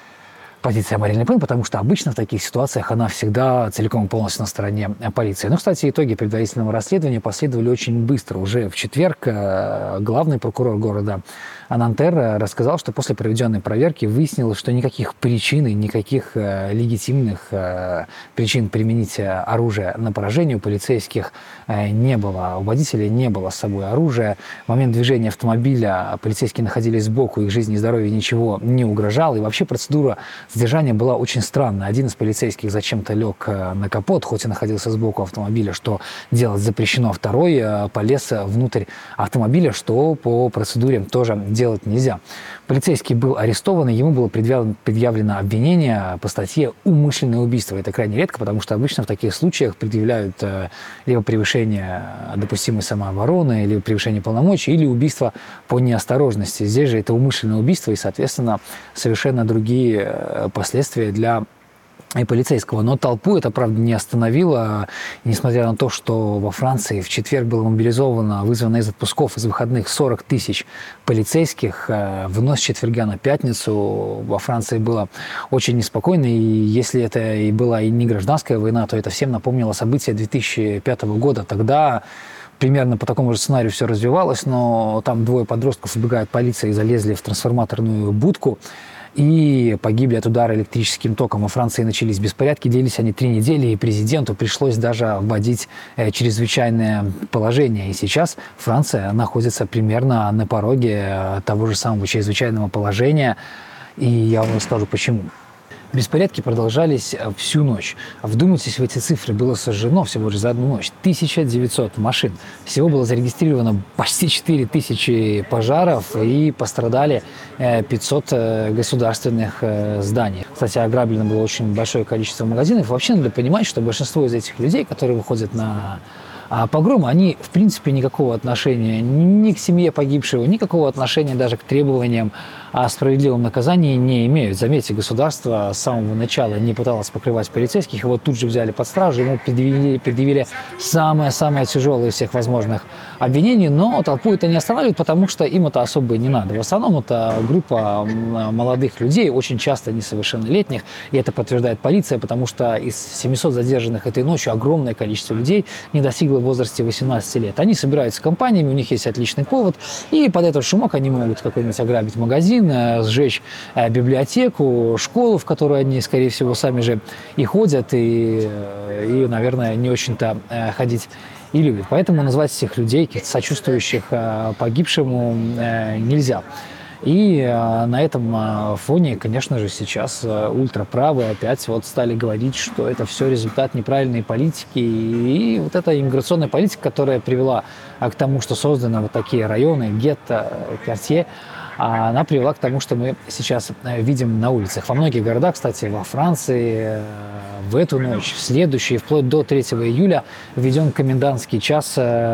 позиция Марины Ле Пен, потому что обычно в таких ситуациях она всегда целиком и полностью на стороне полиции. Но, кстати, итоги предварительного расследования последовали очень быстро. Уже в четверг главный прокурор города Нантер рассказал, что после проведенной проверки выяснилось, что никаких причин и никаких легитимных причин применить оружие на поражение у полицейских не было. У водителя не было с собой оружия. В момент движения автомобиля полицейские находились сбоку, их жизни и здоровью ничего не угрожало. И вообще процедура задержания была очень странная. Один из полицейских зачем-то лег на капот, хоть и находился сбоку автомобиля, что делать запрещено. Второй полез внутрь автомобиля, что по процедуре тоже делать нельзя. Полицейский был арестован, и ему было предъявлено, предъявлено обвинение по статье «Умышленное убийство». Это крайне редко, потому что обычно в таких случаях предъявляют либо превышение допустимой самообороны, либо превышение полномочий, или убийство по неосторожности. Здесь же это умышленное убийство, и, соответственно, совершенно другие последствия для и полицейского. Но толпу это, правда, не остановило. И несмотря на то, что во Франции в четверг было мобилизовано, вызвано из отпусков, из выходных сорок тысяч полицейских, в ночь четверга на пятницу во Франции было очень неспокойно. И если это и была и не гражданская война, то это всем напомнило события две тысячи пятого года. Тогда примерно по такому же сценарию все развивалось, но там двое подростков убегают от полиции и залезли в трансформаторную будку и погибли от удара электрическим током. Во Франции начались беспорядки, длились они три недели, и президенту пришлось даже вводить э, чрезвычайное положение. И сейчас Франция находится примерно на пороге того же самого чрезвычайного положения. И я вам расскажу, почему. Беспорядки продолжались всю ночь. Вдумайтесь в эти цифры. Было сожжено всего лишь за одну ночь тысяча девятьсот машин. Всего было зарегистрировано почти четыре тысячи пожаров и пострадали пятьсот государственных зданий. Кстати, ограблено было очень большое количество магазинов. Вообще надо понимать, что большинство из этих людей, которые выходят на А погромы, они, в принципе, никакого отношения ни к семье погибшего, никакого отношения даже к требованиям о справедливом наказании не имеют. Заметьте, государство с самого начала не пыталось покрывать полицейских, его тут же взяли под стражу, ему предъявили, предъявили самое-самое тяжелое из всех возможных обвинений, но толпу это не останавливает, потому что им это особо и не надо. В основном это группа молодых людей, очень часто несовершеннолетних, и это подтверждает полиция, потому что из семисот задержанных этой ночью огромное количество людей не достигло в возрасте восемнадцати лет. Они собираются компаниями, у них есть отличный повод, и под этот шумок они могут какой-нибудь ограбить магазин, сжечь библиотеку, школу, в которую они, скорее всего, сами же и ходят, и, и наверное, не очень-то ходить и любят. Поэтому назвать всех людей, сочувствующих погибшему, нельзя. И э, на этом э, фоне, конечно же, сейчас э, ультраправые опять вот стали говорить, что это все результат неправильной политики. И, и вот эта иммиграционная политика, которая привела э, к тому, что созданы вот такие районы, гетто, квартье, она привела к тому, что мы сейчас видим на улицах. Во многих городах, кстати, во Франции в эту ночь, в следующую, вплоть до третьего июля введен комендантский час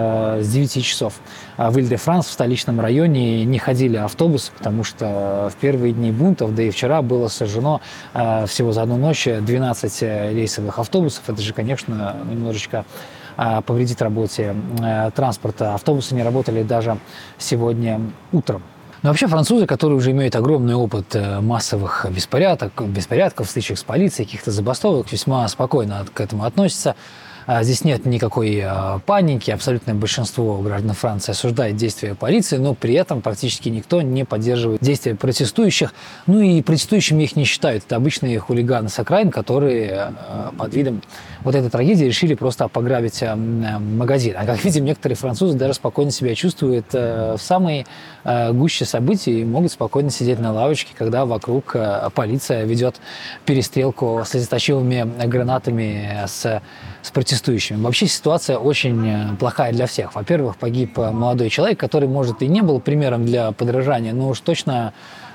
с девяти часов. В Иль-де-Франс, в столичном районе, не ходили автобусы, потому что в первые дни бунтов, да и вчера было сожжено всего за одну ночь двенадцать рейсовых автобусов. Это же, конечно, немножечко повредит работе транспорта. Автобусы не работали даже сегодня утром. Но вообще французы, которые уже имеют огромный опыт массовых беспорядков, беспорядков, стычек с полицией, каких-то забастовок, весьма спокойно к этому относятся. Здесь нет никакой паники, абсолютное большинство граждан Франции осуждает действия полиции, но при этом практически никто не поддерживает действия протестующих. Ну и протестующими их не считают. Это обычные хулиганы с окраин, которые под видом вот этой трагедии решили просто пограбить магазин. А как видим, некоторые французы даже спокойно себя чувствуют в самой гуще событий и могут спокойно сидеть на лавочке, когда вокруг полиция ведет перестрелку с слезоточивыми гранатами с, с протестующими. Вообще ситуация очень плохая для всех. Во-первых, погиб молодой человек, который, может, и не был примером для подражания, но уж точно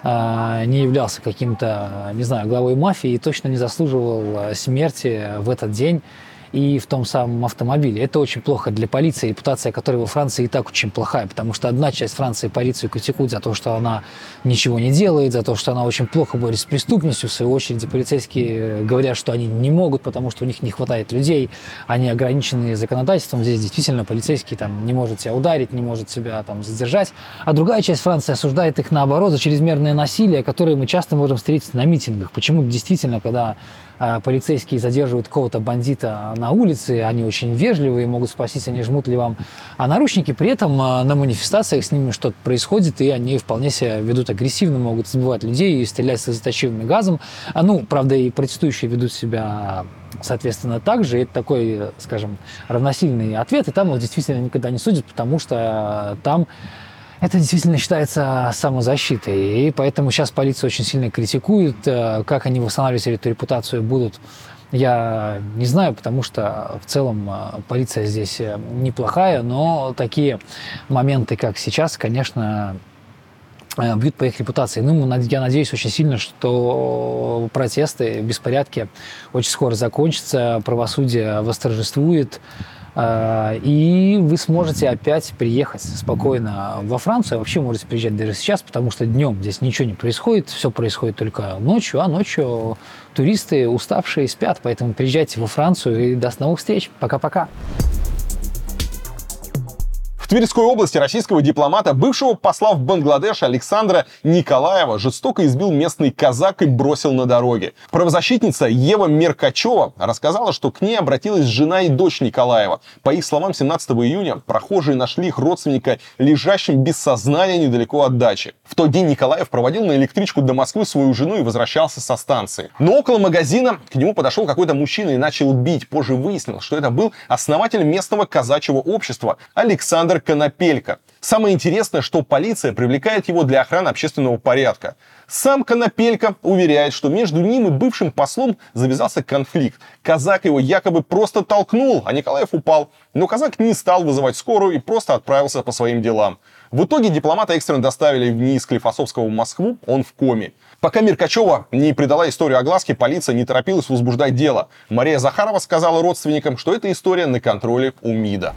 не являлся каким-то, не знаю, главой мафии и точно не заслуживал смерти в этот день и в том самом автомобиле. Это очень плохо для полиции, репутация которой во Франции и так очень плохая, потому что одна часть Франции полицию критикует за то, что она ничего не делает, за то, что она очень плохо борется с преступностью. В свою очередь полицейские говорят, что они не могут, потому что у них не хватает людей, они ограничены законодательством. Здесь действительно полицейский там не может себя ударить, не может себя там задержать. А другая часть Франции осуждает их наоборот за чрезмерное насилие, которое мы часто можем встретить на митингах. Почему действительно, когда полицейские задерживают какого-то бандита на улице, они очень вежливые, могут спросить, они жмут ли вам а наручники, при этом на манифестациях с ними что-то происходит, и они вполне себя ведут агрессивно, могут сбивать людей и стрелять слезоточивым газом. Ну, правда, и протестующие ведут себя соответственно так же. Это такой, скажем, равносильный ответ, и там их действительно никогда не судят, потому что там это действительно считается самозащитой, и поэтому сейчас полиция очень сильно критикует. Как они восстанавливать эту репутацию будут, я не знаю, потому что в целом полиция здесь неплохая, но такие моменты, как сейчас, конечно, бьют по их репутации. Ну, я надеюсь очень сильно, что протесты, беспорядки очень скоро закончатся, правосудие восторжествует, и вы сможете опять приехать спокойно во Францию. Вообще можете приезжать даже сейчас, потому что днем здесь ничего не происходит, все происходит только ночью, а ночью туристы уставшие спят, поэтому приезжайте во Францию и до новых встреч. Пока-пока. В Тверской области российского дипломата, бывшего посла в Бангладеш Александра Николаева, жестоко избил местный казак и бросил на дороге. Правозащитница Ева Меркачева рассказала, что к ней обратилась жена и дочь Николаева. По их словам, семнадцатого июня прохожие нашли их родственника лежащим без сознания недалеко от дачи. В тот день Николаев проводил на электричку до Москвы свою жену и возвращался со станции. Но около магазина к нему подошел какой-то мужчина и начал бить. Позже выяснилось, что это был основатель местного казачьего общества Александр Конопелько. Самое интересное, что полиция привлекает его для охраны общественного порядка. Сам Конопелько уверяет, что между ним и бывшим послом завязался конфликт. Казак его якобы просто толкнул, а Николаев упал. Но казак не стал вызывать скорую и просто отправился по своим делам. В итоге дипломата экстренно доставили вниз Склифосовского в Москву, он в коме. Пока Меркачева не придала историю огласке, полиция не торопилась возбуждать дело. Мария Захарова сказала родственникам, что эта история на контроле у МИДа.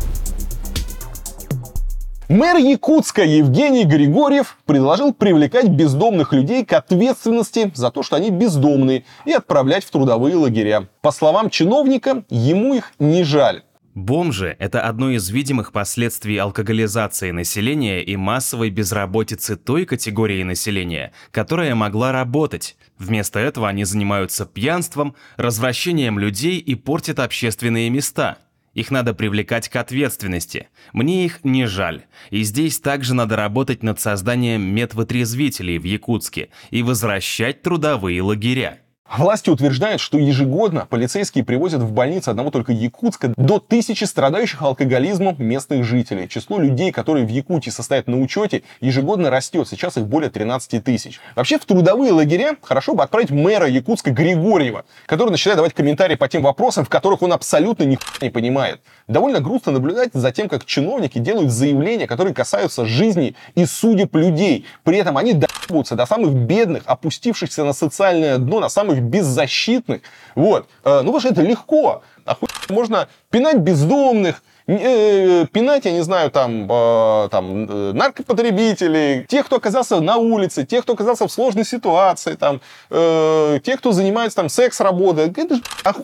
Мэр Якутска Евгений Григорьев предложил привлекать бездомных людей к ответственности за то, что они бездомные, и отправлять в трудовые лагеря. По словам чиновника, ему их не жаль. Бомжи – это одно из видимых последствий алкоголизации населения и массовой безработицы той категории населения, которая могла работать. Вместо этого они занимаются пьянством, развращением людей и портят общественные места. Их надо привлекать к ответственности. Мне их не жаль. И здесь также надо работать над созданием медвотрезвителей в Якутске и возвращать трудовые лагеря. Власти утверждают, что ежегодно полицейские привозят в больницы одного только Якутска до тысячи страдающих алкоголизмом местных жителей. Число людей, которые в Якутии состоят на учете, ежегодно растет. Сейчас их более тринадцати тысяч. Вообще в трудовые лагеря хорошо бы отправить мэра Якутска Григорьева, который начинает давать комментарии по тем вопросам, в которых он абсолютно ни хуя не понимает. Довольно грустно наблюдать за тем, как чиновники делают заявления, которые касаются жизни и судеб людей. При этом они доебываются до самых бедных, опустившихся на социальное дно, на самых беззащитных. Вот. Ну, потому что это легко. Охуенно можно пинать бездомных, э, пинать, я не знаю, там, э, там, э, наркопотребителей, тех, кто оказался на улице, тех, кто оказался в сложной ситуации, там, э, тех, кто занимается там секс-работой. Это же охуенно.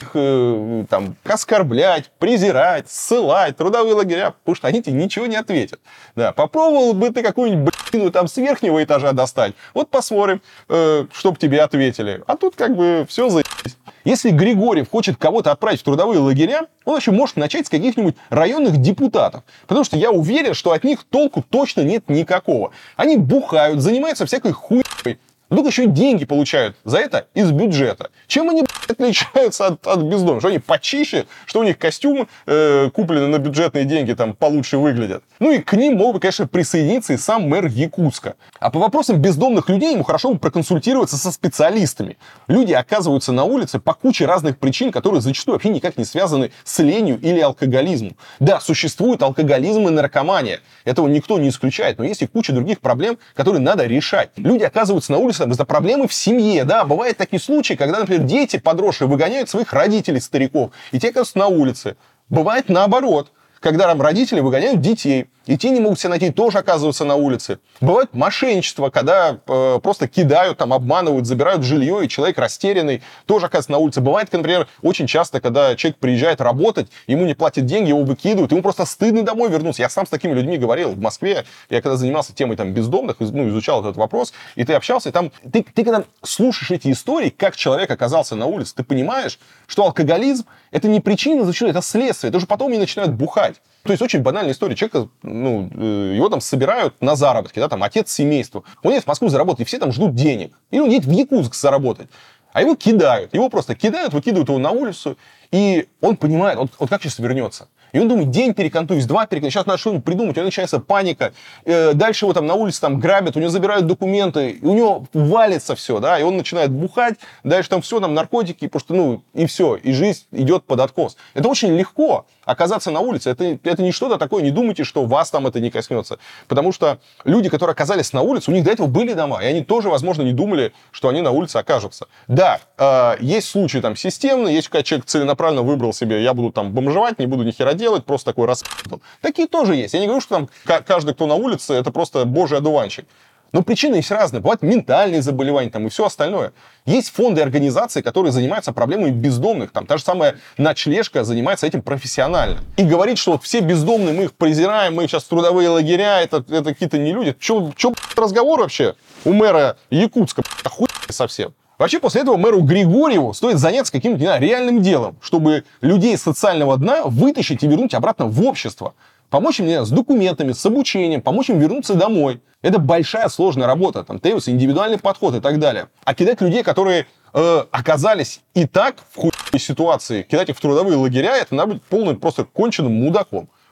Э, там, оскорблять, презирать, ссылать, трудовые лагеря, потому что они тебе ничего не ответят. Да, попробовал бы ты какую-нибудь блину там с верхнего этажа достать, вот посмотрим, э, чтобы тебе ответили. А тут как бы все заебись. Если Григорьев хочет кого-то отправить в трудовые лагеря, он еще может начать с каких-нибудь районных депутатов. Потому что я уверен, что от них толку точно нет никакого. Они бухают, занимаются всякой хуйней. Вдруг еще и деньги получают за это из бюджета. Чем они отличаются от, от бездомных? Что они почище, что у них костюмы э, куплены на бюджетные деньги там получше выглядят. Ну и к ним мог бы, конечно, присоединиться и сам мэр Якутска. А по вопросам бездомных людей ему хорошо бы проконсультироваться со специалистами. Люди оказываются на улице по куче разных причин, которые зачастую вообще никак не связаны с ленью или алкоголизмом. Да, существует алкоголизм и наркомания. Этого никто не исключает. Но есть и куча других проблем, которые надо решать. Люди оказываются на улице из-за проблемы в семье, да, бывают такие случаи, когда, например, дети подросшие выгоняют своих родителей, стариков, и те оказываются на улице. Бывает наоборот, когда там родители выгоняют детей, и те не могут себе найти, тоже оказываются на улице. Бывает мошенничество, когда э, просто кидают, там, обманывают, забирают жилье, и человек растерянный тоже оказывается на улице. Бывает, например, очень часто, когда человек приезжает работать, ему не платят деньги, его выкидывают, ему просто стыдно домой вернуться. Я сам с такими людьми говорил в Москве. Я когда занимался темой там, бездомных, ну, изучал этот вопрос, и ты общался, и там, ты, ты когда слушаешь эти истории, как человек оказался на улице, ты понимаешь, что алкоголизм — это не причина, зачастую, это следствие. Это уже потом они начинают бухать. То есть очень банальная история. Человека, ну, его там собирают на заработки, да, там отец семейства. Он едет в Москву заработать, и все там ждут денег. Или он едет в Якутск заработать. А его кидают. Его просто кидают, выкидывают его на улицу. И он понимает, он, он как сейчас вернется. И он думает, день перекантуюсь, два перекантуюсь, сейчас надо что-нибудь придумать. У него начинается паника. Дальше его там на улице там грабят, у него забирают документы, и у него валится все, да, и он начинает бухать, дальше там все, там наркотики, потому что, ну, и все, и жизнь идет под откос. Это очень легко оказаться на улице. Это, это не что-то такое, не думайте, что вас там это не коснется. Потому что люди, которые оказались на улице, у них до этого были дома, и они тоже, возможно, не думали, что они на улице окажутся. Да, э, есть случаи там системные, есть когда человек целенаправленно выбрал себе, я буду там бомжевать, не буду ни хера делать, просто такой распи***л. Такие тоже есть. Я не говорю, что там каждый, кто на улице, это просто божий одуванчик. Но причины есть разные. Бывают ментальные заболевания там, и все остальное. Есть фонды и организации, которые занимаются проблемами бездомных. Там та же самая ночлежка занимается этим профессионально. И говорить, что вот все бездомные, мы их презираем, мы сейчас в трудовые лагеря, это, это какие-то не люди. Че разговор вообще у мэра Якутска? Охуенно совсем. Вообще, после этого мэру Григорьеву стоит заняться каким-то, не знаю, реальным делом, чтобы людей с социального дна вытащить и вернуть обратно в общество. Помочь им, не знаю, с документами, с обучением, помочь им вернуться домой. Это большая сложная работа, там требуется индивидуальный подход и так далее. А кидать людей, которые э, оказались и так в хуйной ситуации, кидать их в трудовые лагеря, это надо быть полным просто конченным мудаком.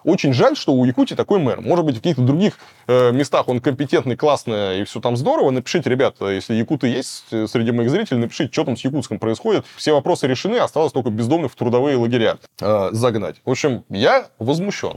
Очень жаль, что у Якутии такой мэр. Может быть, в каких-то других э, местах он компетентный, классный, и все там здорово. Напишите, ребята, если якуты есть среди моих зрителей, напишите, что там с Якутском происходит. Все вопросы решены, осталось только бездомных в трудовые лагеря э, загнать. В общем, я возмущен.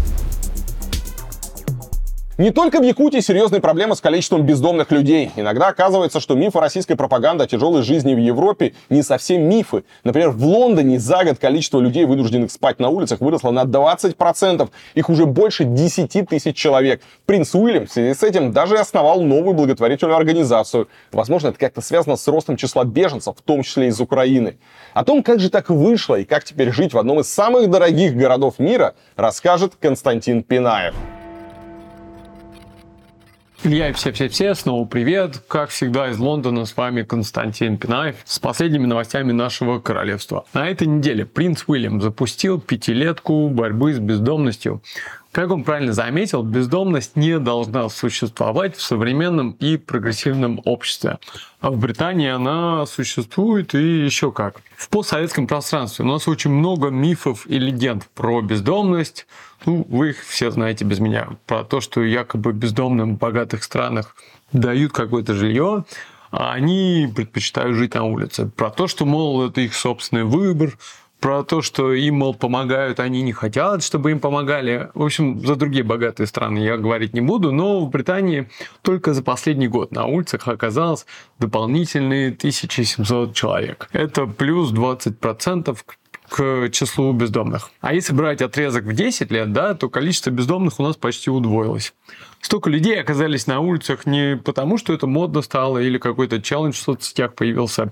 Не только в Якутии серьезные проблемы с количеством бездомных людей. Иногда оказывается, что мифы российской пропаганды о тяжелой жизни в Европе не совсем мифы. Например, в Лондоне за год количество людей, вынужденных спать на улицах, выросло на двадцать процентов. Их уже больше десяти тысяч человек. Принц Уильям в связи с этим даже основал новую благотворительную организацию. Возможно, это как-то связано с ростом числа беженцев, в том числе из Украины. О том, как же так вышло и как теперь жить в одном из самых дорогих городов мира, расскажет Константин Пинаев. Илья и все-все-все, снова привет. Как всегда из Лондона с вами Константин Пинаев с последними новостями нашего королевства. На этой неделе принц Уильям запустил пятилетку борьбы с бездомностью. Как он правильно заметил, бездомность не должна существовать в современном и прогрессивном обществе. А в Британии она существует и еще как. В постсоветском пространстве у нас очень много мифов и легенд про бездомность. Ну, вы их все знаете без меня. Про то, что якобы бездомным в богатых странах дают какое-то жилье, а они предпочитают жить на улице. Про то, что, мол, это их собственный выбор. Про то, что им, мол, помогают, они не хотят, чтобы им помогали. В общем, за другие богатые страны я говорить не буду, но в Британии только за последний год на улицах оказалось дополнительные тысяча семьсот человек. Это плюс двадцать процентов к числу бездомных. А если брать отрезок в десять лет, да, то количество бездомных у нас почти удвоилось. Столько людей оказались на улицах не потому, что это модно стало или какой-то челлендж в соцсетях появился.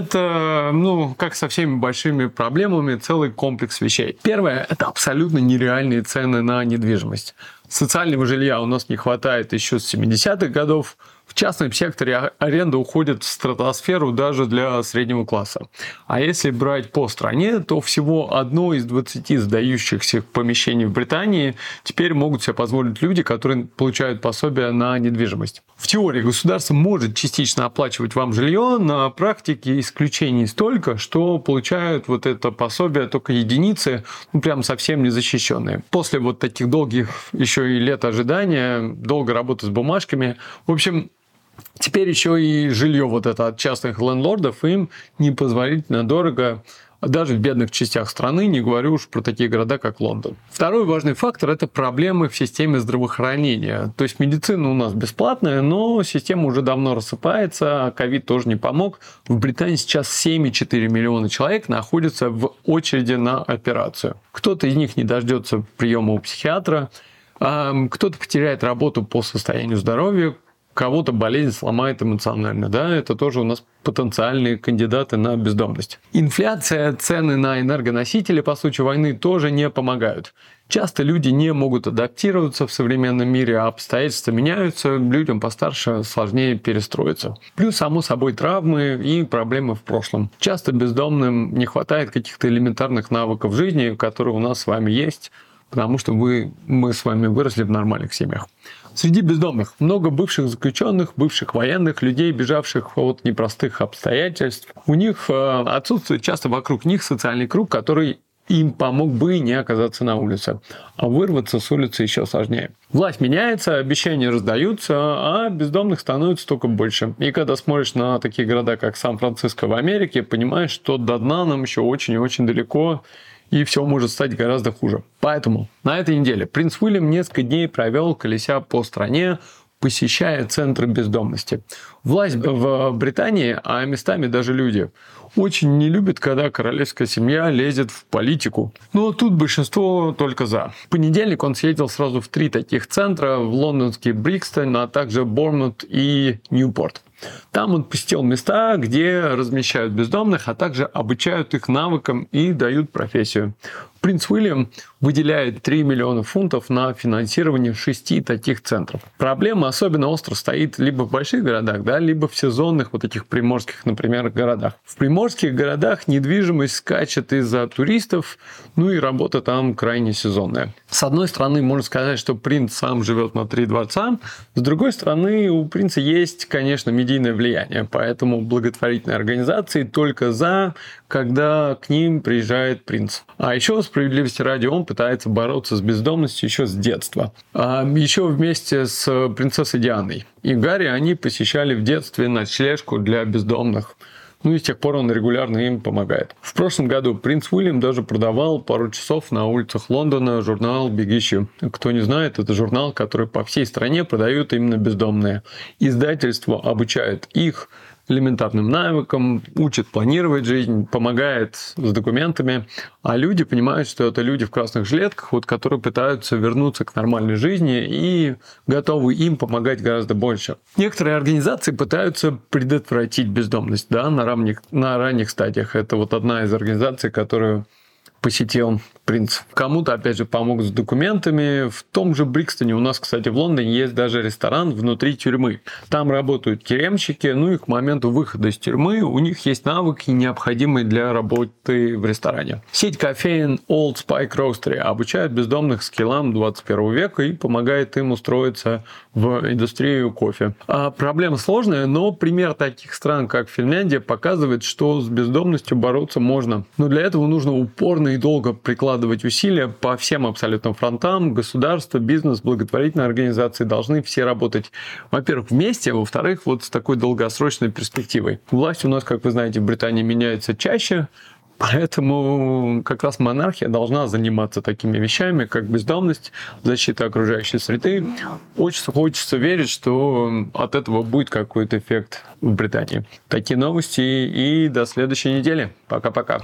Это, ну, как со всеми большими проблемами, целый комплекс вещей. Первое – это абсолютно нереальные цены на недвижимость. Социального жилья у нас не хватает еще с семидесятых годов. В частном секторе аренда уходит в стратосферу даже для среднего класса. А если брать по стране, то всего одно из двадцати сдающихся помещений в Британии теперь могут себе позволить люди, которые получают пособие на недвижимость. В теории государство может частично оплачивать вам жилье, на практике исключений столько, что получают вот это пособие только единицы, ну прям совсем незащищенные. После вот таких долгих еще и лет ожидания, долго работы с бумажками, в общем, теперь еще и жилье вот это от частных лендлордов им непозволительно дорого, даже в бедных частях страны, не говорю уж про такие города, как Лондон. Второй важный фактор – это проблемы в системе здравоохранения. То есть медицина у нас бесплатная, но система уже давно рассыпается, а ковид тоже не помог. В Британии сейчас семь целых четыре десятых миллиона человек находятся в очереди на операцию. Кто-то из них не дождется приема у психиатра, кто-то потеряет работу по состоянию здоровья, кого-то болезнь сломает эмоционально, да, это тоже у нас потенциальные кандидаты на бездомность. Инфляция, цены на энергоносители по случаю войны тоже не помогают. Часто люди не могут адаптироваться в современном мире, а обстоятельства меняются, людям постарше сложнее перестроиться. Плюс, само собой, травмы и проблемы в прошлом. Часто бездомным не хватает каких-то элементарных навыков жизни, которые у нас с вами есть, потому что вы, мы с вами выросли в нормальных семьях. Среди бездомных много бывших заключенных, бывших военных, людей, бежавших от непростых обстоятельств. У них отсутствует часто вокруг них социальный круг, который им помог бы не оказаться на улице. А вырваться с улицы еще сложнее. Власть меняется, обещания раздаются, а бездомных становится только больше. И когда смотришь на такие города, как Сан-Франциско в Америке, понимаешь, что до дна нам еще очень и очень далеко, и все может стать гораздо хуже. Поэтому на этой неделе принц Уильям несколько дней провел, колеся по стране, посещая центры бездомности. Власть в Британии, а местами даже люди, очень не любят, когда королевская семья лезет в политику. Но тут большинство только за. В понедельник он съездил сразу в три таких центра, в лондонский Брикстон, а также Бормут и Ньюпорт. Там он посетил места, где размещают бездомных, а также обучают их навыкам и дают профессию. Принц Уильям выделяет три миллиона фунтов на финансирование шести таких центров. Проблема особенно остро стоит либо в больших городах, да, либо в сезонных вот этих приморских, например, городах. В приморских городах недвижимость скачет из-за туристов, ну и работа там крайне сезонная. С одной стороны, можно сказать, что принц сам живет внутри дворца, с другой стороны, у принца есть, конечно, медийное влияние, поэтому благотворительные организации только за, когда к ним приезжает принц. А еще справедливости ради, он пытается бороться с бездомностью еще с детства. А еще вместе с принцессой Дианой и Гарри они посещали в детстве ночлежку для бездомных. Ну и с тех пор он регулярно им помогает. В прошлом году принц Уильям даже продавал пару часов на улицах Лондона журнал Big Issue. Кто не знает, это журнал, который по всей стране продают именно бездомные. Издательство обучает их элементарным навыкам, учит планировать жизнь, помогает с документами, а люди понимают, что это люди в красных жилетках, вот, которые пытаются вернуться к нормальной жизни и готовы им помогать гораздо больше. Некоторые организации пытаются предотвратить бездомность, да, на ранних, на ранних стадиях. Это вот одна из организаций, которую посетил принц. Кому-то, опять же, помогут с документами. В том же Брикстоне у нас, кстати, в Лондоне есть даже ресторан внутри тюрьмы. Там работают тюремщики, ну и к моменту выхода из тюрьмы у них есть навыки, необходимые для работы в ресторане. Сеть кофеин Old Spike Roastery обучает бездомных скиллам двадцать первого века и помогает им устроиться в индустрию кофе. А проблема сложная, но пример таких стран, как Финляндия, показывает, что с бездомностью бороться можно. Но для этого нужно упорно и долго прикладывать усилия по всем абсолютно фронтам. Государство, бизнес, благотворительные организации должны все работать, во-первых, вместе, а во-вторых, вот с такой долгосрочной перспективой. Власть у нас, как вы знаете, в Британии меняется чаще, поэтому как раз монархия должна заниматься такими вещами, как бездомность, защита окружающей среды. Очень хочется верить, что от этого будет какой-то эффект в Британии. Такие новости и до следующей недели. Пока-пока.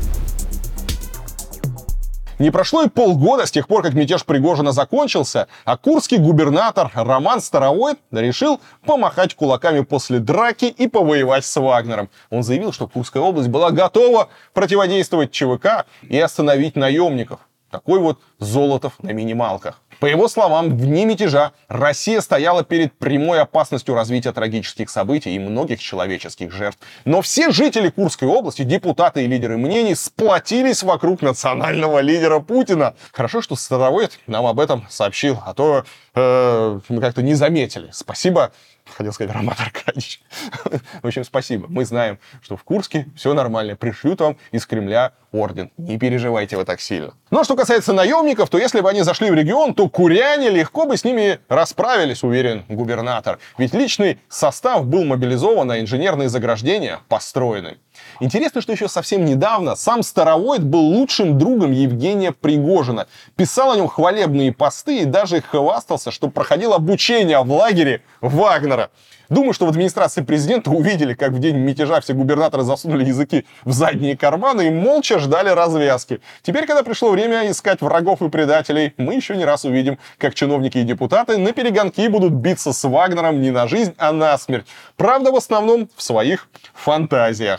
Не прошло и полгода с тех пор, как мятеж Пригожина закончился, а курский губернатор Роман Старовойт решил помахать кулаками после драки и повоевать с Вагнером. Он заявил, что Курская область была готова противодействовать ЧВК и остановить наемников. Такой вот Золотов на минималках. По его словам, в дни мятежа Россия стояла перед прямой опасностью развития трагических событий и многих человеческих жертв. Но все жители Курской области, депутаты и лидеры мнений сплотились вокруг национального лидера Путина. Хорошо, что Старовойт нам об этом сообщил, а то э, мы как-то не заметили. Спасибо. Хотел сказать, Роман Аркадьевич. В общем, спасибо. Мы знаем, что в Курске все нормально. Пришлют вам из Кремля орден. Не переживайте вы так сильно. Ну, а что касается наемников, то если бы они зашли в регион, то куряне легко бы с ними расправились, уверен губернатор. Ведь личный состав был мобилизован, а инженерные заграждения построены. Интересно, что еще совсем недавно сам Старовойт был лучшим другом Евгения Пригожина. Писал о нем хвалебные посты и даже хвастался, что проходил обучение в лагере Вагнера. Думаю, что в администрации президента увидели, как в день мятежа все губернаторы засунули языки в задние карманы и молча ждали развязки. Теперь, когда пришло время искать врагов и предателей, мы еще не раз увидим, как чиновники и депутаты на перегонки будут биться с Вагнером не на жизнь, а на смерть. Правда, в основном в своих фантазиях.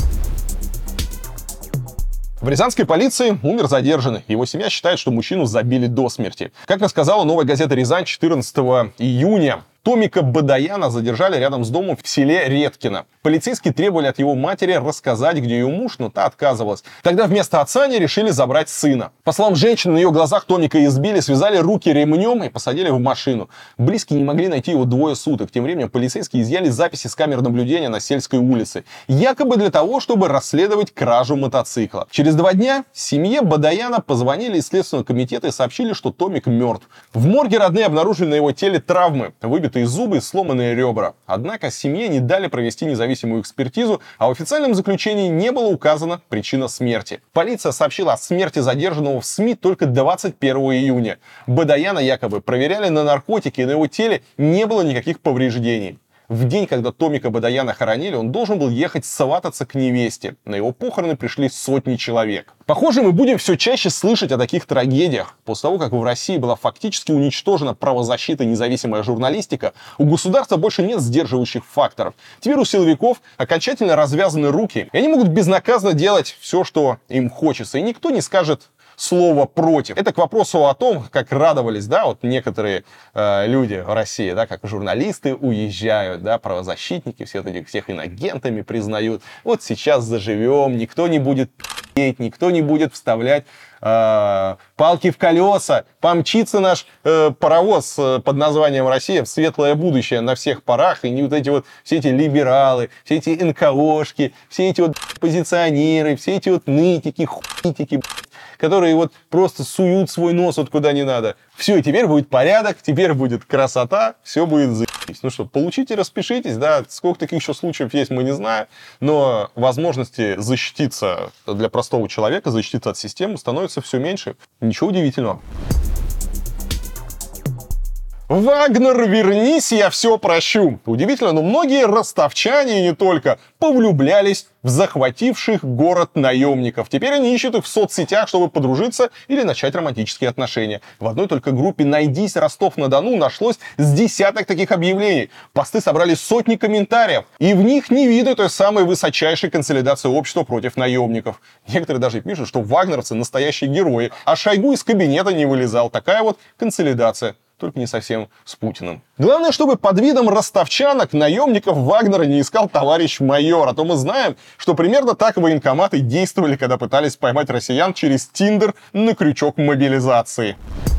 В рязанской полиции умер задержанный. Его семья считает, что мужчину забили до смерти. Как рассказала «Новая газета Рязань» четырнадцатого июня, Томика Бадаяна задержали рядом с домом в селе Редкино. Полицейские требовали от его матери рассказать, где ее муж, но та отказывалась. Тогда вместо отца они решили забрать сына. По словам женщины, на ее глазах Томика избили, связали руки ремнем и посадили в машину. Близкие не могли найти его двое суток. Тем временем полицейские изъяли записи с камер наблюдения на сельской улице. Якобы для того, чтобы расследовать кражу мотоцикла. Через два дня семье Бадаяна позвонили из Следственного комитета и сообщили, что Томик мертв. В морге родные обнаружили на его теле травмы, выбитые зубы и сломанные ребра. Однако семье не дали провести независимую экспертизу, а в официальном заключении не было указана причина смерти. Полиция сообщила о смерти задержанного в СМИ только двадцать первого июня. Бадаяна якобы проверяли на наркотики, и на его теле не было никаких повреждений. В день, когда Томика Бадаяна хоронили, он должен был ехать свататься к невесте. На его похороны пришли сотни человек. Похоже, мы будем все чаще слышать о таких трагедиях. После того, как в России была фактически уничтожена правозащита и независимая журналистика, у государства больше нет сдерживающих факторов. Теперь у силовиков окончательно развязаны руки, и они могут безнаказанно делать все, что им хочется, и никто не скажет слово против. Это к вопросу о том, как радовались, да, вот некоторые э, люди в России, да, как журналисты уезжают, да, правозащитники, все этих всех инагентами признают. Вот сейчас заживем, никто не будет петь, никто не будет вставлять э, палки в колеса, помчится наш э, паровоз э, под названием Россия в светлое будущее на всех парах, и не вот эти вот все эти либералы, все эти эн ка ошки, все эти вот позиционеры, все эти вот нытики, хуйтики, которые вот просто суют свой нос вот куда не надо. Все, и теперь будет порядок, теперь будет красота, все будет заебись. Ну что, получите, распишитесь, да, сколько таких еще случаев есть, мы не знаем, но возможности защититься для простого человека, защититься от системы становится все меньше. Ничего удивительного. Вагнер, вернись, я все прощу. Удивительно, но многие ростовчане, и не только, повлюблялись в захвативших город наемников. Теперь они ищут их в соцсетях, чтобы подружиться или начать романтические отношения. В одной только группе «Найдись Ростов-на-Дону» нашлось с десяток таких объявлений. Посты собрали сотни комментариев, и в них не видно той самой высочайшей консолидации общества против наемников. Некоторые даже пишут, что вагнеровцы настоящие герои, а Шойгу из кабинета не вылезал. Такая вот консолидация. Только не совсем с Путиным. Главное, чтобы под видом ростовчанок наемников Вагнера не искал товарищ майор. А то мы знаем, что примерно так военкоматы действовали, когда пытались поймать россиян через Тиндер на крючок мобилизации.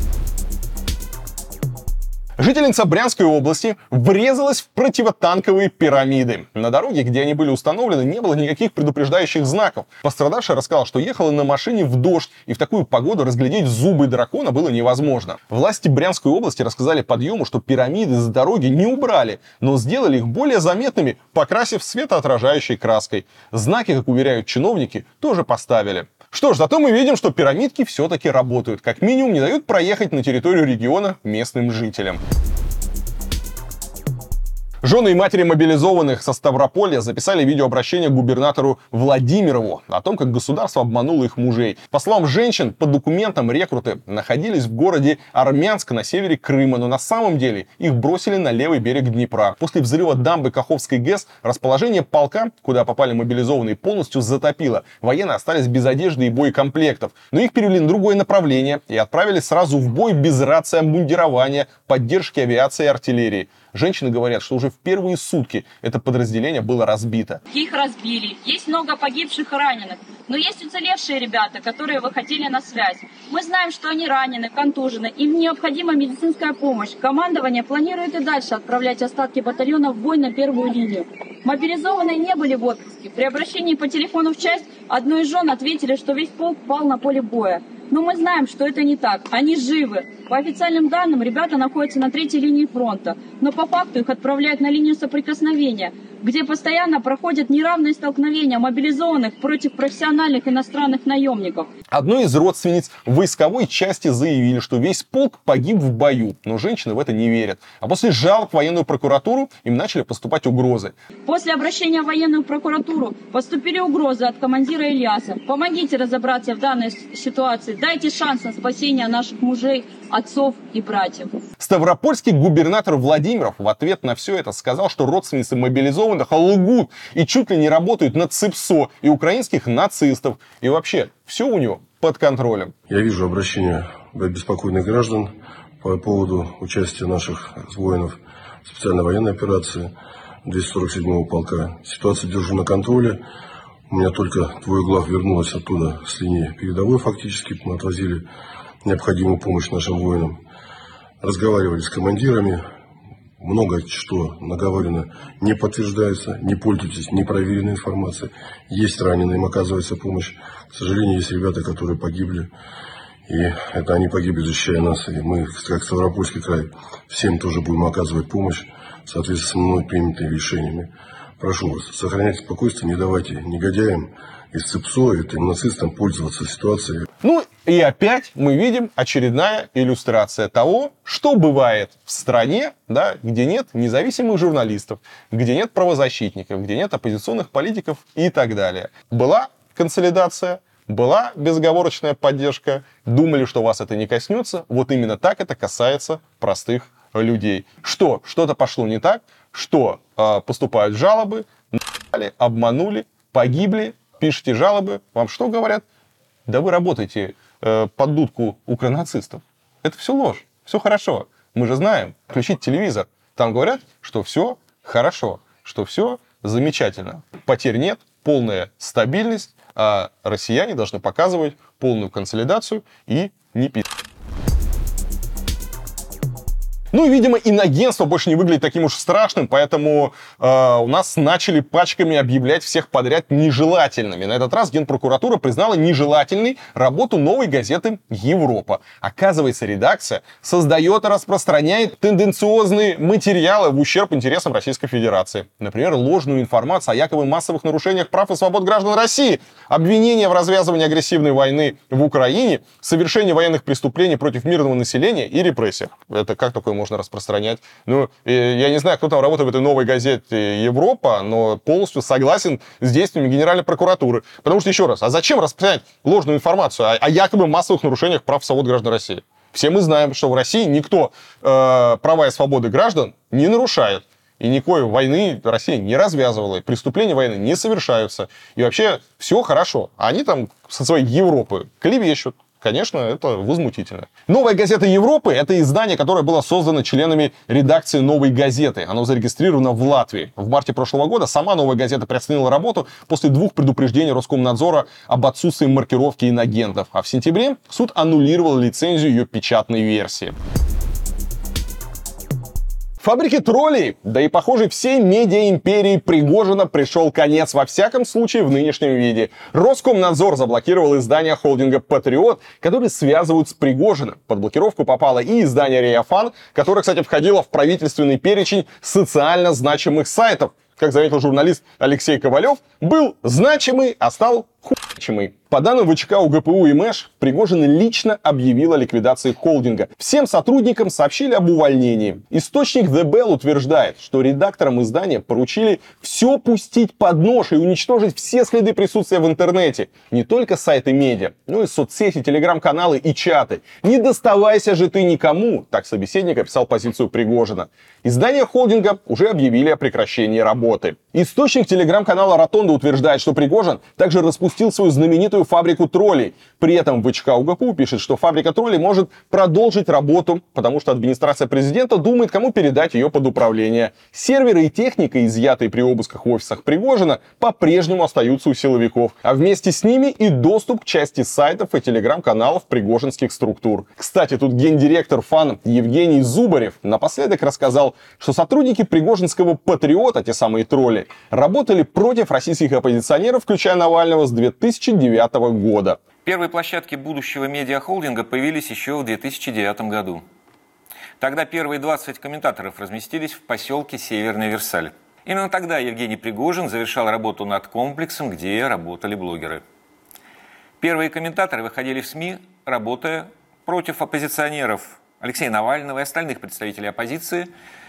Жительница Брянской области врезалась в противотанковые пирамиды. На дороге, где они были установлены, не было никаких предупреждающих знаков. Пострадавшая рассказала, что ехала на машине в дождь, и в такую погоду разглядеть зубы дракона было невозможно. Власти Брянской области рассказали подъему, что пирамиды с дороги не убрали, но сделали их более заметными, покрасив светоотражающей краской. Знаки, как уверяют чиновники, тоже поставили. Что ж, зато мы видим, что пирамидки все-таки работают. Как минимум не дают проехать на территорию региона местным жителям. Жены и матери мобилизованных со Ставрополья записали видеообращение к губернатору Владимирову о том, как государство обмануло их мужей. По словам женщин, по документам рекруты находились в городе Армянск на севере Крыма, но на самом деле их бросили на левый берег Днепра. После взрыва дамбы Каховской ГЭС расположение полка, куда попали мобилизованные, полностью затопило. Военные остались без одежды и боекомплектов, но их перевели на другое направление и отправили сразу в бой без рации, обмундирования, поддержки авиации и артиллерии. Женщины говорят, что уже в первые сутки это подразделение было разбито. Их разбили. Есть много погибших и раненых. Но есть уцелевшие ребята, которые выходили на связь. Мы знаем, что они ранены, контужены. Им необходима медицинская помощь. Командование планирует и дальше отправлять остатки батальона в бой на первую линию. Мобилизованные не были в отпуске. При обращении по телефону в часть одной из жен ответили, что весь полк пал на поле боя. Но мы знаем, что это не так. Они живы. По официальным данным, ребята находятся на третьей линии фронта. Но по факту их отправляют на линию соприкосновения, где постоянно проходят неравные столкновения мобилизованных против профессиональных иностранных наемников. Одной из родственниц войсковой части заявили, что весь полк погиб в бою. Но женщины в это не верят. А после жалоб в военную прокуратуру им начали поступать угрозы. После обращения в военную прокуратуру поступили угрозы от командира Ильяса. Помогите разобраться в данной ситуации. Дайте шанс на спасение наших мужей, отцов и братьев. Ставропольский губернатор Владимиров в ответ на все это сказал, что родственницы мобилизованных лгут и чуть ли не работают на ЦИПСО и украинских нацистов. И вообще, все у него под контролем. Я вижу обращение обеспокоенных граждан по поводу участия наших воинов в специальной военной операции двести сорок седьмого полка. Ситуацию держу на контроле. У меня только двое глав вернулось оттуда с линии передовой фактически. Мы отвозили необходимую помощь нашим воинам. Разговаривали с командирами. Много что наговорено не подтверждается. Не пользуйтесь непроверенной информацией. Есть раненые, им оказывается помощь. К сожалению, есть ребята, которые погибли. И это они погибли, защищая нас. И мы, как Ставропольский край, всем тоже будем оказывать помощь в соответствии с мной принятыми решениями. Прошу вас, сохраняйте спокойствие, не давайте негодяям из ЦИПСО, этим нацистам пользоваться ситуацией. Ну и опять мы видим очередная иллюстрация того, что бывает в стране, да, где нет независимых журналистов, где нет правозащитников, где нет оппозиционных политиков и так далее. Была консолидация, была безоговорочная поддержка, думали, что вас это не коснется, вот именно так это касается простых людей. Что? Что-то пошло не так, что э, поступают жалобы, на***ли, обманули, погибли, пишите жалобы, вам что говорят? Да вы работаете э, под дудку укронацистов. Это все ложь, все хорошо. Мы же знаем, включить телевизор, там говорят, что все хорошо, что все замечательно. Потерь нет, полная стабильность, а россияне должны показывать полную консолидацию и не пи***. Ну и, видимо, инагентство больше не выглядит таким уж страшным, поэтому э, у нас начали пачками объявлять всех подряд нежелательными. На этот раз Генпрокуратура признала нежелательной работу новой газеты «Европа». Оказывается, редакция создает и распространяет тенденциозные материалы в ущерб интересам Российской Федерации. Например, ложную информацию о якобы массовых нарушениях прав и свобод граждан России, обвинения в развязывании агрессивной войны в Украине, совершении военных преступлений против мирного населения и репрессиях. Это как такое можно распространять? Ну, я не знаю, кто там работает в этой новой газете «Европа», но полностью согласен с действиями Генеральной прокуратуры. Потому что, еще раз, а зачем распространять ложную информацию о, о якобы массовых нарушениях прав и свобод граждан России? Все мы знаем, что в России никто э, права и свободы граждан не нарушает. И никакой войны Россия не развязывала, и преступления войны не совершаются. И вообще все хорошо. А они там со своей Европы клевещут. Конечно, это возмутительно. Новая газета Европы — это издание, которое было создано членами редакции «Новой газеты». Оно зарегистрировано в Латвии. В марте прошлого года сама «Новая газета» приостановила работу после двух предупреждений Роскомнадзора об отсутствии маркировки инагентов. А в сентябре суд аннулировал лицензию ее печатной версии. Фабрике троллей, да и, похоже, всей медиа-империи Пригожина пришел конец, во всяком случае, в нынешнем виде. Роскомнадзор заблокировал издание холдинга «Патриот», которые связывают с Пригожиным. Под блокировку попало и издание «Реафан», которое, кстати, входило в правительственный перечень социально значимых сайтов. Как заметил журналист Алексей Ковалев, был значимый, а стал хуйчимый. По данным ВЧК УГПУ и МЭШ, Пригожин лично объявил о ликвидации холдинга. Всем сотрудникам сообщили об увольнении. Источник The Bell утверждает, что редакторам издания поручили все пустить под нож и уничтожить все следы присутствия в интернете. Не только сайты медиа, но и соцсети, телеграм-каналы и чаты. Не доставайся же ты никому, так собеседник описал позицию Пригожина. Издание холдинга уже объявили о прекращении работы. Источник телеграм-канала Ротонда утверждает, что Пригожин также распустил свою знаменитую фабрику троллей. При этом ВЧК УГПУ пишет, что фабрика троллей может продолжить работу, потому что администрация президента думает, кому передать ее под управление. Серверы и техника, изъятые при обысках в офисах Пригожина, по-прежнему остаются у силовиков, а вместе с ними и доступ к части сайтов и телеграм-каналов пригожинских структур. Кстати, тут гендиректор ФАН Евгений Зубарев напоследок рассказал, что сотрудники пригожинского «Патриота», те самые тролли, работали против российских оппозиционеров, включая Навального, с две тысячи девятого года. Первые площадки будущего медиахолдинга появились еще в две тысячи девятом году. Тогда первые двадцать комментаторов разместились в поселке Северный Версаль. Именно тогда Евгений Пригожин завершал работу над комплексом, где работали блогеры. Первые комментаторы выходили в СМИ, работая против оппозиционеров Алексея Навального и остальных представителей оппозиции,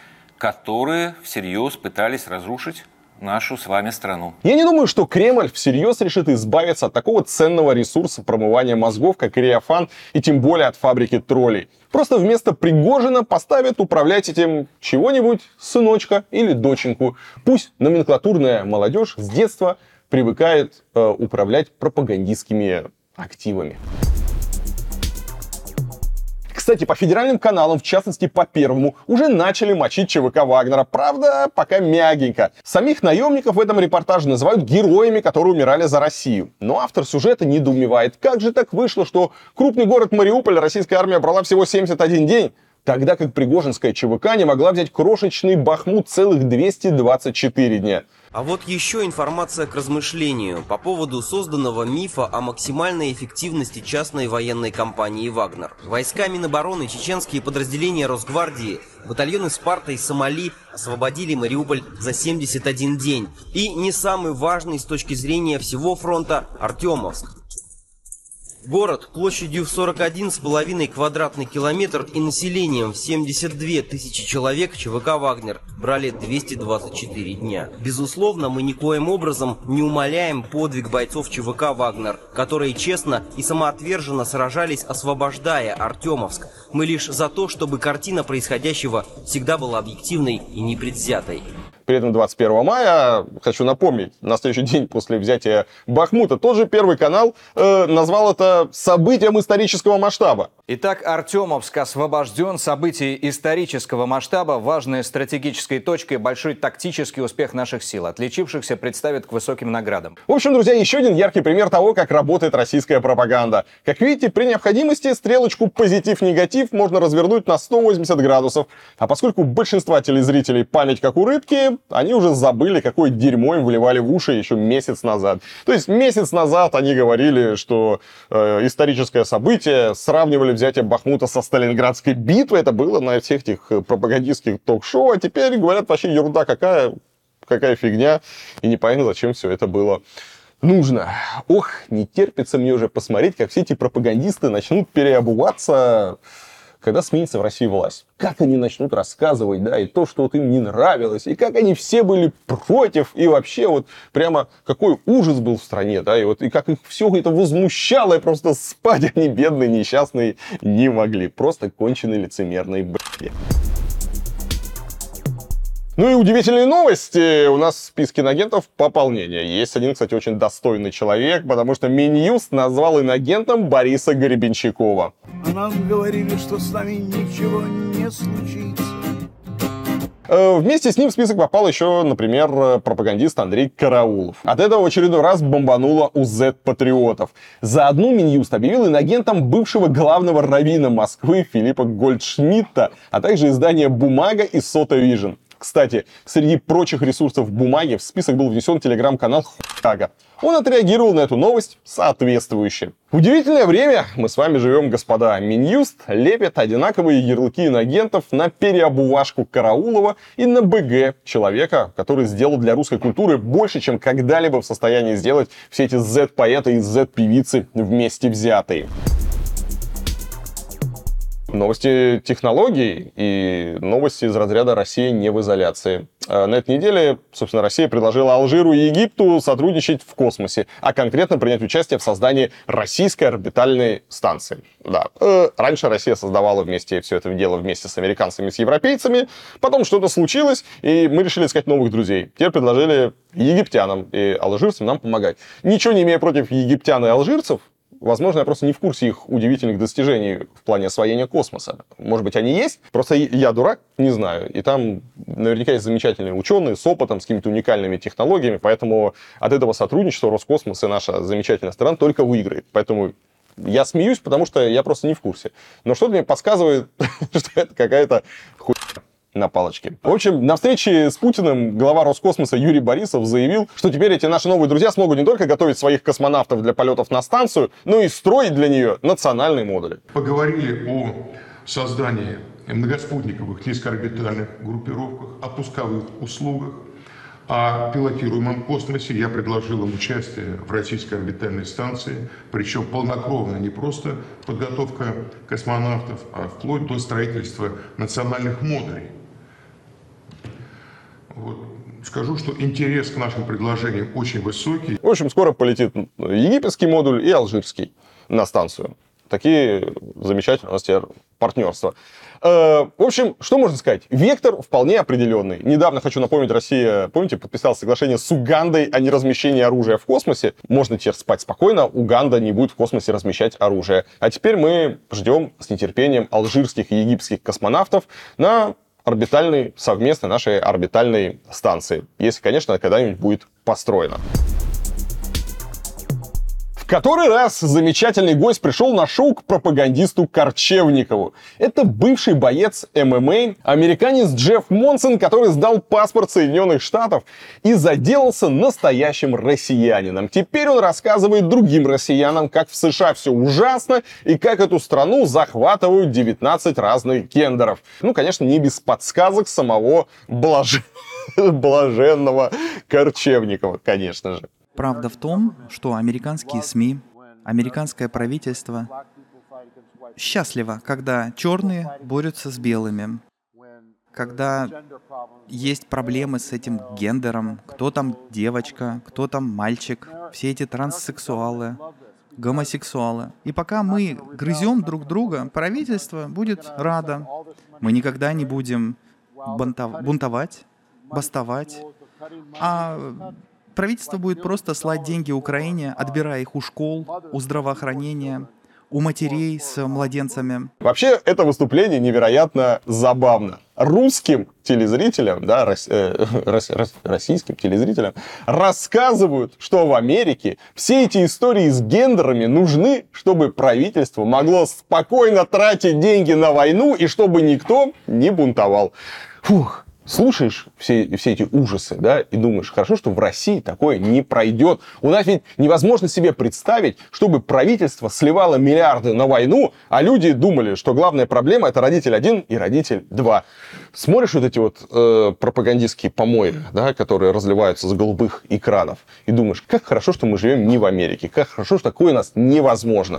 которые всерьез пытались разрушить нашу с вами страну. Я не думаю, что Кремль всерьез решит избавиться от такого ценного ресурса промывания мозгов, как Реафан, и тем более от фабрики троллей. Просто вместо Пригожина поставят управлять этим чего-нибудь сыночка или доченьку. Пусть номенклатурная молодежь с детства привыкает э, управлять пропагандистскими активами. Кстати, по федеральным каналам, в частности по Первому, уже начали мочить ЧВК Вагнера. Правда, пока мягенько. Самих наемников в этом репортаже называют героями, которые умирали за Россию. Но автор сюжета недоумевает, как же так вышло, что крупный город Мариуполь российская армия брала всего семьдесят один день, тогда как пригожинская ЧВК не могла взять крошечный Бахмут целых двести двадцать четыре дня. А вот еще информация к размышлению по поводу созданного мифа о максимальной эффективности частной военной компании «Вагнер». Войска Минобороны, чеченские подразделения Росгвардии, батальоны «Спарта» и «Сомали» освободили Мариуполь за семьдесят один день. И не самый важный с точки зрения всего фронта – Артемовск. Город площадью в сорок один с половиной квадратный километр и населением в семьдесят две тысячи человек ЧВК «Вагнер» брали двести двадцать четыре дня. Безусловно, мы никоим образом не умаляем подвиг бойцов ЧВК «Вагнер», которые честно и самоотверженно сражались, освобождая Артемовск. Мы лишь за то, чтобы картина происходящего всегда была объективной и непредвзятой. При этом двадцать первого мая, хочу напомнить, на следующий день после взятия Бахмута, тот же Первый канал э, назвал это событием исторического масштаба. Итак, Артемовск освобожден. Событие исторического масштаба, важной стратегической точкой, большой тактический успех наших сил. Отличившихся представят к высоким наградам. В общем, друзья, еще один яркий пример того, как работает российская пропаганда. Как видите, при необходимости стрелочку позитив-негатив можно развернуть на сто восемьдесят градусов. А поскольку у большинства телезрителей память как у рыбки, они уже забыли, какое дерьмо им выливали в уши еще месяц назад. То есть месяц назад они говорили, что э, историческое событие, сравнивали взятие Бахмута со Сталинградской битвой. Это было на всех этих пропагандистских ток-шоу. А теперь говорят, вообще ерунда какая, какая фигня. И непонятно, зачем все это было нужно. Ох, не терпится мне уже посмотреть, как все эти пропагандисты начнут переобуваться, когда сменится в России власть. Как они начнут рассказывать, да, и то, что вот им не нравилось, и как они все были против, и вообще вот прямо какой ужас был в стране, да, и вот и как их все это возмущало, и просто спать они, бедные, несчастные, не могли. Просто конченые лицемерные б***ь. Ну и удивительные новости. У нас в списке инагентов пополнение. Есть один, кстати, очень достойный человек, потому что Минюст назвал инагентом Бориса Гребенщикова. А нам говорили, что с нами ничего не случится. Вместе с ним в список попал еще, например, пропагандист Андрей Караулов. От этого в очередной раз бомбануло у зет-патриотов. Заодно Минюст объявил инагентом бывшего главного раввина Москвы Филиппа Гольдшмидта, а также издание «Бумага» и «Сота Вижн». Кстати, среди прочих ресурсов «Бумаги» в список был внесен телеграм-канал Хуяга. Он отреагировал на эту новость соответствующе. В удивительное время мы с вами живем, господа. Минюст лепит одинаковые ярлыки инагентов на переобувашку Караулова и на БГ, человека, который сделал для русской культуры больше, чем когда-либо в состоянии сделать все эти зет-поэты и зет-певицы вместе взятые. Новости технологий и новости из разряда «Россия не в изоляции». На этой неделе, собственно, Россия предложила Алжиру и Египту сотрудничать в космосе, а конкретно принять участие в создании российской орбитальной станции. Да. Раньше Россия создавала вместе все это дело вместе с американцами и с европейцами, потом что-то случилось, и мы решили искать новых друзей. Теперь предложили египтянам и алжирцам нам помогать. Ничего не имея против египтян и алжирцев, возможно, я просто не в курсе их удивительных достижений в плане освоения космоса. Может быть, они есть, просто я дурак, не знаю. И там наверняка есть замечательные ученые с опытом, с какими-то уникальными технологиями, поэтому от этого сотрудничества Роскосмос и наша замечательная страна только выиграет. Поэтому я смеюсь, потому что я просто не в курсе. Но что-то мне подсказывает, что это какая-то хуйня на палочке. В общем, на встрече с Путиным глава Роскосмоса Юрий Борисов заявил, что теперь эти наши новые друзья смогут не только готовить своих космонавтов для полетов на станцию, но и строить для нее национальные модули. Поговорили о создании многоспутниковых низкоорбитальных группировках, о пусковых услугах, о пилотируемом космосе. Я предложил им участие в российской орбитальной станции, причем полнокровно, не просто подготовка космонавтов, а вплоть до строительства национальных модулей. Вот. Скажу, что интерес к нашим предложениям очень высокий. В общем, скоро полетит египетский модуль и алжирский на станцию. Такие замечательные у нас теперь партнерства. В общем, что можно сказать? Вектор вполне определенный. Недавно, хочу напомнить, Россия, помните, подписала соглашение с Угандой о неразмещении оружия в космосе. Можно теперь спать спокойно, Уганда не будет в космосе размещать оружие. А теперь мы ждем с нетерпением алжирских и египетских космонавтов на орбитальной, совместной нашей орбитальной станции. Если, конечно, когда-нибудь будет построена. В который раз замечательный гость пришел на шоу к пропагандисту Корчевникову. Это бывший боец эм эм а, американец Джефф Монсон, который сдал паспорт Соединенных Штатов и заделался настоящим россиянином. Теперь он рассказывает другим россиянам, как в США все ужасно и как эту страну захватывают девятнадцать разных гендеров. Ну, конечно, не без подсказок самого блаж... блаженного Корчевникова, конечно же. Правда в том, что американские СМИ, американское правительство счастливо, когда черные борются с белыми, когда есть проблемы с этим гендером, кто там девочка, кто там мальчик, все эти транссексуалы, гомосексуалы. И пока мы грызем друг друга, правительство будет радо. Мы никогда не будем бунтовать. бастовать. А правительство будет просто слать деньги Украине, отбирая их у школ, у здравоохранения, у матерей с младенцами. Вообще, это выступление невероятно забавно. Русским телезрителям, да, рос, э, рос, рос, российским телезрителям рассказывают, что в Америке все эти истории с гендерами нужны, чтобы правительство могло спокойно тратить деньги на войну и чтобы никто не бунтовал. Фух. Слушаешь все, все эти ужасы, да, и думаешь, хорошо, что в России такое не пройдет. У нас ведь невозможно себе представить, чтобы правительство сливало миллиарды на войну, а люди думали, что главная проблема — это родитель один и родитель два. Смотришь вот эти вот э, пропагандистские помои, да, которые разливаются с голубых экранов, и думаешь, как хорошо, что мы живем не в Америке, как хорошо, что такое у нас невозможно.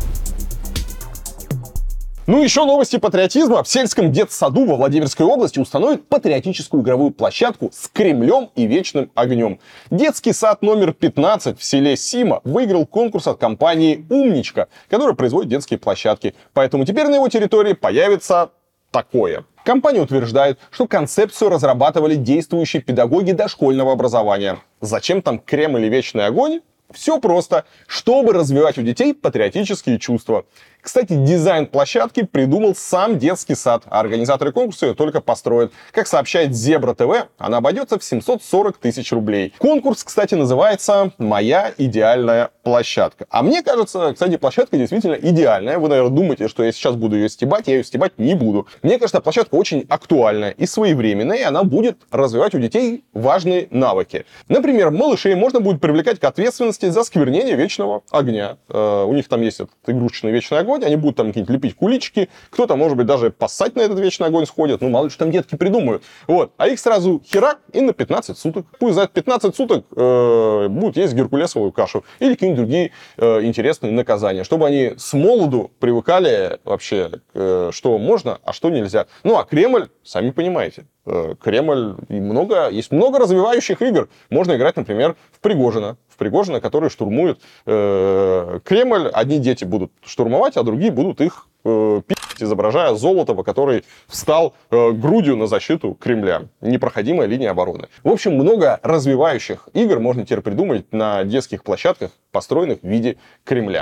Ну, еще новости патриотизма. В сельском детсаду во Владимирской области установят патриотическую игровую площадку с Кремлем и вечным огнем. Детский сад номер пятнадцать в селе Сима выиграл конкурс от компании «Умничка», которая производит детские площадки. Поэтому теперь на его территории появится такое. Компания утверждает, что концепцию разрабатывали действующие педагоги дошкольного образования. Зачем там Кремль и вечный огонь? Все просто, чтобы развивать у детей патриотические чувства. Кстати, дизайн площадки придумал сам детский сад, а организаторы конкурса ее только построят. Как сообщает Зебра ТВ, она обойдется в семьсот сорок тысяч рублей. Конкурс, кстати, называется «Моя идеальная площадка». А мне кажется, кстати, площадка действительно идеальная. Вы, наверное, думаете, что я сейчас буду ее стебать, я ее стебать не буду. Мне кажется, площадка очень актуальная и своевременная, и она будет развивать у детей важные навыки. Например, малышей можно будет привлекать к ответственности за сквернение вечного огня. Э, у них там есть этот игрушечный вечный огонь, они будут там какие-нибудь лепить кулички, кто-то, может быть, даже поссать на этот вечный огонь сходит, ну, мало ли что там детки придумают. Вот. А их сразу херак и на пятнадцать суток. Пусть за пятнадцать суток э, будут есть геркулесовую кашу или какие-нибудь другие э, интересные наказания, чтобы они с молоду привыкали вообще, э, что можно, а что нельзя. Ну, а Кремль, сами понимаете, э, Кремль, много, есть много развивающих игр. Можно играть, например, в Пригожина. Пригожина, которые штурмуют э, Кремль. Одни дети будут штурмовать, а другие будут их э, пи***ть, изображая Золотова, который встал э, грудью на защиту Кремля. Непроходимая линия обороны. В общем, много развивающих игр можно теперь придумать на детских площадках, построенных в виде Кремля.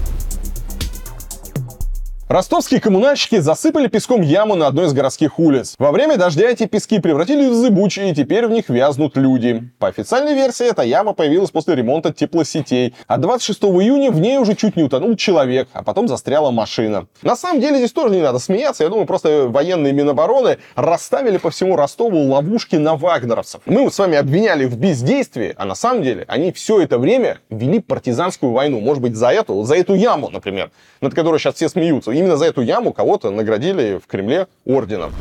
Ростовские коммунальщики засыпали песком яму на одной из городских улиц. Во время дождя эти пески превратились в зыбучие, и теперь в них вязнут люди. По официальной версии, эта яма появилась после ремонта теплосетей. А двадцать шестого июня в ней уже чуть не утонул человек, а потом застряла машина. На самом деле здесь тоже не надо смеяться. Я думаю, просто военные Минобороны расставили по всему Ростову ловушки на вагнеровцев. Мы вот с вами обвиняли в бездействии, а на самом деле они все это время вели партизанскую войну. Может быть, за эту, за эту яму, например, над которой сейчас все смеются. Именно за эту яму кого-то наградили в Кремле орденом.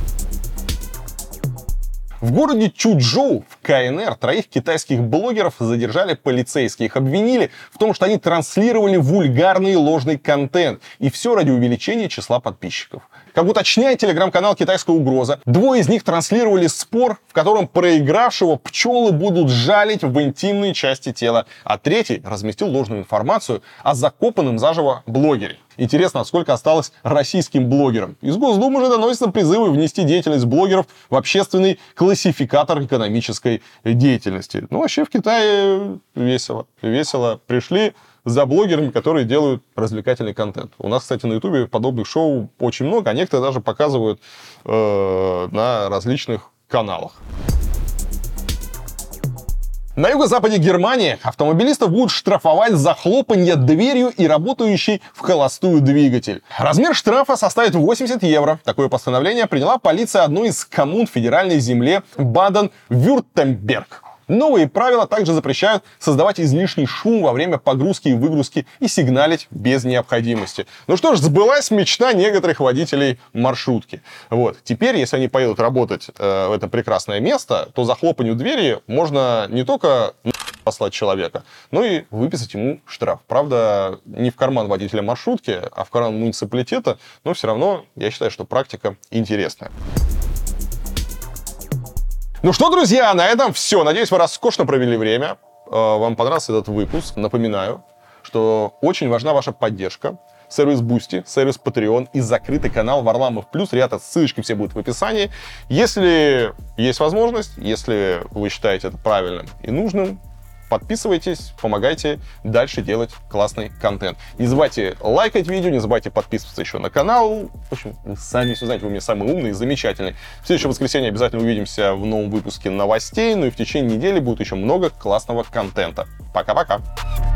В городе Чучжоу в ка эн эр троих китайских блогеров задержали полицейские. Их обвинили в том, что они транслировали вульгарный и ложный контент. И все ради увеличения числа подписчиков. Как уточняет телеграм-канал «Китайская угроза», двое из них транслировали спор, в котором проигравшего пчелы будут жалить в интимные части тела, а третий разместил ложную информацию о закопанном заживо блогере. Интересно, сколько осталось российским блогерам? Из Госдумы же доносятся призывы внести деятельность блогеров в общественный классификатор экономической деятельности. Ну, вообще в Китае весело. Весело пришли за блогерами, которые делают развлекательный контент. У нас, кстати, на Ютубе подобных шоу очень много, а некоторые даже показывают э, на различных каналах. На юго-западе Германии автомобилистов будут штрафовать за хлопанье дверью и работающий в холостую двигатель. Размер штрафа составит восемьдесят евро. Такое постановление приняла полиция одной из коммун федеральной земле Баден-Вюртемберг. Новые правила также запрещают создавать излишний шум во время погрузки и выгрузки и сигналить без необходимости. Ну что ж, сбылась мечта некоторых водителей маршрутки. Вот. Теперь, если они поедут работать э, в это прекрасное место, то за хлопанью двери можно не только послать человека, но и выписать ему штраф. Правда, не в карман водителя маршрутки, а в карман муниципалитета, но все равно я считаю, что практика интересная. Ну что, друзья, на этом все. Надеюсь, вы роскошно провели время. Вам понравился этот выпуск. Напоминаю, что очень важна ваша поддержка. сервис Boosty, сервис Patreon и закрытый канал Варламов Плюс. Ребята, ссылочки все будут в описании. Если есть возможность, если вы считаете это правильным и нужным, подписывайтесь, помогайте дальше делать классный контент. Не забывайте лайкать видео, не забывайте подписываться еще на канал. В общем, вы сами все знаете, вы у меня самый умный и замечательный. В следующее воскресенье обязательно увидимся в новом выпуске новостей. Ну и в течение недели будет еще много классного контента. Пока-пока.